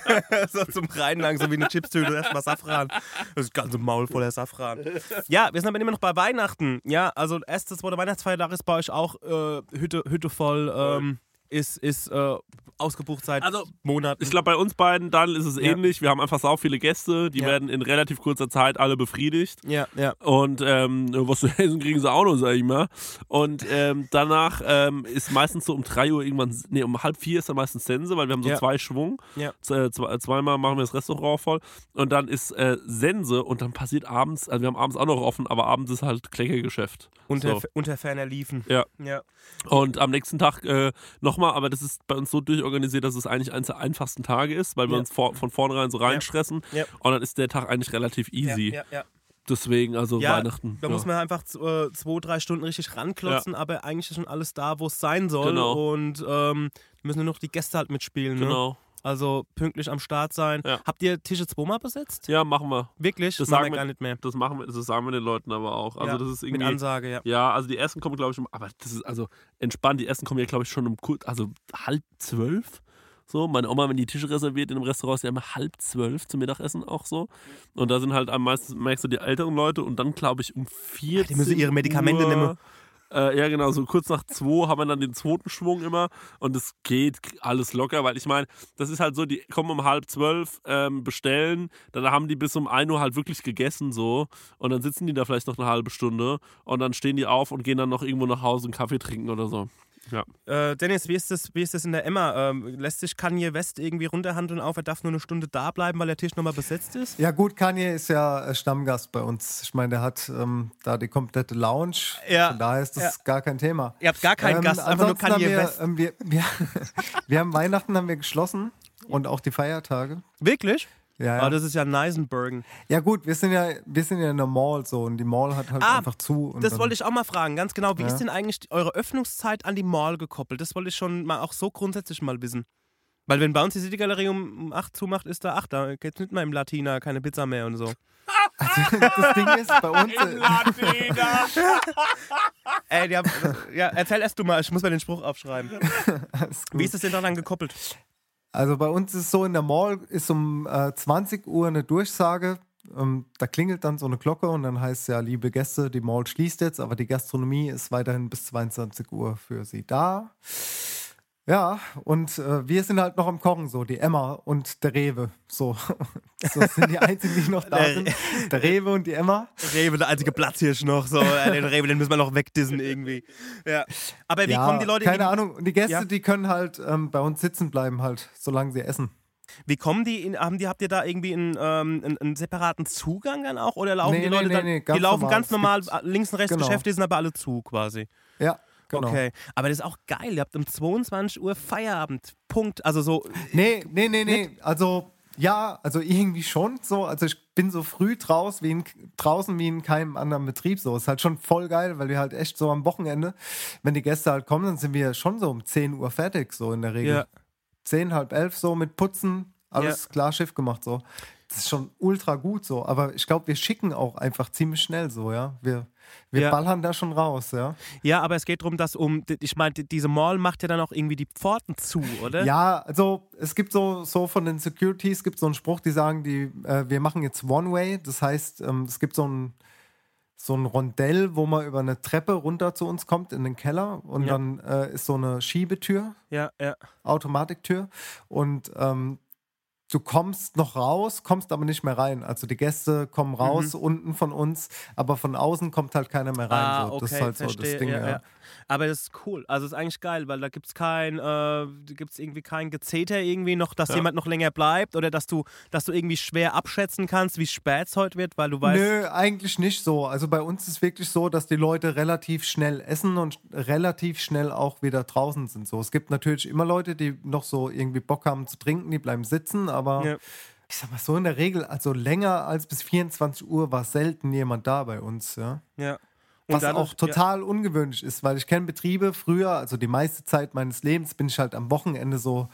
Speaker 6: So zum Reinlangen, so wie eine Chipstüte, erstmal Safran. Das ganze Maul voller Safran. Ja, wir sind aber immer noch bei Weihnachten. Ja, also erstes, zweite Weihnachtsfeiertag ist bei euch auch äh, Hütte, Hütte voll, ähm, ist, ist äh, ausgebucht seit
Speaker 5: Also,
Speaker 6: Monaten.
Speaker 5: Ich glaube, bei uns beiden, Daniel, ist es
Speaker 6: Ja.
Speaker 5: ähnlich. Wir haben einfach sau viele Gäste, die
Speaker 6: Ja.
Speaker 5: werden in relativ kurzer Zeit alle befriedigt.
Speaker 6: Ja, ja.
Speaker 5: Und ähm, was zu essen kriegen sie auch noch, sag ich mal. Und ähm, danach ähm, ist meistens so um drei Uhr irgendwann, nee, um halb vier ist dann meistens Sense, weil wir haben so
Speaker 6: Ja.
Speaker 5: zwei Schwung.
Speaker 6: Ja.
Speaker 5: Z- zwei, zweimal machen wir das Restaurant voll. Und dann ist äh, Sense und dann passiert abends, also wir haben abends auch noch offen, aber abends ist halt Kleckergeschäft.
Speaker 6: Unter,
Speaker 5: So.
Speaker 6: unter ferner Liefen.
Speaker 5: Ja.
Speaker 6: Ja.
Speaker 5: Und am nächsten Tag äh, nochmal, aber das ist bei uns so durchorganisiert, dass es eigentlich eines der einfachsten Tage ist, weil wir
Speaker 6: Ja.
Speaker 5: uns vor, von vornherein so reinstressen.
Speaker 6: Ja.
Speaker 5: Und dann ist der Tag eigentlich relativ easy.
Speaker 6: Ja, ja, ja.
Speaker 5: Deswegen, also
Speaker 6: Ja,
Speaker 5: Weihnachten.
Speaker 6: da
Speaker 5: ja.
Speaker 6: muss man einfach z- äh, zwei, drei Stunden richtig ranklotzen, aber eigentlich ist schon alles da, wo es sein soll.
Speaker 5: Genau.
Speaker 6: Und ähm, müssen nur noch die Gäste halt mitspielen. Ne?
Speaker 5: Genau.
Speaker 6: Also pünktlich am Start sein.
Speaker 5: Ja.
Speaker 6: Habt ihr Tische zweimal besetzt?
Speaker 5: Ja, machen wir.
Speaker 6: Wirklich?
Speaker 5: Das
Speaker 6: Machen
Speaker 5: sagen
Speaker 6: wir
Speaker 5: wir
Speaker 6: gar nicht mehr.
Speaker 5: Das machen wir, das sagen wir den Leuten aber auch. Also
Speaker 6: Ja,
Speaker 5: das ist
Speaker 6: mit
Speaker 5: irgendwie.
Speaker 6: Ansage, ja.
Speaker 5: Ja, also die ersten kommen, glaube ich, um, aber das ist also entspannt. Die ersten kommen ja, glaube ich, schon um kurz, also halb zwölf. So, meine Oma, wenn die Tische reserviert in einem Restaurant, ist ja immer halb zwölf zum Mittagessen auch so. Und da sind halt am meisten, merkst du, die älteren Leute und dann, glaube ich, um vierzehn
Speaker 6: Die müssen ihre Medikamente
Speaker 5: Uhr,
Speaker 6: nehmen.
Speaker 5: Äh, ja, genau, so kurz nach zwei haben wir dann den zweiten Schwung immer und es geht alles locker, weil ich meine, das ist halt so, die kommen um halb zwölf, ähm, bestellen, dann haben die bis um ein Uhr halt wirklich gegessen so und dann sitzen die da vielleicht noch eine halbe Stunde und dann stehen die auf und gehen dann noch irgendwo nach Hause einen Kaffee trinken oder so. Ja.
Speaker 6: Äh, Dennis, wie ist, das, wie ist das in der Emma? Ähm, lässt sich Kanye West irgendwie runterhandeln auf, er darf nur eine Stunde da bleiben, weil der Tisch nochmal besetzt ist?
Speaker 7: Ja gut, Kanye ist ja äh, Stammgast bei uns. Ich meine, der hat ähm, da die komplette Lounge.
Speaker 6: Ja.
Speaker 7: Von daher ist das
Speaker 6: Ja.
Speaker 7: gar kein Thema.
Speaker 6: Ihr habt gar keinen Gast, einfach nur
Speaker 7: ansonsten haben
Speaker 6: Kanye
Speaker 7: wir,
Speaker 6: West.
Speaker 7: Ähm, wir, wir, wir haben Weihnachten haben wir geschlossen. und auch die Feiertage.
Speaker 6: Wirklich?
Speaker 7: Ja, ja.
Speaker 6: Aber das ist ja Neisenbergen.
Speaker 7: Ja gut, wir sind ja, wir sind ja in der Mall so und die Mall hat halt
Speaker 6: ah,
Speaker 7: einfach zu. Und
Speaker 6: das
Speaker 7: dann,
Speaker 6: wollte ich auch mal fragen, ganz genau. Wie
Speaker 7: ja.
Speaker 6: ist denn eigentlich eure Öffnungszeit an die Mall gekoppelt? Das wollte ich schon mal auch so grundsätzlich mal wissen. Weil wenn bei uns die City-Galerie um acht zumacht, ist da acht, da geht's nicht mehr im Latina, keine Pizza mehr und so.
Speaker 7: Also, das Ding ist, bei uns...
Speaker 5: Im Latina!
Speaker 6: Ey, die haben, ja, erzähl erst du mal, ich muss mir den Spruch aufschreiben. Wie ist das denn dann gekoppelt?
Speaker 7: Also bei uns ist es so, in der Mall ist um äh, zwanzig Uhr eine Durchsage. Ähm, da klingelt dann so eine Glocke und dann heißt es ja, liebe Gäste, die Mall schließt jetzt, aber die Gastronomie ist weiterhin bis zweiundzwanzig Uhr für sie da. Ja, und äh, wir sind halt noch am Kochen, so die Emma und der Rewe. So, so sind die einzigen, die noch da
Speaker 6: Der
Speaker 7: sind. Der Rewe und die Emma.
Speaker 6: Rewe, der einzige Platzhirsch noch. So, äh, den Rewe, den müssen wir noch wegdissen irgendwie. Ja. Aber wie
Speaker 7: ja,
Speaker 6: kommen die Leute...
Speaker 7: keine
Speaker 6: in,
Speaker 7: Ahnung. Und die Gäste,
Speaker 6: ja.
Speaker 7: die können halt ähm, bei uns sitzen bleiben, halt, solange sie essen.
Speaker 6: Wie kommen die, in, haben die, habt ihr da irgendwie einen, ähm, einen, einen separaten Zugang dann auch? Oder laufen
Speaker 7: Nee,
Speaker 6: die
Speaker 7: nee,
Speaker 6: Leute
Speaker 7: nee,
Speaker 6: dann,
Speaker 7: nee, ganz
Speaker 6: die laufen
Speaker 7: normal.
Speaker 6: ganz
Speaker 7: Es
Speaker 6: normal,
Speaker 7: gibt-
Speaker 6: links und rechts
Speaker 7: genau.
Speaker 6: Geschäfte sind aber alle zu quasi?
Speaker 7: Ja, genau.
Speaker 6: Okay, aber das ist auch geil, ihr habt um zweiundzwanzig Uhr Feierabend, Punkt, also so...
Speaker 7: Nee, nee, nee, nee, also... Ja, also irgendwie schon so. Also ich bin so früh draus wie in, draußen wie in keinem anderen Betrieb. So ist halt schon voll geil, weil wir halt echt so am Wochenende, wenn die Gäste halt kommen, dann sind wir schon so um zehn Uhr fertig, so in der Regel.
Speaker 6: Ja.
Speaker 7: zehn, halb elf so mit Putzen, alles
Speaker 6: Ja.
Speaker 7: klar Schiff gemacht so. Das ist schon ultra gut so. Aber ich glaube, wir schicken auch einfach ziemlich schnell so, ja. Wir, wir
Speaker 6: Ja.
Speaker 7: ballern da schon raus, ja.
Speaker 6: Ja, aber es geht darum, dass um, ich meine, diese Mall macht ja dann auch irgendwie die Pforten zu, oder?
Speaker 7: Ja, also es gibt so, so von den Securities gibt so einen Spruch, die sagen, die, äh, wir machen jetzt One-Way. Das heißt, ähm, es gibt so ein, so ein Rondell, wo man über eine Treppe runter zu uns kommt in den Keller und
Speaker 6: Ja.
Speaker 7: dann äh, ist so eine Schiebetür,
Speaker 6: Ja, ja.
Speaker 7: Automatiktür und ähm, du kommst noch raus, kommst aber nicht mehr rein. Also die Gäste kommen raus
Speaker 6: Mhm.
Speaker 7: unten von uns, aber von außen kommt halt keiner mehr rein.
Speaker 6: Ah,
Speaker 7: so.
Speaker 6: okay,
Speaker 7: Das ist halt so
Speaker 6: verstehe.
Speaker 7: das Ding,
Speaker 6: ja,
Speaker 7: ja.
Speaker 6: ja. Aber das ist cool. Also es ist eigentlich geil, weil da gibt es kein, äh, gibt's irgendwie kein Gezeter irgendwie noch, dass
Speaker 5: Ja.
Speaker 6: jemand noch länger bleibt oder dass du, dass du irgendwie schwer abschätzen kannst, wie spät es heute wird, weil du weißt...
Speaker 7: Nö, eigentlich nicht so. Also bei uns ist wirklich so, dass die Leute relativ schnell essen und relativ schnell auch wieder draußen sind. So, es gibt natürlich immer Leute, die noch so irgendwie Bock haben zu trinken, die bleiben sitzen, aber
Speaker 6: Ja.
Speaker 7: ich sag mal so in der Regel, also länger als bis vierundzwanzig Uhr war selten jemand da bei uns, ja.
Speaker 6: Ja. Und
Speaker 7: Was
Speaker 6: dann-
Speaker 7: auch total ungewöhnlich ist, weil ich kenne Betriebe früher, also die meiste Zeit meines Lebens bin ich halt am Wochenende so,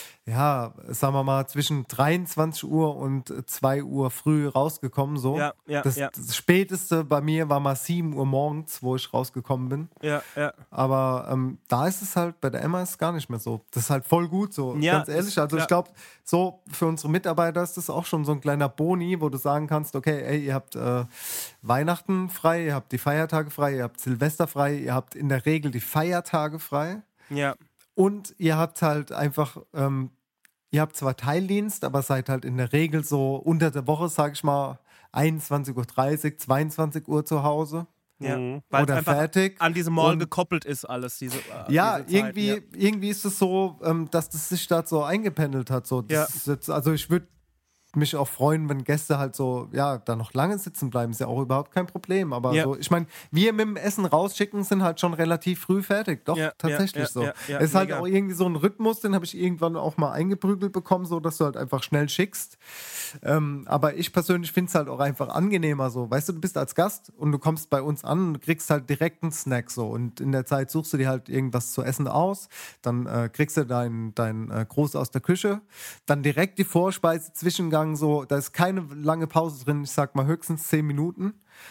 Speaker 7: ja, sagen wir mal, zwischen dreiundzwanzig Uhr und zwei Uhr früh rausgekommen. So.
Speaker 6: Ja, ja,
Speaker 7: das,
Speaker 6: ja.
Speaker 7: das Späteste bei mir war mal sieben Uhr morgens, wo ich rausgekommen bin.
Speaker 6: Ja, ja.
Speaker 7: Aber ähm, da ist es halt, bei der Emma ist es gar nicht mehr so. Das ist halt voll gut so,
Speaker 6: Ja,
Speaker 7: ganz ehrlich.
Speaker 6: ist-
Speaker 7: Also
Speaker 6: ja.
Speaker 7: ich glaube, so für unsere Mitarbeiter ist das auch schon so ein kleiner Boni, wo du sagen kannst, okay, ey, ihr habt äh, Weihnachten frei, ihr habt die Feiertage frei, ihr habt Silvester frei, ihr habt in der Regel die Feiertage frei.
Speaker 6: Ja.
Speaker 7: Und ihr habt halt einfach, ähm, ihr habt zwar Teildienst, aber seid halt in der Regel so unter der Woche, sag ich mal, einundzwanzig Uhr dreißig, zweiundzwanzig Uhr zu Hause.
Speaker 6: Ja,
Speaker 5: Mhm.
Speaker 6: weil es
Speaker 7: Oder
Speaker 6: einfach
Speaker 7: fertig.
Speaker 6: an diese Mall
Speaker 7: Und-
Speaker 6: gekoppelt ist alles. Diese, äh,
Speaker 7: Ja,
Speaker 6: diese Zeit,
Speaker 7: irgendwie,
Speaker 6: ja.
Speaker 7: irgendwie ist es so, ähm, dass das sich da so eingependelt hat. So. Das
Speaker 6: Ja.
Speaker 7: ist jetzt, also ich würde mich auch freuen, wenn Gäste halt so, ja, da noch lange sitzen bleiben, ist ja auch überhaupt kein Problem. Aber
Speaker 6: Ja.
Speaker 7: so, ich meine, wir mit dem Essen rausschicken, sind halt schon relativ früh fertig. Doch,
Speaker 6: Ja,
Speaker 7: tatsächlich
Speaker 6: ja,
Speaker 7: so.
Speaker 6: ja, ja,
Speaker 7: es ist halt
Speaker 6: mega.
Speaker 7: auch irgendwie so ein Rhythmus, den habe ich irgendwann auch mal eingeprügelt bekommen, so dass du halt einfach schnell schickst. Ähm, aber ich persönlich finde es halt auch einfach angenehmer so. Weißt du, du bist als Gast und du kommst bei uns an und kriegst halt direkt einen Snack so. Und in der Zeit suchst du dir halt irgendwas zu essen aus. Dann äh, kriegst du dein, dein äh, Gruß aus der Küche. Dann direkt die Vorspeise, Zwischengang so. Da ist keine lange Pause drin. Ich sag mal höchstens zehn Minuten.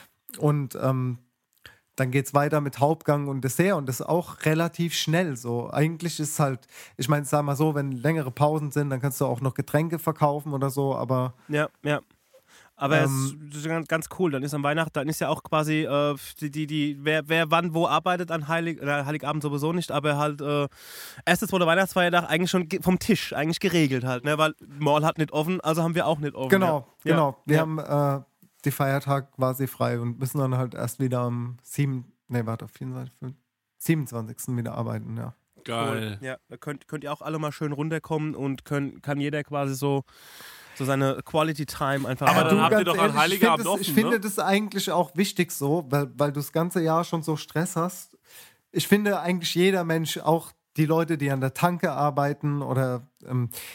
Speaker 7: Und ähm, dann geht's weiter mit Hauptgang und Dessert und das ist auch relativ schnell so. Eigentlich ist halt, ich meine, sag mal so, wenn längere Pausen sind, dann kannst du auch noch Getränke verkaufen oder so, aber
Speaker 6: Ja, ja. Aber
Speaker 7: Ähm,
Speaker 6: es ist ganz, ganz cool. Dann ist am Weihnachten, dann ist ja auch quasi äh, die, die, die, wer, wer wann wo arbeitet an Heilig, äh, Heiligabend sowieso nicht, aber halt äh, erstes oder Weihnachtsfeiertag eigentlich schon ge- vom Tisch eigentlich geregelt halt, ne? Weil Mall hat nicht offen, also haben wir auch nicht offen.
Speaker 7: genau,
Speaker 6: ja.
Speaker 7: genau. Wir
Speaker 6: ja.
Speaker 7: haben äh, die Feiertag quasi frei und müssen dann halt erst wieder am sieben, nee, warte, vierundzwanzigsten, siebenundzwanzigsten wieder arbeiten, ja.
Speaker 5: Geil.
Speaker 6: Ja, da könnt, könnt ihr auch alle mal schön runterkommen und können, kann jeder quasi so, so seine Quality Time einfach
Speaker 5: Aber
Speaker 6: haben.
Speaker 5: dann habt ihr
Speaker 7: ganz
Speaker 5: doch an
Speaker 7: ich
Speaker 5: Heiligabend
Speaker 7: finde das, ich
Speaker 5: offen,
Speaker 7: finde
Speaker 5: ne?
Speaker 7: das eigentlich auch wichtig so, weil, weil du das ganze Jahr schon so Stress hast. Ich finde eigentlich jeder Mensch, auch die Leute, die an der Tanke arbeiten oder ähm,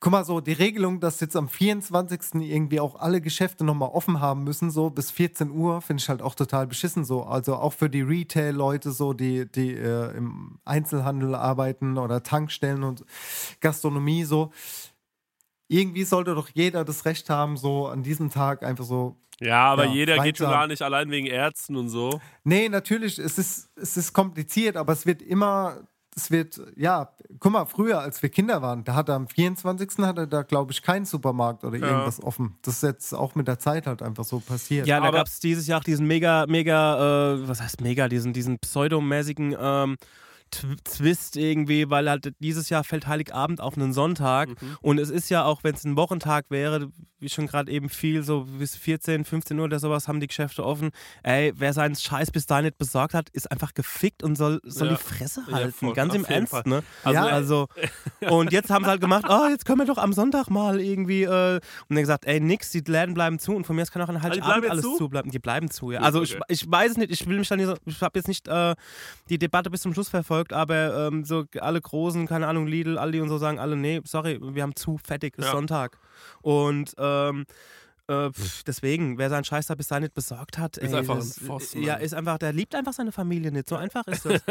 Speaker 7: guck mal, so die Regelung, dass jetzt am vierundzwanzigsten irgendwie auch alle Geschäfte nochmal offen haben müssen, so bis vierzehn Uhr, finde ich halt auch total beschissen so. Also auch für die Retail-Leute so, die, die äh, im Einzelhandel arbeiten oder Tankstellen und Gastronomie so. Irgendwie sollte doch jeder das Recht haben, so an diesem Tag einfach so.
Speaker 5: Ja, aber
Speaker 7: ja,
Speaker 5: jeder geht schon
Speaker 7: weiter.
Speaker 5: gar nicht allein wegen Ärzten und so.
Speaker 7: Nee, natürlich, es ist, es ist kompliziert, aber es wird immer, es wird, ja, guck mal, früher, als wir Kinder waren, da hat er am vierundzwanzigsten hatte da, glaube ich, keinen Supermarkt oder
Speaker 6: Ja.
Speaker 7: irgendwas offen. Das ist jetzt auch mit der Zeit halt einfach so passiert.
Speaker 6: Ja, da gab es dieses Jahr auch diesen mega, mega, äh, was heißt mega, diesen, diesen pseudomäßigen ähm, Tw- Twist irgendwie, weil halt dieses Jahr fällt Heiligabend auf einen Sonntag
Speaker 5: Mhm.
Speaker 6: und es ist ja auch, wenn es ein Wochentag wäre, wie schon gerade eben viel, so bis vierzehn, fünfzehn Uhr oder sowas haben die Geschäfte offen. Ey, wer seinen Scheiß bis dahin nicht besorgt hat, ist einfach gefickt und soll, soll
Speaker 5: Ja.
Speaker 6: die Fresse
Speaker 5: Ja,
Speaker 6: halten,
Speaker 5: voll,
Speaker 6: ganz
Speaker 5: auf
Speaker 6: im
Speaker 5: jeden
Speaker 6: Ernst,
Speaker 5: Fall.
Speaker 6: ne?
Speaker 5: Also-
Speaker 6: Also, also und jetzt haben sie halt gemacht, oh, jetzt können wir doch am Sonntag mal irgendwie äh, und dann gesagt, ey, nix, die Läden bleiben zu und von mir aus kann auch an
Speaker 5: Ah, die bleiben
Speaker 6: Heiligabend
Speaker 5: jetzt
Speaker 6: alles
Speaker 5: zu?
Speaker 6: zu bleiben. Die bleiben zu, ja.
Speaker 5: Gut,
Speaker 6: Also
Speaker 5: okay.
Speaker 6: ich, ich weiß es nicht, ich will mich dann nicht, ich habe jetzt nicht äh, die Debatte bis zum Schluss verfolgt, aber ähm, so alle Großen, keine Ahnung, Lidl, Aldi und so sagen alle, nee, sorry, wir haben zu, fertig, ist
Speaker 5: Ja.
Speaker 6: Sonntag. Und ähm, äh, pff, deswegen, wer seinen Scheiß da bis dahin nicht besorgt hat,
Speaker 5: Ist
Speaker 6: ey,
Speaker 5: einfach
Speaker 6: das,
Speaker 5: ein Pfosten,
Speaker 6: ja,
Speaker 5: Mann.
Speaker 6: ist einfach, der liebt einfach seine Familie nicht, so einfach ist das.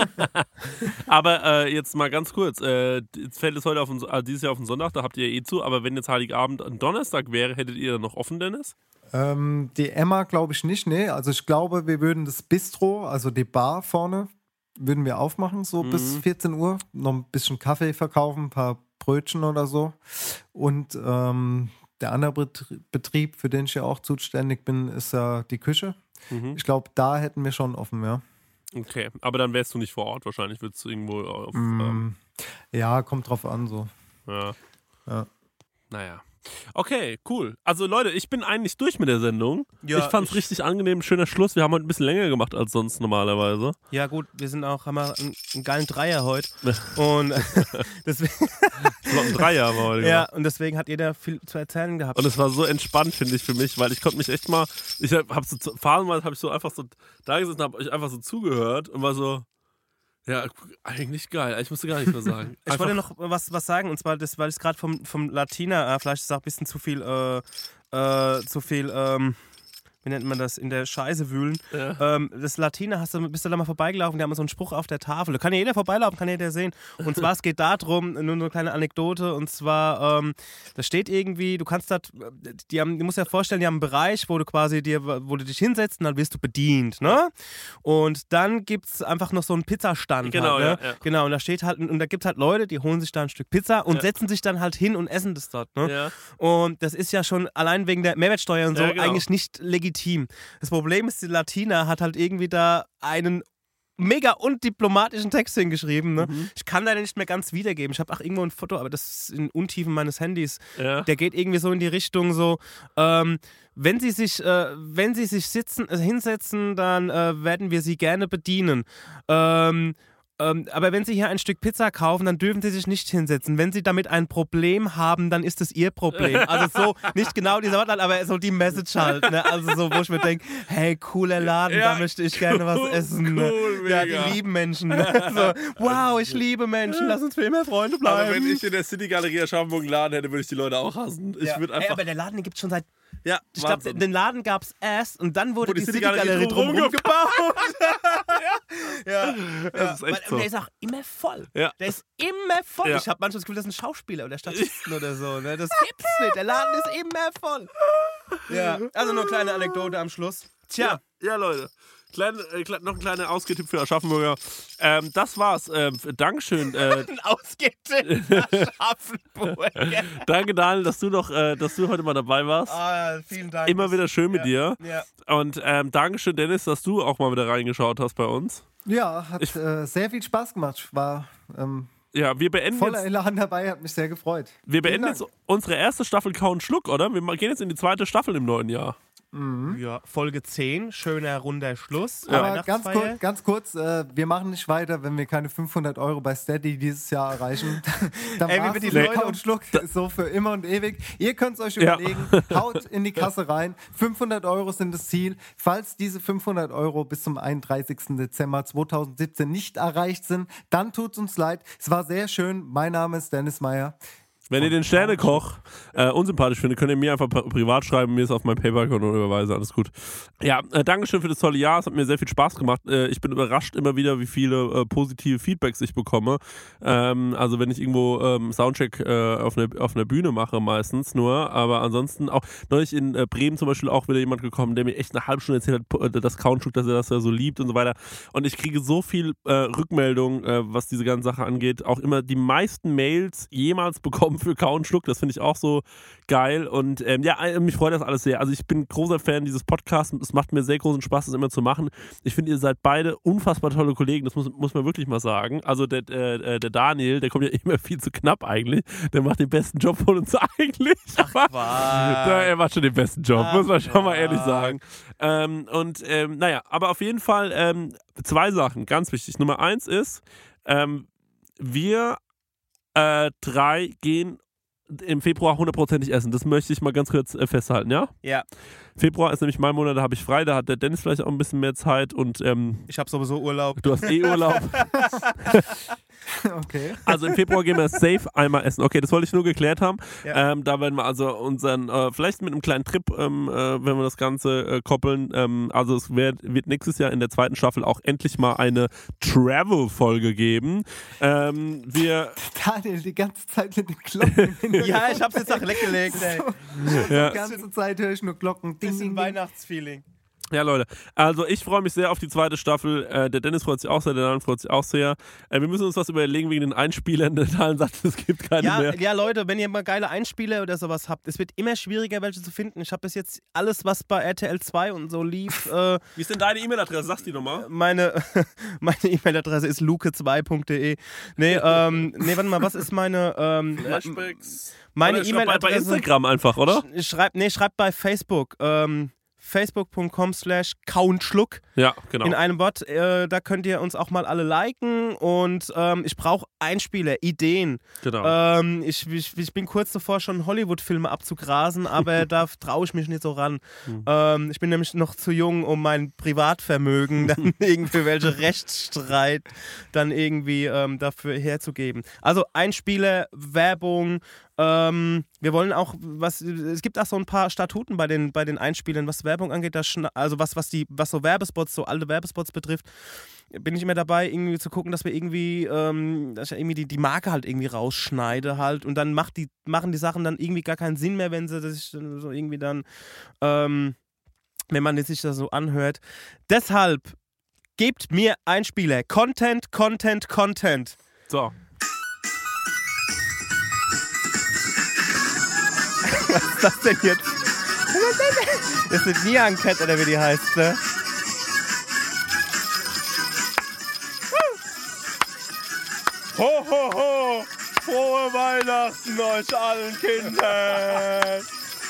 Speaker 5: Aber äh, jetzt mal ganz kurz, äh, jetzt fällt es heute auf den, äh, dieses Jahr auf den Sonntag, da habt ihr ja eh zu, aber wenn jetzt Heiligabend ein Donnerstag wäre, hättet ihr dann noch offen, Dennis?
Speaker 7: Ähm, die Emma glaube ich nicht, nee. Also ich glaube, wir würden das Bistro, also die Bar vorne, würden wir aufmachen, so
Speaker 5: Mhm.
Speaker 7: bis vierzehn Uhr. Noch ein bisschen Kaffee verkaufen, ein paar Brötchen oder so. Und ähm, der andere Betrie- Betrieb, für den ich ja auch zuständig bin, ist ja die Küche.
Speaker 5: Mhm.
Speaker 7: Ich glaube, da hätten wir schon offen, ja.
Speaker 5: Okay, aber dann wärst du nicht vor Ort wahrscheinlich, würdest du irgendwo auf...
Speaker 7: Mm,
Speaker 5: Ähm,
Speaker 7: ja, kommt drauf an, so.
Speaker 5: ja.
Speaker 7: Ja.
Speaker 5: Naja. Okay, cool. Also Leute, ich bin eigentlich durch mit der Sendung.
Speaker 6: Ja,
Speaker 5: ich fand's
Speaker 6: ich-
Speaker 5: richtig angenehm, schöner Schluss. Wir haben heute ein bisschen länger gemacht als sonst normalerweise.
Speaker 6: Ja gut, wir sind auch, haben wir einen, einen geilen Dreier heute und deswegen,
Speaker 5: Das war ein Dreier haben wir heute
Speaker 6: ja,
Speaker 5: gemacht.
Speaker 6: und deswegen hat jeder viel zu erzählen gehabt.
Speaker 5: Und es war so entspannt, finde ich, für mich, weil ich konnte mich echt mal, ich hab, hab so, zu- phasenweise habe ich so einfach so da gesessen und habe euch einfach so zugehört und war so, ja, eigentlich geil, ich musste gar nichts mehr sagen.
Speaker 6: Ich
Speaker 5: Einfach-
Speaker 6: wollte noch was, was sagen, und zwar, das, weil ich es gerade vom, vom Latina, äh, vielleicht ist es auch ein bisschen zu viel, äh, äh, zu viel, ähm, wie nennt man das, in der Scheiße wühlen.
Speaker 5: Ja.
Speaker 6: Ähm, das Latina, hast du, bist du da mal vorbeigelaufen, die haben so einen Spruch auf der Tafel. Da kann ja jeder vorbeilaufen, kann jeder sehen. Und zwar, es geht darum, nur eine kleine Anekdote, und zwar, ähm, da steht irgendwie, du kannst das, die haben, du musst dir vorstellen, die haben einen Bereich, wo du quasi dir, wo du dich hinsetzt und dann wirst du bedient, ne? Und dann gibt es einfach noch so einen Pizzastand.
Speaker 5: Genau,
Speaker 6: halt, ne?
Speaker 5: ja, ja.
Speaker 6: Genau, und da steht halt, und da gibt es halt Leute, die holen sich da ein Stück Pizza und
Speaker 5: Ja.
Speaker 6: setzen sich dann halt hin und essen das dort, ne?
Speaker 5: Ja.
Speaker 6: Und das ist ja schon allein wegen der Mehrwertsteuer und so
Speaker 5: Ja, genau.
Speaker 6: eigentlich nicht legitim. Das Problem ist, die Latina hat halt irgendwie da einen mega undiplomatischen Text hingeschrieben. Ne?
Speaker 5: Mhm.
Speaker 6: Ich kann leider nicht mehr ganz wiedergeben. Ich habe auch irgendwo ein Foto, aber das ist in Untiefen meines Handys.
Speaker 5: Ja.
Speaker 6: Der geht irgendwie so in die Richtung so, ähm, wenn Sie sich, äh, wenn Sie sich sitzen, äh, hinsetzen, dann äh, werden wir Sie gerne bedienen. Ähm, ähm, aber wenn Sie hier ein Stück Pizza kaufen, dann dürfen Sie sich nicht hinsetzen. Wenn Sie damit ein Problem haben, dann ist es Ihr Problem. Also so, nicht genau dieser Wortlaut, aber so die Message halt. Ne? Also so, wo ich mir denke, hey, cooler Laden,
Speaker 5: Ja,
Speaker 6: da möchte ich gerne was
Speaker 5: cool,
Speaker 6: essen. Ne?
Speaker 5: cool,
Speaker 6: Ja,
Speaker 5: mega.
Speaker 6: die lieben Menschen. Ne? So, wow, ich liebe Menschen, lass uns für immer Freunde bleiben.
Speaker 5: Aber wenn ich in der City-Galerie Aschaffenburg einen Laden hätte, würde ich die Leute auch hassen. Ich
Speaker 6: ja.
Speaker 5: würde
Speaker 6: Ey,
Speaker 5: einfach...
Speaker 6: aber der Laden, den gibt es schon seit.
Speaker 5: ja,
Speaker 6: Ich glaube,
Speaker 5: Wahnsinn.
Speaker 6: den Laden gab es erst und dann wurde
Speaker 5: Wo die
Speaker 6: die
Speaker 5: City-Galerie
Speaker 6: City-Galerie
Speaker 5: drumherum
Speaker 6: drumherum gebaut. ja.
Speaker 5: Das ist echt
Speaker 6: Und
Speaker 5: so.
Speaker 6: der ist auch immer voll.
Speaker 5: Ja.
Speaker 6: Der ist immer voll.
Speaker 5: Ja.
Speaker 6: Ich habe manchmal das Gefühl, das ist ein Schauspieler oder Statisten oder so. Ne? Das gibt's nicht. Der Laden ist immer voll. Ja, also nur eine kleine Anekdote am Schluss. Tja.
Speaker 5: Ja, ja Leute. Kleine, äh, kle- noch ein kleiner Ausgehtipp für Aschaffenburger. Ähm, das war's. Ähm, Dankeschön. Äh,
Speaker 6: Ein Ausgehtipp für Aschaffenburg.
Speaker 5: danke, Daniel, dass du noch, äh, dass du heute mal dabei warst.
Speaker 6: Ah, vielen Dank.
Speaker 5: Immer wieder schön mit
Speaker 6: ja.
Speaker 5: dir.
Speaker 6: Ja.
Speaker 5: Und ähm, Dankeschön, Dennis, dass du auch mal wieder reingeschaut hast bei uns.
Speaker 7: Ja, hat äh, sehr viel Spaß gemacht. War ähm,
Speaker 5: Ja, wir beenden
Speaker 7: voller
Speaker 5: jetzt,
Speaker 7: Elan dabei, hat mich sehr gefreut.
Speaker 5: wir beenden
Speaker 7: Vielen
Speaker 5: jetzt
Speaker 7: Dank.
Speaker 5: unsere erste Staffel Kau und Schluck, oder? Wir gehen jetzt in die zweite Staffel im neuen Jahr.
Speaker 6: Ja, Folge zehn, schöner runder Schluss.
Speaker 7: Aber ganz
Speaker 6: Weihnachtsfeier.
Speaker 7: kurz, ganz kurz äh, wir machen nicht weiter, wenn wir keine fünfhundert Euro bei Steady dieses Jahr erreichen. Dann
Speaker 6: Ey, wie
Speaker 7: war's
Speaker 6: wir die
Speaker 7: das mit
Speaker 6: Leute-
Speaker 7: Kau und Schluck so für immer und ewig. Ihr könnt es euch
Speaker 5: Ja.
Speaker 7: überlegen, haut in die Kasse rein. fünfhundert Euro sind das Ziel. Falls diese fünfhundert Euro bis zum einunddreißigsten Dezember zweitausendsiebzehn nicht erreicht sind, dann tut's uns leid. Es war sehr schön. Mein Name ist Dennis Meyer.
Speaker 5: Wenn ihr den Sternekoch äh, unsympathisch findet, könnt ihr mir einfach pri- privat schreiben, mir ist auf mein PayPal-Konto überweisen, alles gut. Ja, äh, Dankeschön für das tolle Jahr, es hat mir sehr viel Spaß gemacht. Äh, ich bin überrascht immer wieder, wie viele äh, positive Feedbacks ich bekomme. Ähm, also wenn ich irgendwo ähm, Soundcheck äh, auf einer auf einer Bühne mache meistens nur, aber ansonsten auch, neulich in äh, Bremen zum Beispiel auch wieder jemand gekommen, der mir echt eine halbe Stunde erzählt hat, das Countschluck, dass er das ja so liebt und so weiter. Und ich kriege so viel äh, Rückmeldung, äh, was diese ganze Sache angeht. Auch immer die meisten Mails jemals bekommen für Countschluck. Das finde ich auch so geil. Und ähm, ja, mich freut das alles sehr. Also ich bin großer Fan dieses Podcasts. Es macht mir sehr großen Spaß, das immer zu machen. Ich finde, ihr seid beide unfassbar tolle Kollegen. Das muss, muss man wirklich mal sagen. Also der, äh, der Daniel, der kommt ja immer viel zu knapp eigentlich. Der macht den besten Job von uns eigentlich. Ach, der, er macht schon den besten Job, Ach, muss man schon mal ehrlich sagen. Ähm, und ähm, naja, aber auf jeden Fall ähm, zwei Sachen, ganz wichtig. Nummer eins ist, ähm, wir äh, drei gehen im Februar hundertprozentig essen. Das möchte ich mal ganz kurz äh, festhalten, ja?
Speaker 6: Ja.
Speaker 5: Februar ist nämlich mein Monat, da habe ich frei, da hat der Dennis vielleicht auch ein bisschen mehr Zeit und ähm,
Speaker 6: ich habe sowieso Urlaub.
Speaker 5: Du hast eh Urlaub.
Speaker 7: Okay.
Speaker 5: Also im Februar gehen wir safe einmal essen. Okay, das wollte ich nur geklärt haben.
Speaker 6: Ja.
Speaker 5: Ähm, da werden wir also unseren, äh, vielleicht mit einem kleinen Trip, ähm, äh, wenn wir das Ganze äh, koppeln. Ähm, also es wird, wird nächstes Jahr in der zweiten Staffel auch endlich mal eine Travel-Folge geben. Ähm, wir
Speaker 7: Daniel, die ganze Zeit mit den Glocken.
Speaker 6: Ja, ich hab's jetzt auch weggelegt, ey.
Speaker 7: So,
Speaker 5: Ja.
Speaker 7: Die ganze Zeit höre ich nur Glocken. Ding,
Speaker 6: Bisschen
Speaker 7: ding, ding.
Speaker 6: Weihnachtsfeeling.
Speaker 5: Ja, Leute, also ich freue mich sehr auf die zweite Staffel. Äh, der Dennis freut sich auch sehr, der Dan freut sich auch sehr. Äh, wir müssen uns was überlegen wegen den Einspielern. Der Dan sagt, es gibt keine
Speaker 6: Ja,
Speaker 5: mehr.
Speaker 6: ja, Leute, wenn ihr mal geile Einspieler oder sowas habt, es wird immer schwieriger, welche zu finden. Ich habe bis jetzt alles, was bei R T L zwei und so lief. Äh,
Speaker 5: Wie ist denn deine E-Mail-Adresse? Sagst du die nochmal?
Speaker 6: meine meine E-Mail-Adresse ist luke zwei punkt de. Nee, ähm, nee, warte mal, was ist meine ähm,
Speaker 5: Flashbacks.
Speaker 6: meine
Speaker 5: Oder schreib bei- bei
Speaker 6: E-Mail-Adresse?
Speaker 5: Instagram einfach, oder?
Speaker 6: Sch schreibt, nee, schreibt bei Facebook. Ähm, facebook.com slash Countschluck.
Speaker 5: Ja, genau.
Speaker 6: In einem Bot. Äh, da könnt ihr uns auch mal alle liken und ähm, ich brauche Einspieler, Ideen.
Speaker 5: Genau.
Speaker 6: Ähm, ich, ich, ich bin kurz davor, schon Hollywood-Filme abzugrasen, aber da traue ich mich nicht so ran.
Speaker 5: Mhm.
Speaker 6: Ähm, ich bin nämlich noch zu jung, um mein Privatvermögen dann irgendwie welche Rechtsstreit dann irgendwie ähm, dafür herzugeben. Also Einspieler, Werbung. Ähm, wir wollen auch, was, es gibt auch so ein paar Statuten bei den, bei den Einspielern, was Werbung angeht, das schna- also was, was, die, was so Werbespots, so alte Werbespots betrifft, bin ich immer dabei, irgendwie zu gucken, dass wir irgendwie, ähm, dass ich irgendwie die, die Marke halt irgendwie rausschneide halt und dann macht die, machen die Sachen dann irgendwie gar keinen Sinn mehr, wenn sie sich so irgendwie dann, ähm, wenn man sich das so anhört. Deshalb gebt mir Einspieler. Content, Content, Content.
Speaker 5: So.
Speaker 6: Was ist das denn jetzt? Das ist Nian Cat oder wie die heißt, ne? Ho, ho, ho! Frohe Weihnachten euch allen Kindern!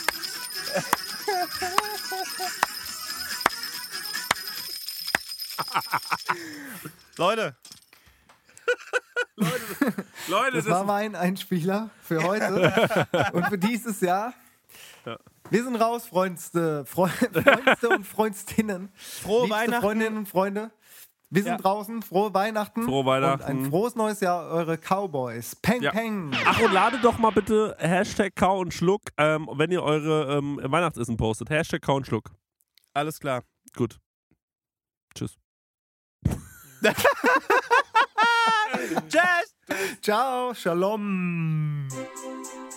Speaker 6: Leute!
Speaker 5: Leute, Leute,
Speaker 7: Das
Speaker 5: das,
Speaker 7: war mein Einspieler für heute und für dieses Jahr.
Speaker 5: Ja.
Speaker 7: Wir sind raus, Freundste, Freu Freundste und Freundstinnen.
Speaker 6: Frohe
Speaker 7: Liebste
Speaker 6: Weihnachten.
Speaker 7: Freundinnen und Freunde. Wir sind
Speaker 6: Ja.
Speaker 7: draußen. Frohe Weihnachten.
Speaker 5: Frohe Weihnachten.
Speaker 7: Und ein frohes neues Jahr, eure Cowboys. Peng,
Speaker 5: Ja.
Speaker 7: peng.
Speaker 5: Ach, und ladet doch mal bitte Hashtag Kau und Schluck, ähm, wenn ihr eure ähm, Weihnachtsessen postet. Hashtag Kau und Schluck.
Speaker 6: Alles klar.
Speaker 5: Gut. Tschüss.
Speaker 6: Tschüss!
Speaker 7: Ciao, Shalom.